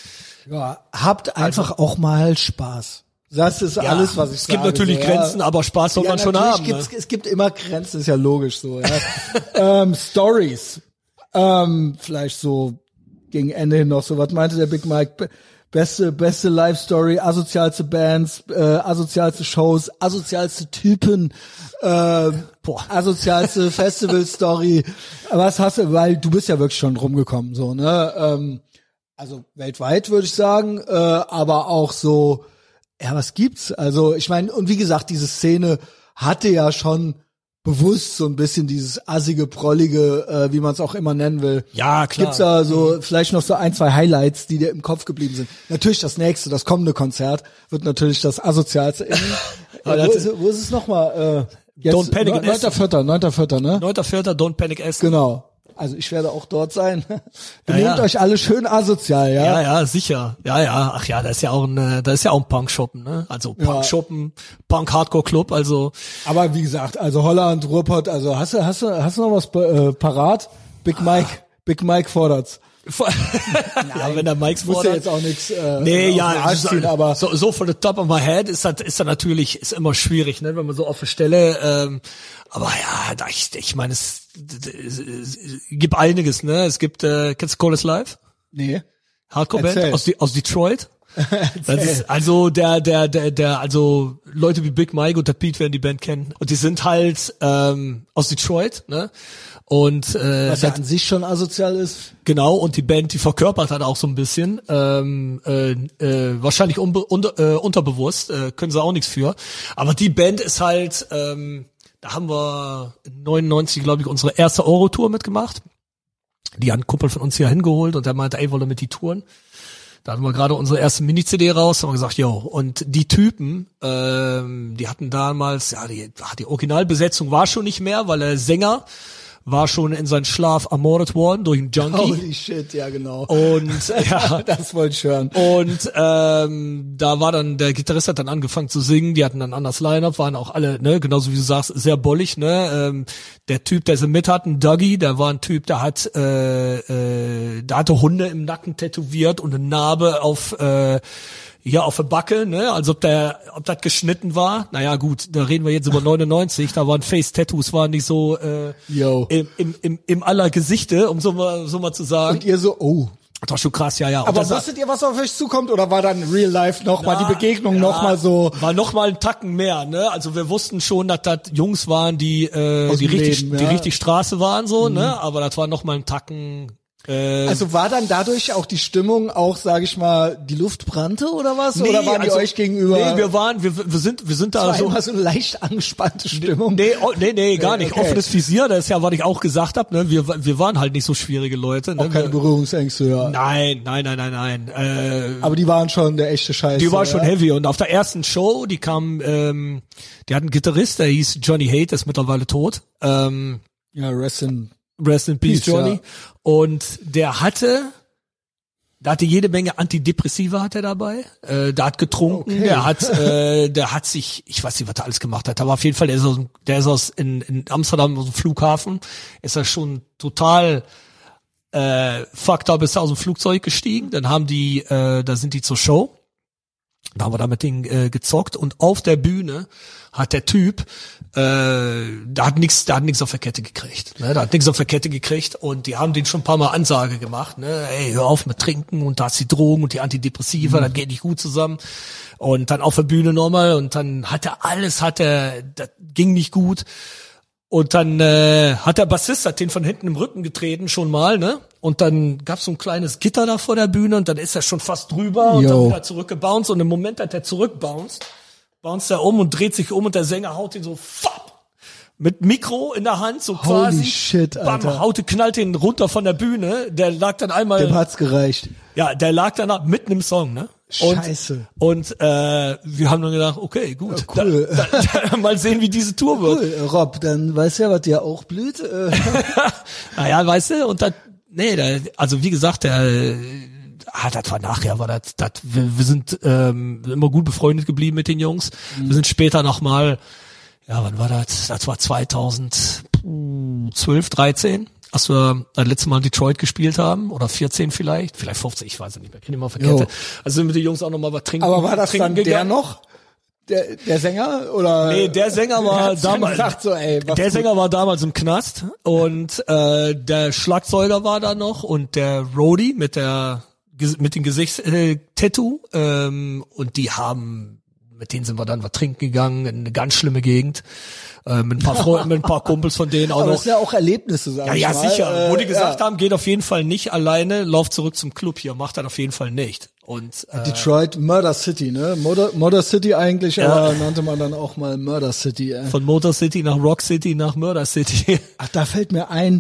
Ja, habt einfach also, auch mal Spaß. Das ist ja, alles, was ich es sage. Es gibt natürlich so, Grenzen, ja. aber Spaß soll ja, man schon haben. Gibt's, ne? Es gibt immer Grenzen, ist ja logisch so. Ja. ähm, Stories, ähm, vielleicht so gegen Ende hin noch so. Was meinte der Big Mike? Beste, beste Live-Story, asozialste Bands, äh, asozialste Shows, asozialste Typen, äh, boah, asozialste Festival-Story. Was hast du, weil du bist ja wirklich schon rumgekommen, so, ne? Ähm, also weltweit würde ich sagen, äh, aber auch so, ja, was gibt's? Also ich meine, und wie gesagt, diese Szene hatte ja schon bewusst so ein bisschen dieses assige, prollige, äh, wie man es auch immer nennen will. Ja, klar. Gibt's da so mhm. vielleicht noch so ein, zwei Highlights, die dir im Kopf geblieben sind. Natürlich das nächste, das kommende Konzert wird natürlich das asozialste. In, ja, wo, ist, wo ist es nochmal? Äh, Don't Panic Essen. neunter Vierter neunter Vierter ne? neunter Vierter Don't Panic Essen. Genau. Also ich werde auch dort sein. Benehmt ja, ja. euch alle schön asozial, ja? Ja, ja, sicher. Ja, ja. Ach ja, da ist ja auch ein, da ist ja auch ein Punk-Shoppen, ne? Also Punk-Shoppen, ja. Punk-Hardcore-Club, also. Aber wie gesagt, also Holland, Ruhrpott, also hast du, hast du, hast du noch was äh, parat? Big Mike, Big Mike fordert's. ja, wenn der Mike fordert. Muss ja jetzt auch nichts äh, nee, ja, ziehen, aber so, so von the top of my head ist das, ist das natürlich, ist immer schwierig, ne, wenn man so auf der Stelle, ähm, aber ja, da ich, ich meine, es, es, es gibt einiges, ne, es gibt, äh, kennst du Call Is Live? Nee. Hardcore-Band aus, aus Detroit. Das ist also der, der, der, der, also Leute wie Big Mike und der Pete werden die Band kennen. Und die sind halt ähm, aus Detroit, ne? Und äh, was ja an sich schon asozial ist. Genau, und die Band, die verkörpert halt auch so ein bisschen, ähm, äh, äh, wahrscheinlich unbe unter, äh, unterbewusst, äh, können sie auch nichts für. Aber die Band ist halt, ähm, da haben wir neunundneunzig, glaube ich, unsere erste Euro-Tour mitgemacht. Die hat ein Kumpel von uns hier hingeholt und der meinte, ey, wollen mit die touren? Da hatten wir gerade unsere erste Mini-C D raus, haben wir gesagt, yo, und die Typen, ähm, die hatten damals, ja, die, die Originalbesetzung war schon nicht mehr, weil der Sänger war schon in seinen Schlaf ermordet worden durch einen Junkie. Holy shit, ja genau. Und ja, das wollte ich hören. Und ähm, da war dann, der Gitarrist hat dann angefangen zu singen, die hatten dann ein anderes Line-Up, waren auch alle, ne, genauso wie du sagst, sehr bollig, ne. Ähm, der Typ, der sie mit hatten, Dougie, der war ein Typ, der hat, äh, äh, der hatte Hunde im Nacken tätowiert und eine Narbe auf äh, ja, auf der Backe, ne, als ob der, ob das geschnitten war. Naja, gut, da reden wir jetzt über neunundneunzig, da waren Face-Tattoos, waren nicht so äh, im, im, im, im aller Gesichte, um so mal, so mal zu sagen. Und ihr so, oh. Das war schon krass, ja, ja. Und aber wusstet ihr, was auf euch zukommt, oder war dann Real Life nochmal die Begegnung ja, nochmal so? War nochmal ein Tacken mehr, ne? Also wir wussten schon, dass das Jungs waren, die äh, die richtig, Leben, ja. die richtig Straße waren, so, mhm. ne? Aber das war nochmal ein Tacken. Äh, also war dann dadurch auch die Stimmung auch, sage ich mal, die Luft brannte oder was? Nee, oder waren die also, euch gegenüber? Nee, wir waren, wir, wir sind, wir sind da so. Immer so eine leicht angespannte Stimmung. Nee, oh, nee, nee, gar nicht. Okay. Offenes Visier, das ist ja, was ich auch gesagt habe, ne? Wir, wir waren halt nicht so schwierige Leute. Ne? Auch keine Berührungsängste, ja. Nein, nein, nein, nein, nein. Äh, Aber die waren schon der echte Scheiß. Die waren ja? schon heavy. Und auf der ersten Show, die kam, ähm, die hatten einen Gitarrist, der hieß Johnny Haidt, der ist mittlerweile tot. Ähm, ja, Rest in Rest in Peace, Peace, Johnny. Ja. Und der hatte, da hatte jede Menge Antidepressiva hat er dabei. Äh, der hat getrunken, okay. der hat, äh, der hat sich, ich weiß nicht, was er alles gemacht hat, aber auf jeden Fall, der ist aus, der ist aus in, in Amsterdam aus dem Flughafen, ist er schon total äh, fucked up, ist er aus dem Flugzeug gestiegen, dann haben die, äh, da sind die zur Show, da haben wir da mit denen äh, gezockt und auf der Bühne hat der Typ, äh, da hat nix, da hat nix auf der Kette gekriegt, ne, da hat nix auf der Kette gekriegt und die haben den schon ein paar Mal Ansage gemacht, ne, ey, hör auf mit Trinken und da hast die Drogen und die Antidepressiva, mhm. das geht nicht gut zusammen und dann auf der Bühne nochmal und dann hat er alles, hat er, das ging nicht gut. Und dann äh, hat der Bassist hat den von hinten im Rücken getreten schon mal, ne? Und dann gab's so ein kleines Gitter da vor der Bühne und dann ist er schon fast drüber und Yo. dann wieder zurückgebounced und im Moment, hat er zurückbounced, bounced er um und dreht sich um und der Sänger haut ihn so fapp, mit Mikro in der Hand, so quasi. Holy shit, Alter. Bam, haut, knallt ihn runter von der Bühne. Der lag dann einmal. Dem hat's gereicht. Ja, der lag danach mitten im Song, ne? Scheiße. Und, und äh, wir haben dann gedacht, okay, gut, ja, cool. da, da, da, mal sehen, wie diese Tour wird. Cool, Rob, dann weißt du ja, was dir auch blüht. Äh. Naja, weißt du, und dann, nee, da, also wie gesagt, der, ah, das war nachher, war das, das wir, wir sind ähm, immer gut befreundet geblieben mit den Jungs. Mhm. Wir sind später nochmal, ja, wann war das? Das war zweitausendzwölf, dreizehn. Als wir das letzte Mal in Detroit gespielt haben, oder vierzehn vielleicht, vielleicht fünfzehn, ich weiß es nicht mehr, kriege ich mal auf der Kette. Also sind mit den Jungs auch noch mal was trinken. Aber war das dann gegangen? Der noch? Der, der Sänger? Oder? Nee, der Sänger war damals, gesagt, so, ey, der gut. Sänger war damals im Knast und äh, der Schlagzeuger war da noch und der Roadie mit der mit dem Gesichtstattoo äh, ähm, und die haben, mit denen sind wir dann was trinken gegangen, in eine ganz schlimme Gegend. Mit ein paar Freunden, mit ein paar Kumpels von denen auch aber noch. Das sind ja auch Erlebnisse, sag ja, ich ja, mal. Ja, sicher. Wo die äh, gesagt ja. haben, geht auf jeden Fall nicht alleine, lauf zurück zum Club hier, macht das auf jeden Fall nicht. Und äh, Detroit, Murder City, ne? Murder, Murder City eigentlich, ja. aber nannte man dann auch mal Murder City. Äh. Von Motor City nach Rock City nach Murder City. Ach, da fällt mir ein,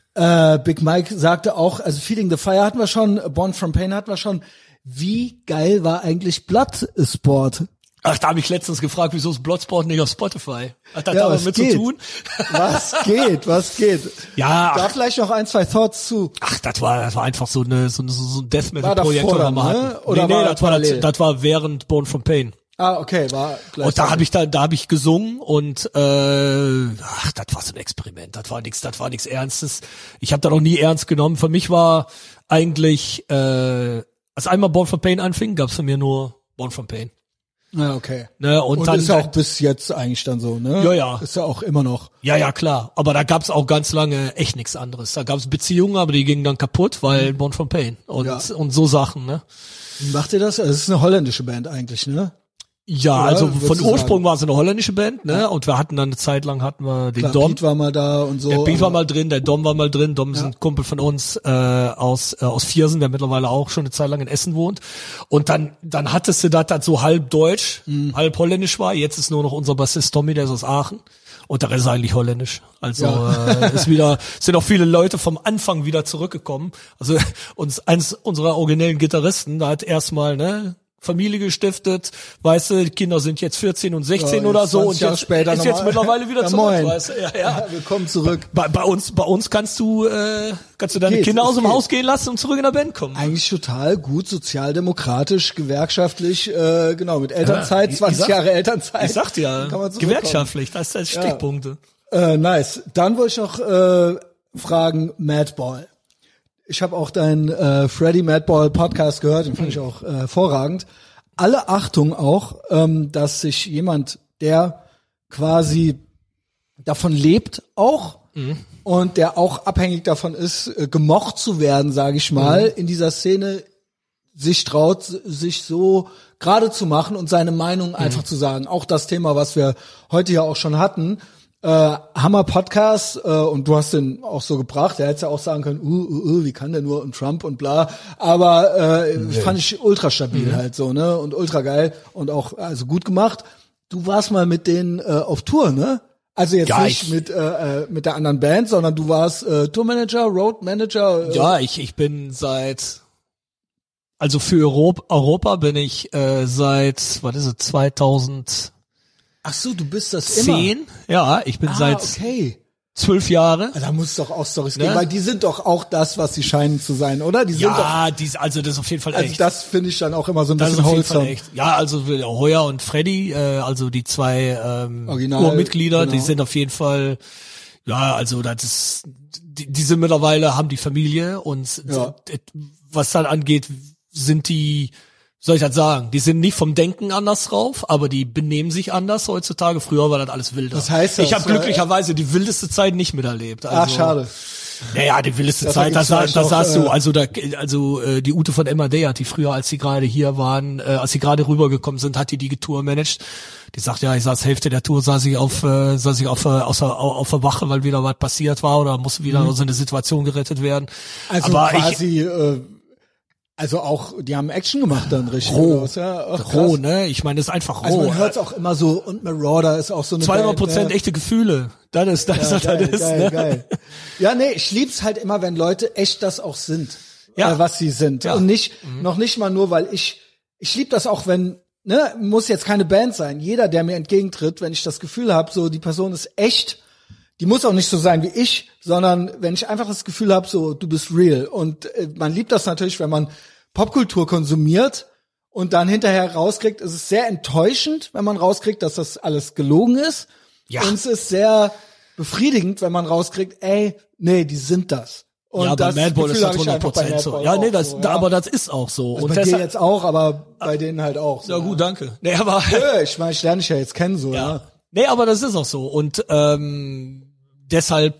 äh, Big Mike sagte auch, also Feeling the Fire hatten wir schon, Born from Pain hatten wir schon. Wie geil war eigentlich Bloodsport? Ach, da habe ich letztens gefragt, wieso ist Bloodsport nicht auf Spotify? Hat das ja, damit mit geht? zu tun? Was geht? Was geht? Ja. Da vielleicht noch ein, zwei Thoughts zu. Ach, das war, das war einfach so eine, so, so ein Death Metal Projekt, was wir mal hatten. Oder nee, war nee, das war, das, das war während Born from Pain. Ah, okay, war gleich. Und da habe ich da, da habe ich gesungen und äh, ach, das war so ein Experiment. Das war nichts, das war nichts Ernstes. Ich habe da noch nie ernst genommen. Für mich war eigentlich, äh, als einmal Born from Pain anfing, gab's für mir nur Born from Pain. Ja, okay. Ne, und und dann, ist ja auch bis jetzt eigentlich dann so, ne? Ja, ja. Ist ja auch immer noch. Ja, ja, klar. Aber da gab's auch ganz lange echt nichts anderes. Da gab's Beziehungen, aber die gingen dann kaputt, weil Born from Pain und ja. und so Sachen, ne? Wie macht ihr das? Es ist eine holländische Band eigentlich, ne? Ja, Oder? also Würdest von Ursprung sagen? war es eine holländische Band, ne? Ja. Und wir hatten dann eine Zeit lang hatten wir den Klar, Dom. Beat war mal da und so. Der Beat war mal drin, der Dom war mal drin. Dom ist Ja. ein Kumpel von uns äh, aus äh, aus Viersen, der mittlerweile auch schon eine Zeit lang in Essen wohnt. Und dann dann hattest du das, das so halb deutsch, Mhm. halb holländisch war. Jetzt ist nur noch unser Bassist Tommy, der ist aus Aachen. Und der Rest ist eigentlich holländisch. Also Ja. äh, ist wieder sind auch viele Leute vom Anfang wieder zurückgekommen. Also uns eins unserer originellen Gitarristen, da hat erstmal, ne, Familie gestiftet, weißt du, die Kinder sind jetzt vierzehn und sechzehn Ja, oder so und Jahre jetzt später ist noch jetzt mal. mittlerweile wieder Ja, zurück, moin. weißt du? Ja, ja. Willkommen zurück. Bei, bei uns, bei uns kannst du, äh, kannst du deine Geht, Kinder es aus dem geht. Haus gehen lassen und zurück in der Band kommen. Eigentlich total gut, sozialdemokratisch, gewerkschaftlich, äh, genau, mit Elternzeit, Ja, ich- zwanzig ich sag- Jahre Elternzeit. Ich sag dir, Kann man zurückkommen. gewerkschaftlich, das sind Ja. Stichpunkte. Äh, nice. Dann wollte ich noch äh, fragen, Madball. Ich habe auch deinen äh, Freddy Madball Podcast gehört, den fand ich auch äh, hervorragend. Alle Achtung auch, ähm, dass sich jemand, der quasi davon lebt, auch mhm. und der auch abhängig davon ist, äh, gemocht zu werden, sage ich mal, mhm. in dieser Szene sich traut, sich so gerade zu machen und seine Meinung mhm. einfach zu sagen. Auch das Thema, was wir heute ja auch schon hatten, äh, Hammer Podcast, äh, und du hast den auch so gebracht, er hätte ja auch sagen können, uh, uh, uh, wie kann der nur und Trump und bla, aber äh, nee. fand ich ultra stabil mhm. halt so, ne, und ultra geil und auch also gut gemacht. Du warst mal mit denen äh, auf Tour, ne? Also jetzt ja, nicht ich, mit äh, mit der anderen Band, sondern du warst äh, Tourmanager, Roadmanager. Äh, ja, ich ich bin seit also für Europa, Europa bin ich äh, seit was ist es zweitausend Ach so, du bist das immer. Zehn? Ja, ich bin ah, seit okay. zwölf Jahre. Da muss es doch auch Storys Ne? geben, weil die sind doch auch das, was sie scheinen zu sein, oder? Die sind doch, Ja, dies, also das ist auf jeden Fall also echt. das finde ich dann auch immer so ein Das ist bisschen auf jeden Fall wholesome. echt. Ja, also Heuer und Freddy, äh, also die zwei ähm, Original, Urmitglieder, genau. die sind auf jeden Fall, Ja, also das ist, die, die sind mittlerweile, haben die Familie und Ja. was dann angeht, sind die, soll ich das sagen, die sind nicht vom Denken anders drauf, aber die benehmen sich anders heutzutage. Früher war das alles wilder. Was heißt das? Ich habe glücklicherweise die wildeste Zeit nicht miterlebt. Also, Ach, schade. Naja, die wildeste Das Zeit, da, ergibt's sa- vielleicht da auch, saß äh, du, also da, also äh, die Ute von M A D hat die früher, als sie gerade hier waren, äh, als sie gerade rübergekommen sind, hat die die Tour managt. Die sagt, ja, ich saß Hälfte der Tour, saß ich auf, äh, saß ich auf, äh, auf, auf der Wache, weil wieder was passiert war oder musste wieder Mhm. so eine Situation gerettet werden. Also Aber ich, quasi, äh, also auch, die haben Action gemacht dann richtig. roh, Aus, ja? Ach, krass. roh, ne? Ich meine, das ist einfach roh. Also man hört es auch immer so, und Marauder ist auch so eine zweihundert Band, Prozent ne? echte Gefühle. Das ist, das Ja, ist, was geil, das ist, geil, ne? geil. Ja, nee, ich lieb's halt immer, wenn Leute echt das auch sind, Ja. äh, was sie sind. Ja. Und nicht, noch nicht mal nur, weil ich, ich lieb das auch, wenn, ne, muss jetzt keine Band sein. Jeder, der mir entgegentritt, wenn ich das Gefühl habe, so, die Person ist echt, die muss auch nicht so sein wie ich, sondern wenn ich einfach das Gefühl habe, so, du bist real. Und äh, man liebt das natürlich, wenn man Popkultur konsumiert und dann hinterher rauskriegt, es ist sehr enttäuschend, wenn man rauskriegt, dass das alles gelogen ist. Ja. Und es ist sehr befriedigend, wenn man rauskriegt, ey, nee, die sind das. Und Ja, bei das Madball ist Gefühl das hab ich hundert einfach bei Prozent so. Madball Ja, auch nee, das, so, ja. aber das ist auch so. Also Und bei dir deshalb, jetzt auch, aber bei denen halt auch. So, ja gut, danke. Nee, aber, Ja, ich meine, ich lerne dich ja jetzt kennen, so, ja. ja. Nee, aber das ist auch so. Und, ähm, deshalb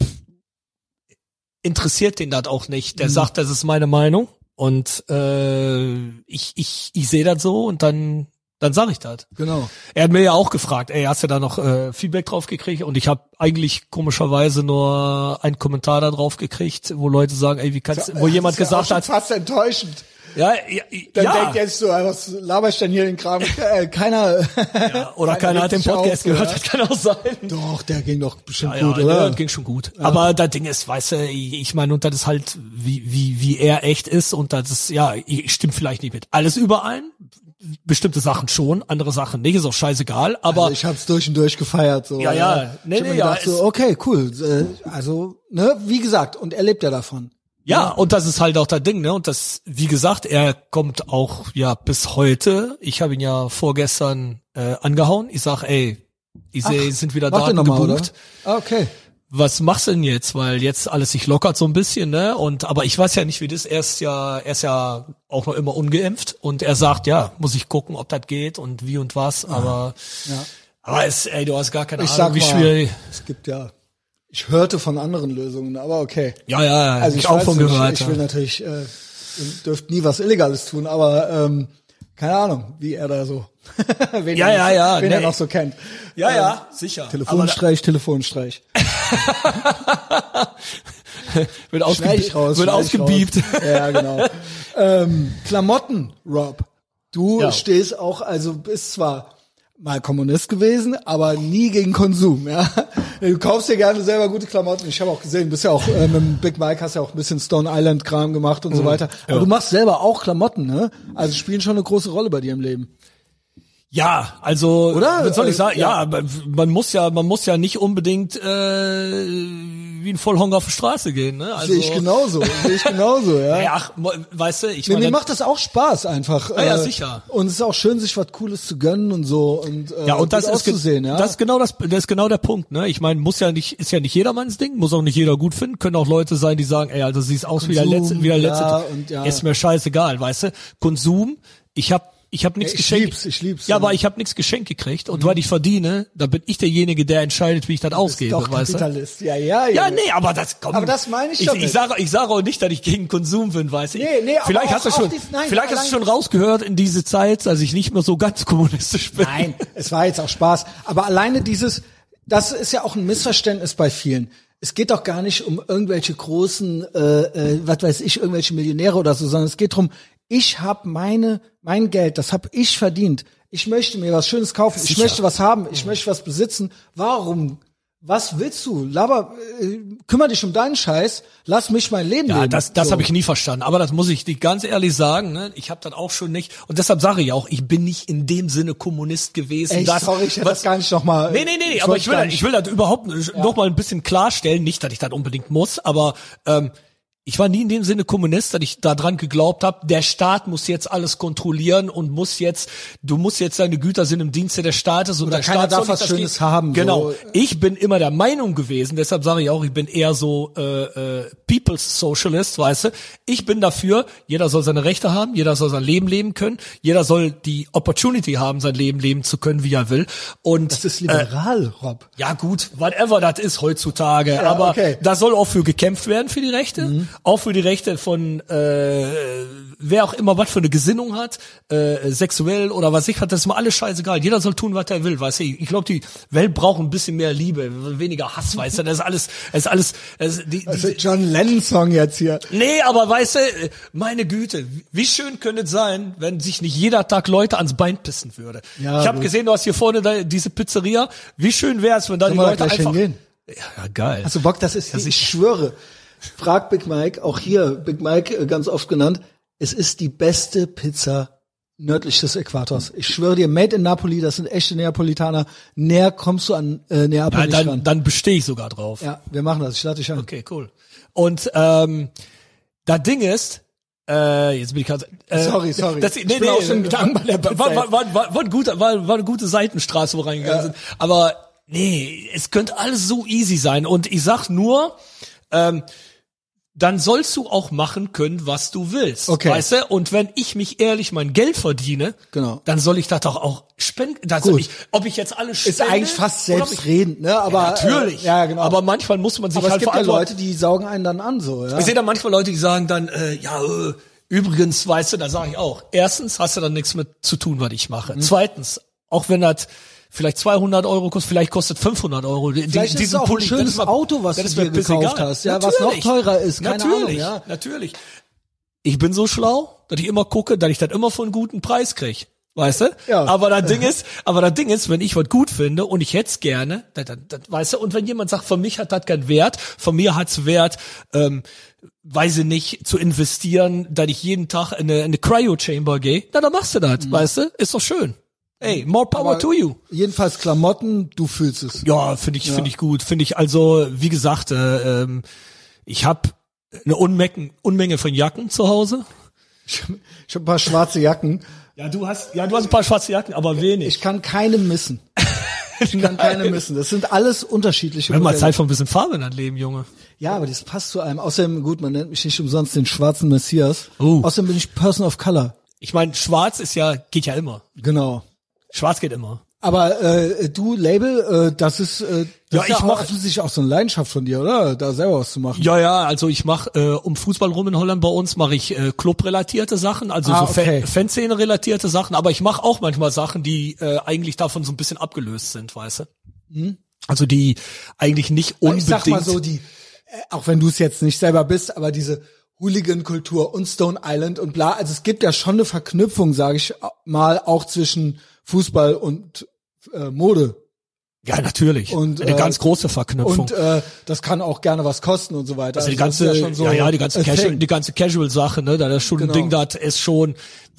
interessiert den das auch nicht. Der Mhm. sagt, das ist meine Meinung. Und, äh, ich, ich, ich sehe das so und dann, dann sag ich das. Genau. Er hat mir ja auch gefragt, ey, hast du da noch äh, Feedback drauf gekriegt? Und ich habe eigentlich komischerweise nur einen Kommentar da drauf gekriegt, wo Leute sagen, ey, wie kannst, wo Das jemand ist ja gesagt auch schon hat, fast enttäuschend. ja, ja, Dann ja. denkt er sich so, was laber ich denn hier den Kram? Äh, keiner, Ja, oder keiner hat den regt sich Podcast auf, so, gehört, ja. das kann auch sein. Doch, der ging doch bestimmt Ja, gut, ja, oder? ja, ging schon gut. Aber das Ding ist, weißt du, ich meine, und das ist halt, wie, wie, wie er echt ist und das ist, ja, ich stimme vielleicht nicht mit alles überein. Bestimmte Sachen schon, andere Sachen nicht, ist auch scheißegal, aber Also ich hab's durch und durch gefeiert, so. Ja, ja. Nee, ich hab nee, mir ja, gedacht, so, es- okay, cool. Äh, Also, ne, wie gesagt, und er lebt ja davon. ja, und das ist halt auch das Ding, ne? Und das, wie gesagt, er kommt auch ja bis heute. Ich habe ihn ja vorgestern äh, angehauen. Ich sag, ey, ich sehe, sind wieder Macht ihr Daten noch mal, gebucht. oder? Ah, okay. Was machst du denn jetzt? Weil jetzt alles sich lockert so ein bisschen, ne? Und aber ich weiß ja nicht, wie das. Er ist ja, er ist ja auch noch immer ungeimpft und er sagt, ja, muss ich gucken, ob das geht und wie und was. Aber, Ja. aber es, ey, du hast gar keine Ich Ahnung, sag wie mal, schwierig. es gibt ja, ich hörte von anderen Lösungen, aber okay. Ja, ja, Also ich ich auch weiß von nicht, gehört. ich ja. will natürlich, äh, dürft nie was Illegales tun, aber ähm, keine Ahnung, wie er da so, wen, Ja, er, ja, noch, ja, wen er nee. noch so kennt. Ja, Ähm, ja, sicher. Telefonstreich, Telefonstreich. Aber wird, ausge Schneid ich raus. wird schneid ich ausgebiebt. raus. Ja, genau. ähm, Klamotten, Rob. Du Ja. stehst auch, also bist zwar mal Kommunist gewesen, aber nie gegen Konsum, ja. Du kaufst dir gerne selber gute Klamotten. Ich habe auch gesehen, du bist ja auch äh, mit dem Big Mike, hast ja auch ein bisschen Stone Island Kram gemacht und so weiter. Aber ja. du machst selber auch Klamotten, ne? Also spielen schon eine große Rolle bei dir im Leben. Ja, also, Oder? was soll ich Äh, sagen? ja. Ja, aber man muss ja, man muss ja nicht unbedingt äh, wie ein Vollhonger auf die Straße gehen, ne? Also, Sehe ich genauso, sehe ich genauso, ja. Ja, ach, mo- weißt du, ich Nee, meine, mir macht das auch Spaß einfach. Ja, ja, äh, sicher. Und es ist auch schön, sich was Cooles zu gönnen und so und äh, ja, und das gut ist, ge- auszusehen, ja. das ist genau das, das ist genau der Punkt, ne? Ich meine, muss ja nicht, ist ja nicht jedermanns Ding, muss auch nicht jeder gut finden, können auch Leute sein, die sagen, ey, also siehst aus wie der Konsum, letzte, wie der letzte, ja, und ja. ist mir scheißegal, weißt du? Konsum, ich hab Ich habe nichts Ja, ich geschenkt. lieb's, ich lieb's, Ja, ja. aber ich habe nichts geschenkt gekriegt und weil ich verdiene, da bin ich derjenige, der entscheidet, wie ich das ausgebe, Doch, weißt du? Kapitalist. Ja, ja, Ja, Junge. nee, aber das kommt. Aber das meine ich ich damit. Ich sage, ich sage auch nicht, dass ich gegen Konsum bin, weißt du? Nee, nee, aber vielleicht auch- hast du auch schon, dies- nein, vielleicht hast allein- du schon rausgehört in diese Zeit, dass ich nicht mehr so ganz kommunistisch bin. Nein, es war jetzt auch Spaß. Aber alleine dieses, das ist ja auch ein Missverständnis bei vielen. Es geht doch gar nicht um irgendwelche großen, äh, äh, was weiß ich, irgendwelche Millionäre oder so, sondern es geht drum, ich habe meine, mein Geld, das habe ich verdient. Ich möchte mir was Schönes kaufen. Ich Sicher. möchte was haben. Ich möchte was besitzen. Warum? Was willst du? Laber, äh, kümmere dich um deinen Scheiß. Lass mich mein Leben Ja, leben. das, das So. habe ich nie verstanden. Aber das muss ich dir ganz ehrlich sagen. Ne? Ich habe das auch schon nicht. Und deshalb sage ich auch, ich bin nicht in dem Sinne Kommunist gewesen. Echt, dass, sorry, ich hätte was- das gar nicht noch mal. Nee, nee, nee, ich aber wollte ich will, gar das, nicht- ich will das überhaupt noch mal ein bisschen klarstellen. Nicht, dass ich das unbedingt muss, aber ähm, ich war nie in dem Sinne Kommunist, dass ich daran geglaubt habe, der Staat muss jetzt alles kontrollieren und muss jetzt, du musst jetzt deine Güter sind im Dienste des Staates und Oder der keiner Staat darf soll was nicht das Schönes gehen. haben. Genau. So. Ich bin immer der Meinung gewesen, deshalb sage ich auch, ich bin eher so äh, äh, People's Socialist, weißt du. Ich bin dafür, jeder soll seine Rechte haben, jeder soll sein Leben leben können, jeder soll die Opportunity haben, sein Leben leben zu können, wie er will. Und Das ist liberal, äh, Rob. ja gut, whatever das ist heutzutage, Ja, aber okay. da soll auch für gekämpft werden für die Rechte, Mhm. auch für die Rechte von äh, wer auch immer was für eine Gesinnung hat, äh, sexuell oder was ich was, das ist mir alles scheißegal. Jeder soll tun, was er will, weißt du. Ich glaube, die Welt braucht ein bisschen mehr Liebe, weniger Hass, weißt du. Das ist alles, das ist alles. Das ist die, Also die, John Lennon Song jetzt hier. nee, aber weißt du, meine Güte, wie schön könnte es sein, wenn sich nicht jeder Tag Leute ans Bein pissen würde. Ja, ich habe gut. gesehen, du hast hier vorne da, diese Pizzeria. Wie schön wäre es, wenn da Sollen die wir da Leute gleich einfach. hingehen? Ja, geil. Hast du Bock, das ist, ich schwöre, frag Big Mike, auch hier, Big Mike äh, ganz oft genannt, es ist die beste Pizza nördlich des Äquators. Ich schwöre dir, made in Napoli, das sind echte Neapolitaner. Näher kommst du an äh, Neapel Ja, nicht dann ran. dann bestehe ich sogar drauf. Ja, wir machen das, ich lade dich an. Okay, cool. Und ähm, das Ding ist, äh, jetzt bin ich gerade. Äh, Sorry, sorry. Das, nee, Ich bin nee, auch schon Gedanken bei der Pizza. war, war, war, war, war, ein guter, war, war eine gute Seitenstraße, wo wir reingegangen Ja. sind. Aber nee, es könnte alles so easy sein. Und ich sag nur, ähm, dann sollst du auch machen können, was du willst. Okay. Weißt du? Und wenn ich mich ehrlich mein Geld verdiene, Genau. dann soll ich das doch auch spenden. Das soll ich, ob ich jetzt alles spende. Ist eigentlich fast oder ob ich- selbstredend, ne? Aber Ja, natürlich. Äh, ja, genau. Aber manchmal muss man sich Aber es halt gibt ja verantworten. Leute, die saugen einen dann an, so, ja. Ich sehe da manchmal Leute, die sagen dann, äh, ja, äh, übrigens, weißt du, da sage ich auch, erstens hast du dann nichts mit zu tun, was ich mache. Mhm. Zweitens, auch wenn das vielleicht zweihundert Euro kostet, vielleicht kostet fünfhundert Euro. Die, Vielleicht ist es diesen auch ein Pulli, schönes das ist mir- Auto, was das du ist dir mir gekauft pissegal. hast, ja, was noch Natürlich. teurer ist, keine natürlich, Ahnung, ja. Natürlich. Ich bin so schlau, dass ich immer gucke, dass ich das immer für einen guten Preis kriege. Weißt du? Ja. Aber das Ding ist, aber das Ding ist, wenn ich was gut finde und ich hätte es gerne, das, das, das, weißt du, und wenn jemand sagt, für mich hat das keinen Wert, für mir hat's Wert, ähm, weiß ich nicht, zu investieren, dass ich jeden Tag in eine, in eine Cryo-Chamber gehe, na, dann machst du das, mhm. weißt du? Ist doch schön. Ey, more power Aber to you. Jedenfalls Klamotten, du fühlst es. Ja, finde ich, Ja. finde ich gut. Finde ich also, wie gesagt, äh, ähm, ich habe eine Unmenge, Unmenge von Jacken zu Hause. Ich habe hab ein paar schwarze Jacken. Ja, du hast, ja, du hast ein paar schwarze Jacken, aber wenig. Ich kann keine missen. Ich kann keine missen. Das sind alles unterschiedliche Wir haben mal Modelle. Zeit für ein bisschen Farbe in dein Leben, Junge. Ja, aber das passt zu einem. Außerdem, gut, man nennt mich nicht umsonst den schwarzen Messias. Oh. Außerdem bin ich Person of Color. Ich meine, schwarz ist ja, geht ja immer. Genau. Schwarz geht immer. Aber äh, du, Label, äh, das ist, äh, das Ja, ist ja ich auch mach- offensichtlich auch so eine Leidenschaft von dir, oder? Da selber was zu machen. Ja, ja, also ich mache äh, um Fußball rum in Holland bei uns mache ich äh, Club-relatierte Sachen, also Ah, so okay. Fan Fanszene-relatierte Sachen, aber ich mache auch manchmal Sachen, die äh, eigentlich davon so ein bisschen abgelöst sind, weißt du? Mhm. Also die eigentlich nicht unbedingt. Ich sag mal so, die, äh, auch wenn du es jetzt nicht selber bist, aber diese Hooligan-Kultur und Stone Island und bla, also es gibt ja schon eine Verknüpfung, sage ich mal, auch zwischen Fußball und äh, Mode. Ja, natürlich. Und, Eine äh, ganz große Verknüpfung. Und äh, das kann auch gerne was kosten und so weiter. Also die das ist ganze, ja, schon so ja, die ganze a Casual, thing. die ganze Casual-Sache, ne, da ist schon Genau. ein Ding, das ist schon,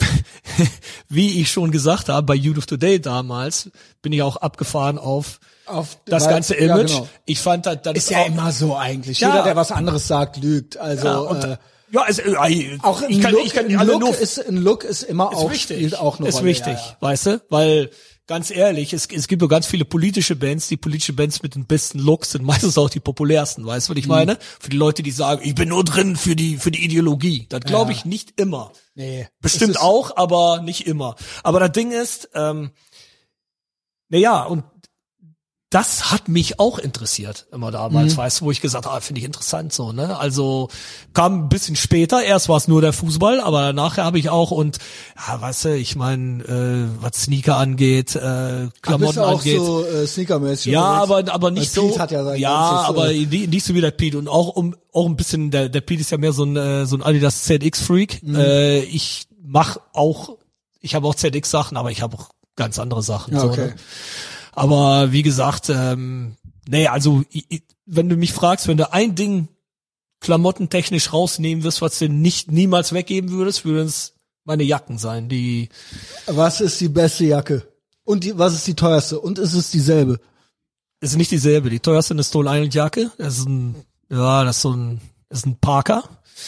wie ich schon gesagt habe, bei Youth of Today damals, bin ich auch abgefahren auf Auf, das weil- ganze ja, Image. genau. Ich fand, das, das Ist ja auch, immer so eigentlich. Ja. Jeder, der was anderes sagt, lügt. Also ja, und, äh, ja, es, äh, auch ein ich kann, Look, ich kann ein alle Look nur, ist ein Look ist immer ist auch wichtig, spielt auch eine ist Rolle. wichtig, Ja, ja. weißt du, weil ganz ehrlich, es, es gibt nur ganz viele politische Bands, die politische Bands mit den besten Looks sind meistens auch die populärsten, weißt du, was ich Mhm. meine? Für die Leute, die sagen, ich bin nur drin für die für die Ideologie. Das glaube Ja. ich nicht immer. Nee, Bestimmt es ist- auch, aber nicht immer. Aber das Ding ist, ähm, naja, und das hat mich auch interessiert, immer damals, Mhm. weißt du, wo ich gesagt habe, ah, finde ich interessant so, ne? Also kam ein bisschen später, erst war es nur der Fußball, aber nachher habe ich auch und ja, weißt du, ich meine, äh, was Sneaker angeht, äh, Ach, bist Klamotten du auch angeht. so äh, Sneakermäßig Ja, unterwegs? aber aber nicht Weil so. Pete hat ja sein ja, ganzes, aber äh, nie- nicht so wie der Pete und auch um auch ein bisschen der der Pete ist ja mehr so ein äh, so ein Adidas Z X Freak. Mhm. Äh, ich mach auch ich habe auch Z X Sachen, aber ich habe auch ganz andere Sachen Ja, so, okay. ne? Aber wie gesagt, ähm, nee, also i- i- wenn du mich fragst, wenn du ein Ding klamottentechnisch rausnehmen wirst, was du nicht niemals weggeben würdest, würden es meine Jacken sein, die Was ist die beste Jacke? Und die, was ist die teuerste? Und ist es dieselbe? ist nicht dieselbe. Die teuerste ist eine Stone Island Jacke. Das ist ein, ja, das ist so ein, das ist ein Parker.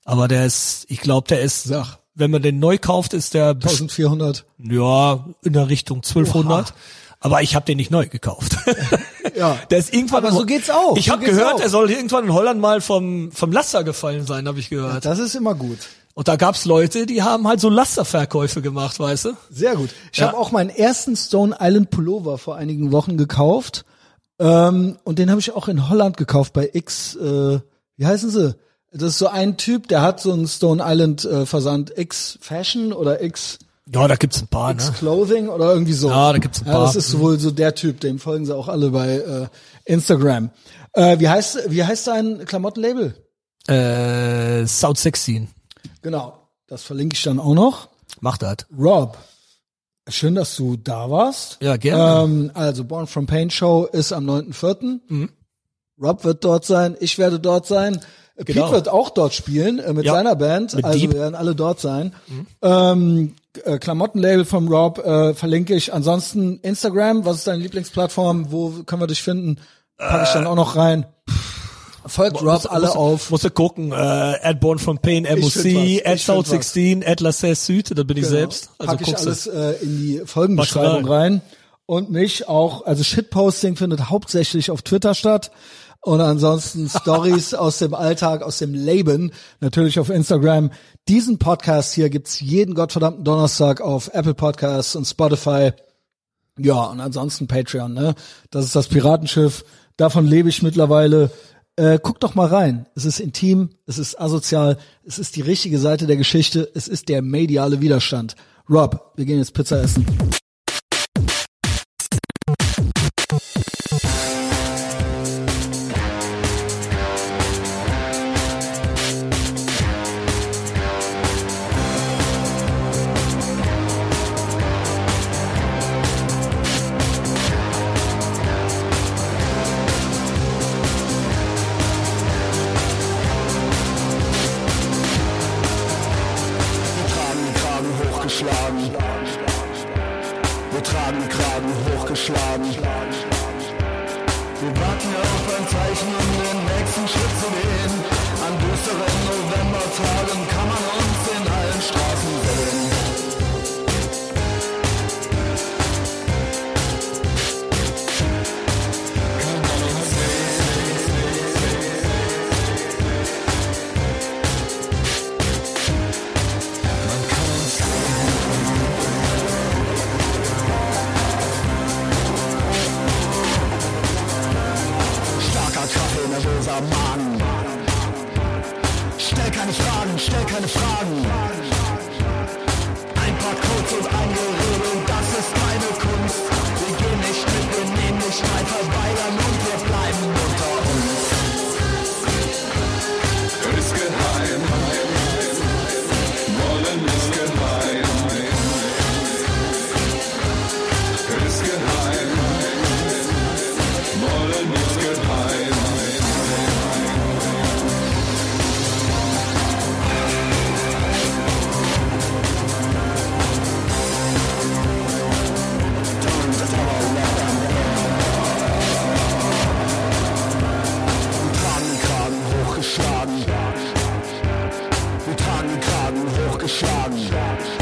Aber der ist, ich glaube, der ist, Sag. wenn man den neu kauft, ist der eintausendvierhundert. Ja, in der Richtung zwölfhundert. Oha. Aber ich habe den nicht neu gekauft. Ja. Der ist irgendwann. Aber so geht's auch. Ich so habe gehört, auch. Er soll irgendwann in Holland mal vom vom Laster gefallen sein, habe ich gehört. Ja, das ist immer gut. Und da gab's Leute, die haben halt so Lasterverkäufe gemacht, weißt du? Sehr gut. Ich Ja. habe auch meinen ersten Stone Island Pullover vor einigen Wochen gekauft. Ähm, und den habe ich auch in Holland gekauft bei X, äh, wie heißen sie? Das ist so ein Typ, der hat so einen Stone Island äh, Versand, X Fashion oder X, Ja, da gibt's ein paar, X ne? Clothing oder irgendwie so. Ja, da gibt's ein Ja, paar. das ist wohl so der Typ, dem folgen sie auch alle bei äh, Instagram. Äh, wie heißt wie heißt dein Klamottenlabel? Äh, South sechzehn. Genau, das verlinke ich dann auch noch. Macht das. Rob, schön, dass du da warst. Ja, gerne. Ähm, also Born from Pain Show ist am neunten vierten Mhm. Rob wird dort sein, ich werde dort sein. Äh, Genau. Pete wird auch dort spielen äh, mit Ja, seiner Band. mit Also Deep. wir werden alle dort sein. Mhm. Ähm, äh, Klamottenlabel vom Rob äh, verlinke ich. Ansonsten Instagram, was ist deine Lieblingsplattform? Wo können wir dich finden? Packe ich dann auch noch rein. Folgt Rob Muss- alle muss, auf. Musst du gucken, äh, at Born from Pain, M O Ich find C, was, at ich South find was. sechzehn, at La Cesse Süd, da bin ich Genau. selbst. Also Pack ich guckst alles du. äh, in die Folgenbeschreibung Was rein. Und mich auch, also Shitposting findet hauptsächlich auf Twitter statt. Und ansonsten Stories aus dem Alltag, aus dem Leben, natürlich auf Instagram. Diesen Podcast hier gibt's jeden gottverdammten Donnerstag auf Apple Podcasts und Spotify. Ja, und ansonsten Patreon, ne? Das ist das Piratenschiff. Davon lebe ich mittlerweile. Äh, guck doch mal rein. Es ist intim, es ist asozial, es ist die richtige Seite der Geschichte, es ist der mediale Widerstand. Rob, wir gehen jetzt Pizza essen. Wir tragen den Kragen hochgeschlagen. Wir tragen den Kragen hochgeschlagen. Wir warten auf ein Zeichen, um den nächsten Schritt zu gehen. An düsteren Novembertagen kann man uns in allen Straßen sehen. Kann man uns starker Kaffee, nervöser Magen. Stell keine Fragen, stell keine Fragen. Ein paar Codes und ein Gerede, das ist meine Kunst. Wir gehen nicht mit, wir nehmen nicht teil, verweigern und wir bleiben unter uns. Ist geheim, wollen ist geheim. Ist geheim, wollen ist geheim. Wir tragen den Kragen hochgeschlagen. Wir tragen den Kragen hochgeschlagen.